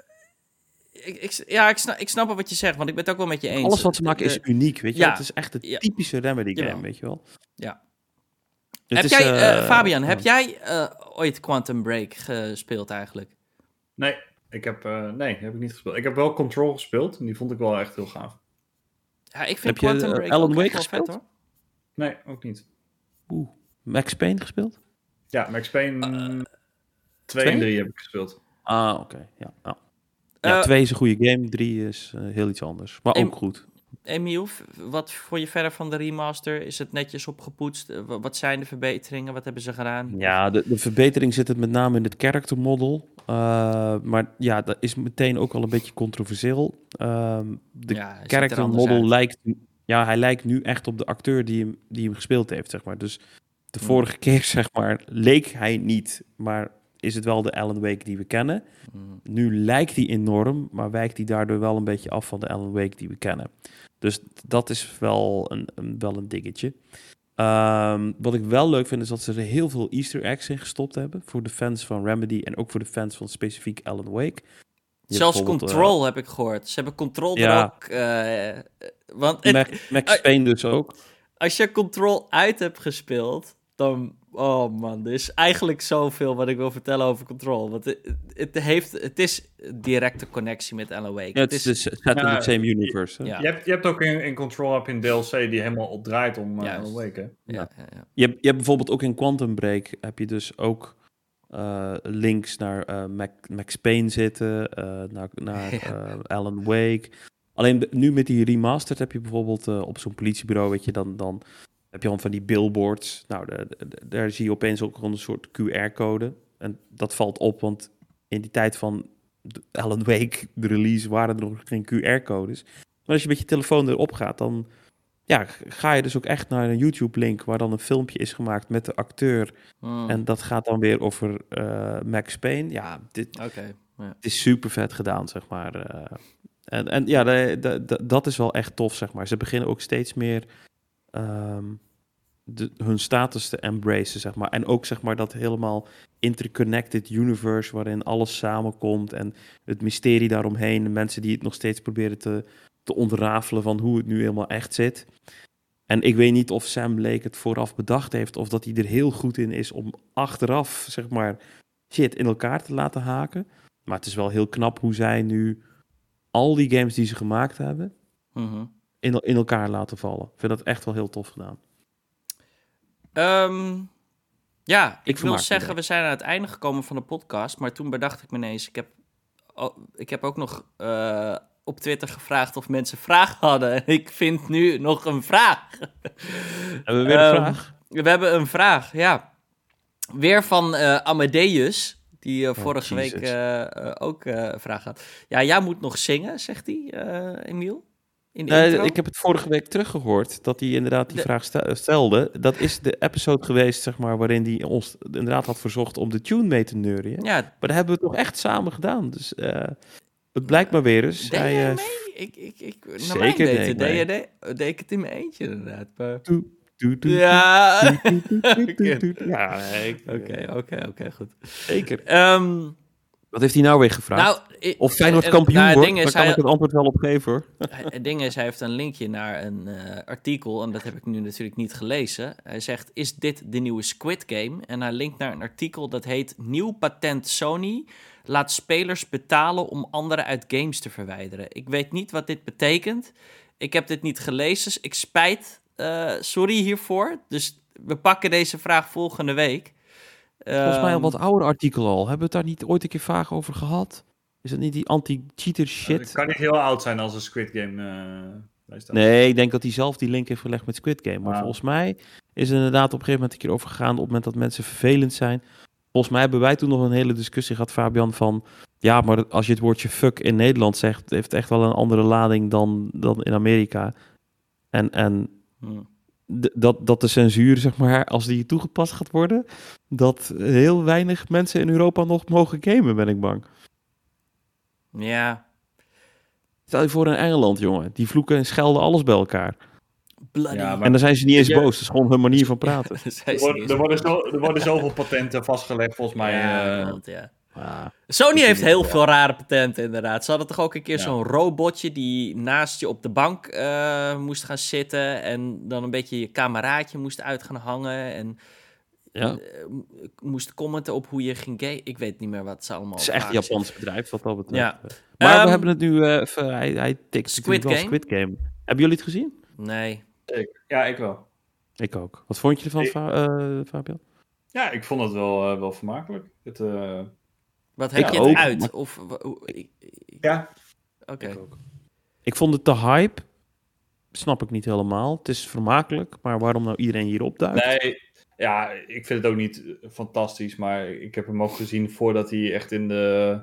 Speaker 1: ik, ik, ja, ik snap, ik snap wel wat je zegt, want ik ben het ook wel met je eens.
Speaker 2: Alles wat ze maken is uniek, weet je
Speaker 1: ja,
Speaker 2: wel? Het is echt een ja, typische Remedy game,
Speaker 1: jawel.
Speaker 2: weet je wel?
Speaker 1: Ja.
Speaker 2: Het
Speaker 1: heb
Speaker 2: is,
Speaker 1: jij, uh,
Speaker 2: uh,
Speaker 1: Fabian,
Speaker 2: uh,
Speaker 1: heb jij uh, ooit Quantum Break gespeeld eigenlijk?
Speaker 3: Nee, ik heb, uh, nee, heb ik niet gespeeld. Ik heb wel Control gespeeld en die vond ik wel echt heel gaaf.
Speaker 1: Ja, ik vind
Speaker 2: heb
Speaker 1: Quantum
Speaker 2: je, uh,
Speaker 1: Break
Speaker 2: Alan
Speaker 1: ook
Speaker 2: Wake
Speaker 1: wel
Speaker 2: gespeeld?
Speaker 1: vet, hoor.
Speaker 3: Nee, ook niet.
Speaker 2: Oeh, Max Payne gespeeld?
Speaker 3: Ja, Max Payne
Speaker 1: Uh,
Speaker 3: twee en drie heb ik gespeeld.
Speaker 2: Ah, oké. Okay. Ja, ja. ja uh, twee is een goede game, drie is uh, heel iets anders. Maar ook goed.
Speaker 1: Emiel, wat vond je verder van de remaster? Is het netjes opgepoetst? Wat zijn de verbeteringen? Wat hebben ze gedaan?
Speaker 2: Ja, de, de verbetering zit het met name in het character model. Uh, maar ja, dat is meteen ook al een beetje controversieel. Uh, de ja, character model uit. lijkt... Ja, hij lijkt nu echt op de acteur die hem, die hem gespeeld heeft, zeg maar. Dus de hmm. vorige keer, zeg maar, leek hij niet, maar is het wel de Alan Wake die we kennen. Hmm. Nu lijkt hij enorm, maar wijkt hij daardoor wel een beetje af van de Alan Wake die we kennen. Dus dat is wel een, een, wel een dingetje. Um, wat ik wel leuk vind, is dat ze er heel veel Easter eggs in gestopt hebben. Voor de fans van Remedy en ook voor de fans van specifiek Alan Wake.
Speaker 1: Je Zelfs Control uh, heb ik gehoord. Ze hebben Control ja. er ook... Uh, want het,
Speaker 2: Max, Max Payne dus ook.
Speaker 1: Als je Control uit hebt gespeeld, dan... Oh man, er is eigenlijk zoveel wat ik wil vertellen over Control. Want het, het, heeft, het is directe connectie met Alan Wake.
Speaker 2: Ja, het is dus set in the same universe.
Speaker 3: Ja. Je, hebt, je hebt ook in, in Control heb je een D L C die helemaal opdraait om uh, Alan Wake. Hè?
Speaker 1: Ja, ja, ja.
Speaker 2: Je, hebt, je hebt bijvoorbeeld ook in Quantum Break heb je dus ook uh, links naar uh, Mac, Max Payne zitten, uh, naar, naar uh, Alan Wake. Alleen de, nu met die remastered heb je bijvoorbeeld uh, op zo'n politiebureau, weet je, dan... dan heb je al van die billboards. Nou, de, de, de, daar zie je opeens ook een soort Q R-code. En dat valt op, want in die tijd van Alan Wake, de release, waren er nog geen Q R-codes. Maar als je met je telefoon erop gaat, dan ja, ga je dus ook echt naar een YouTube-link waar dan een filmpje is gemaakt met de acteur. Mm. En dat gaat dan weer over uh, Max Payne. Ja, dit
Speaker 1: okay, ja.
Speaker 2: Het is super vet gedaan, zeg maar. Uh, en, en ja, de, de, de, dat is wel echt tof, zeg maar. Ze beginnen ook steeds meer... Um, de, hun status te embracen, zeg maar. En ook, zeg maar, dat helemaal interconnected universe waarin alles samenkomt en het mysterie daaromheen. De mensen die het nog steeds proberen te, te ontrafelen van hoe het nu helemaal echt zit. En ik weet niet of Sam Lake het vooraf bedacht heeft of dat hij er heel goed in is om achteraf, zeg maar, shit in elkaar te laten haken. Maar het is wel heel knap hoe zij nu al die games die ze gemaakt hebben... Mm-hmm. In, in elkaar laten vallen. Ik vind dat echt wel heel tof gedaan.
Speaker 1: Um, ja, ik, ik wil zeggen, we zijn aan het einde gekomen van de podcast. Maar toen bedacht ik me ineens, ik heb, oh, ik heb ook nog uh, op Twitter gevraagd of mensen vragen hadden. Ik vind nu nog een vraag.
Speaker 2: Hebben we weer een um, vraag?
Speaker 1: We hebben een vraag, ja. Weer van uh, Amadeus, die uh, oh, vorige Jesus. week uh, uh, ook uh, een vraag had. Ja, jij moet nog zingen, zegt hij, uh, Emiel. In de
Speaker 2: uh, ik heb het vorige week teruggehoord dat hij inderdaad die de... vraag stelde. Dat is de episode geweest, zeg maar, waarin hij ons inderdaad had verzocht om de tune mee te neurien. Ja. Maar dat hebben we toch echt samen gedaan. Dus uh, het blijkt maar weer eens.
Speaker 1: Deed
Speaker 2: hij,
Speaker 1: jij
Speaker 2: uh,
Speaker 1: mee? Ik, ik, ik, naar
Speaker 2: zeker
Speaker 1: mijn
Speaker 2: deed
Speaker 1: deed, deed, deed ik het in mijn eentje inderdaad. Maar...
Speaker 2: Doe, doe, doe,
Speaker 1: ja.
Speaker 2: Oké,
Speaker 1: oké, oké, goed.
Speaker 2: Zeker.
Speaker 1: Um,
Speaker 2: Wat heeft hij nou weer gevraagd?
Speaker 1: Nou, ik,
Speaker 2: of Feyenoord kampioen nou, wordt, daar kan hij, ik het antwoord wel op geven, hoor.
Speaker 1: Het ding is, hij heeft een linkje naar een uh, artikel, en dat heb ik nu natuurlijk niet gelezen. Hij zegt, is dit de nieuwe Squid Game? En hij linkt naar een artikel dat heet... Nieuw patent Sony laat spelers betalen om anderen uit games te verwijderen. Ik weet niet wat dit betekent. Ik heb dit niet gelezen, dus ik spijt. Uh, sorry hiervoor. Dus we pakken deze vraag volgende week.
Speaker 2: Volgens mij al wat ouder artikel al. Hebben we het daar niet ooit een keer vaag over gehad? Is dat niet die anti-cheater shit?
Speaker 3: Het kan niet heel oud zijn als een Squid Game. Uh,
Speaker 2: nee, ik denk dat hij zelf die link heeft gelegd met Squid Game. Maar ah. volgens mij is er inderdaad op een gegeven moment een keer over gegaan... op het moment dat mensen vervelend zijn. Volgens mij hebben wij toen nog een hele discussie gehad, Fabian, van... ja, maar als je het woordje fuck in Nederland zegt... heeft het echt wel een andere lading dan, dan in Amerika. En... en hmm. D- dat, dat de censuur, zeg maar, als die toegepast gaat worden... dat heel weinig mensen in Europa nog mogen gamen, ben ik bang.
Speaker 1: Ja.
Speaker 2: Stel je voor in Engeland, jongen. Die vloeken en schelden alles bij elkaar.
Speaker 1: Bloody.
Speaker 3: Ja, maar-
Speaker 2: En dan zijn ze niet eens
Speaker 3: Ja.
Speaker 2: boos. Dat is gewoon hun manier van praten.
Speaker 1: Dan zijn
Speaker 3: Er
Speaker 1: ze
Speaker 3: worden,
Speaker 1: niet
Speaker 3: er,
Speaker 1: eens-
Speaker 3: worden zo, er worden zoveel patenten vastgelegd, volgens mij.
Speaker 1: Ja,
Speaker 3: eh,
Speaker 1: klopt, ja.
Speaker 2: Ah,
Speaker 1: Sony
Speaker 2: is
Speaker 1: heeft
Speaker 2: niet
Speaker 1: heel
Speaker 2: waar.
Speaker 1: veel rare patenten, inderdaad. Ze hadden toch ook een keer
Speaker 3: Ja.
Speaker 1: zo'n robotje die naast je op de bank eh, moest gaan zitten en dan een beetje je cameraatje moest uit gaan hangen en
Speaker 2: ja.
Speaker 1: eh, m- moest commenten op hoe je ging gamen. Ik weet niet meer wat ze allemaal
Speaker 2: Het is echt een
Speaker 1: vragen
Speaker 2: Japans bedrijf, wat dat betreft.
Speaker 1: Ja.
Speaker 2: Maar
Speaker 1: Ehm,
Speaker 2: we hebben het nu... eh, even, hij, hij tikt
Speaker 1: Squid
Speaker 2: natuurlijk wel
Speaker 1: Game?
Speaker 2: Squid Game. Hebben jullie het gezien?
Speaker 1: zitten. Nee.
Speaker 3: ik- ja, ik wel.
Speaker 2: Ik ook. Wat vond je ervan,
Speaker 3: Ik-
Speaker 2: Fa- eh, Fabian?
Speaker 3: Ja, ik vond het wel, uh, wel vermakelijk. Het, uh...
Speaker 1: Wat heb
Speaker 2: Ja,
Speaker 1: je het
Speaker 2: ook,
Speaker 1: uit?
Speaker 2: maar-
Speaker 1: Of, w- hoe- ik- ik-
Speaker 3: Ja,
Speaker 1: Oké.
Speaker 3: ik ook.
Speaker 2: Ik vond het te hype. Snap ik niet helemaal. Het is vermakelijk, maar waarom nou iedereen hierop duikt?
Speaker 3: Nee, ja, ik vind het ook niet uh, fantastisch, maar ik heb hem ook gezien voordat hij echt in de...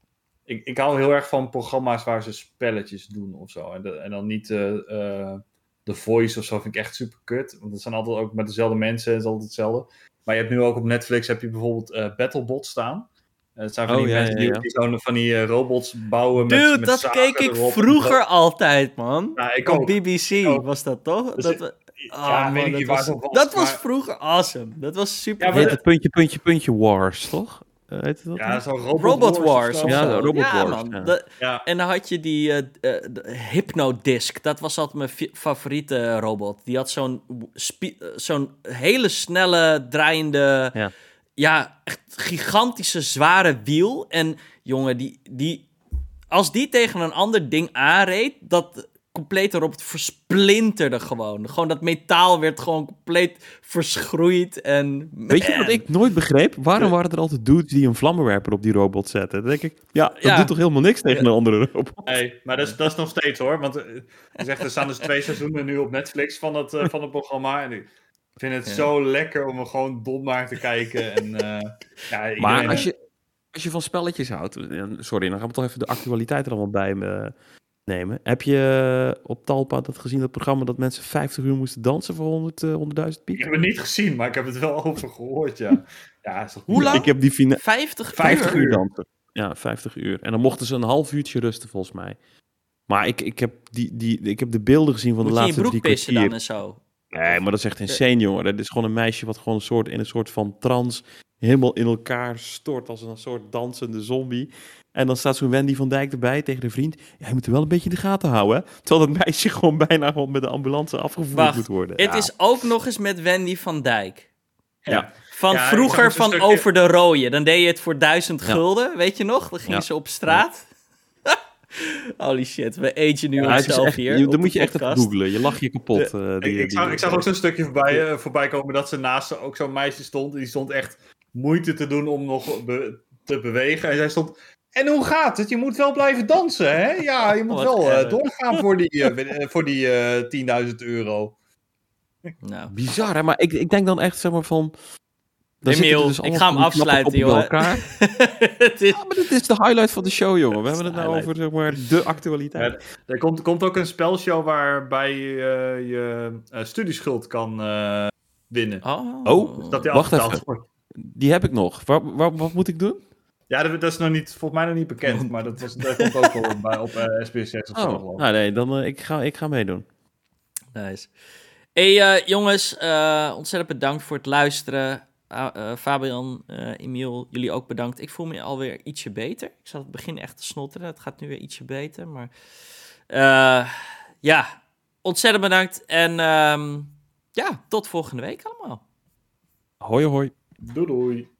Speaker 3: Ik, ik hou heel erg van programma's waar ze spelletjes doen of zo. En, de, en dan niet uh, uh, The Voice of zo vind ik echt super kut. Want dat zijn altijd ook met dezelfde mensen, het is altijd hetzelfde. Maar je hebt nu ook op Netflix heb je bijvoorbeeld uh, BattleBot staan. Uh, het zijn van
Speaker 2: Oh,
Speaker 3: die
Speaker 2: ja,
Speaker 3: mensen
Speaker 2: ja, ja.
Speaker 3: die, die zo'n van die uh, robots bouwen
Speaker 1: Dude,
Speaker 3: met, met
Speaker 1: dat
Speaker 3: zagen
Speaker 1: keek ik
Speaker 3: erop.
Speaker 1: vroeger altijd, man.
Speaker 3: Ja, ik
Speaker 1: Op
Speaker 3: ook.
Speaker 1: B B C
Speaker 3: Ik ook.
Speaker 1: was dat toch?
Speaker 3: Dus
Speaker 1: dat,
Speaker 3: ik-
Speaker 1: wa-
Speaker 3: Ja,
Speaker 1: Ah,
Speaker 3: weet
Speaker 1: man,
Speaker 3: ik
Speaker 1: dat
Speaker 3: niet waar
Speaker 1: was,
Speaker 3: het op was.
Speaker 1: dat was
Speaker 3: maar-
Speaker 1: vroeger awesome. Dat was super.
Speaker 3: Ja,
Speaker 2: Heet
Speaker 3: maar
Speaker 2: het puntje, puntje, puntje Wars, toch? Uh, heet het dat?
Speaker 3: Ja,
Speaker 2: niet?
Speaker 3: zo'n Robot,
Speaker 1: Robot
Speaker 3: Wars.
Speaker 1: Wars.
Speaker 3: of zo.
Speaker 1: of
Speaker 2: Ja,
Speaker 1: zo.
Speaker 2: Robot
Speaker 1: ja,
Speaker 2: Wars,
Speaker 1: man.
Speaker 2: ja.
Speaker 1: Dat-
Speaker 3: Ja.
Speaker 1: en dan had je die uh, uh, de Hypnodisc. Dat was altijd mijn fi- favoriete robot. Die had zo'n, spi- uh, zo'n hele snelle, draaiende...
Speaker 2: Ja.
Speaker 1: Ja, echt gigantische, zware wiel. En jongen, die, die, als die tegen een ander ding aanreed... dat complete robot versplinterde gewoon. Gewoon dat metaal werd gewoon compleet verschroeid. En,
Speaker 2: Weet je wat ik nooit begreep? Waarom waren er altijd dudes die een vlammenwerper op die robot zetten? Dan denk ik, ja, dat
Speaker 1: Ja.
Speaker 2: doet toch helemaal niks tegen een andere robot?
Speaker 3: Nee, maar dat is, dat is nog steeds hoor. Want uh, je zegt, er staan dus twee seizoenen nu op Netflix van het, uh, van het programma. En ik vind het
Speaker 1: Ja.
Speaker 3: zo lekker om er gewoon dom naar te kijken. En, uh, ja, iedereen-
Speaker 2: Maar als je, als je van spelletjes houdt... Sorry, dan gaan we toch even de actualiteit er allemaal bij me nemen. Heb je op Talpa dat gezien, dat programma... dat mensen vijftig uur moesten dansen voor honderd, uh, honderdduizend
Speaker 3: Ik
Speaker 2: piek?
Speaker 3: heb het niet gezien, maar ik heb het wel over gehoord, ja. Ja, is toch
Speaker 1: Hoe lang?
Speaker 2: Ik heb die fina-
Speaker 1: vijftig,
Speaker 2: vijftig
Speaker 1: uur.
Speaker 2: uur dansen. Ja, vijftig uur. En dan mochten ze een half uurtje rusten, volgens mij. Maar ik, ik, heb, die, die, ik heb de beelden gezien van
Speaker 1: Moet
Speaker 2: de
Speaker 1: je in je
Speaker 2: laatste
Speaker 1: broek
Speaker 2: drie
Speaker 1: pissen
Speaker 2: kwartier.
Speaker 1: dan en zo?
Speaker 2: Nee, maar dat is echt insane, jongen. Dat is gewoon een meisje wat gewoon een soort, in een soort van trance helemaal in elkaar stort als een soort dansende zombie. En dan staat zo'n Wendy van Dijk erbij tegen de vriend. Ja, je moet er wel een beetje in de gaten houden, hè? Terwijl dat meisje gewoon bijna gewoon met de ambulance afgevoerd
Speaker 1: Wacht,
Speaker 2: moet worden.
Speaker 1: Het
Speaker 2: Ja.
Speaker 1: is ook nog eens met Wendy van Dijk.
Speaker 2: Ja.
Speaker 1: Van
Speaker 3: Ja, ik zag
Speaker 1: vroeger
Speaker 3: ook een
Speaker 1: van
Speaker 3: stukje-
Speaker 1: Over de Rooie. Dan deed je het voor duizend
Speaker 2: Ja.
Speaker 1: gulden, weet je nog? Dan gingen
Speaker 2: Ja.
Speaker 1: ze op straat. Holy shit, we agen nu
Speaker 2: Ja, het is
Speaker 1: onszelf
Speaker 2: echt,
Speaker 1: hier.
Speaker 2: je,
Speaker 1: op
Speaker 2: dan
Speaker 1: de
Speaker 2: moet je echt even
Speaker 1: podcast.
Speaker 2: googlen. Je lacht je kapot. eh, die,
Speaker 3: Ik, ik,
Speaker 2: die-
Speaker 3: zag, ik zag ook zo'n stukje voorbij, uh, voorbij komen dat ze naast ze ook zo'n meisje stond. Die stond echt moeite te doen om nog be- te bewegen. En zij stond... En hoe gaat het? Je moet wel blijven dansen, hè? Ja, je moet
Speaker 1: Wat
Speaker 3: wel uh,
Speaker 1: erg.
Speaker 3: doorgaan voor die, uh, voor die uh, tienduizend euro.
Speaker 1: Nou.
Speaker 2: Bizar, hè? Maar ik, ik denk dan echt, zeg maar, van... Dan
Speaker 1: Emiel,
Speaker 2: zitten er dus
Speaker 1: ik
Speaker 2: allemaal
Speaker 1: ga hem
Speaker 2: van die knappe
Speaker 1: afsluiten,
Speaker 2: koppen bij
Speaker 1: jongen.
Speaker 2: elkaar.
Speaker 1: Het is...
Speaker 2: Ja, maar dit is de highlight van de show, jongen. We hebben het nou
Speaker 1: highlight.
Speaker 2: over, zeg maar, de actualiteit.
Speaker 3: Er komt, komt ook een spelshow waarbij je uh, je uh, studieschuld kan uh, winnen.
Speaker 1: Oh.
Speaker 2: Oh,
Speaker 3: Dat die
Speaker 2: wacht
Speaker 3: afbetaald
Speaker 2: even.
Speaker 3: wordt.
Speaker 2: Die heb ik nog. Wat, wat, wat moet ik doen?
Speaker 3: Ja, dat, dat is nog niet, volgens mij nog niet bekend. Maar dat, was, dat komt ook wel bij, op uh, S B S zes of zo.
Speaker 2: Oh,
Speaker 3: geloof ik.
Speaker 2: nou nee, dan uh, ik ga ik ga meedoen.
Speaker 1: Nice. Hey uh, jongens, uh, ontzettend bedankt voor het luisteren. Uh, uh, Fabian, uh, Emiel, jullie ook bedankt. Ik voel me alweer ietsje beter. Ik zat het begin echt te snotteren. Het gaat nu weer ietsje beter. Maar uh, ja, ontzettend bedankt. En um, ja, tot volgende week allemaal.
Speaker 2: Hoi hoi.
Speaker 3: Doei doei.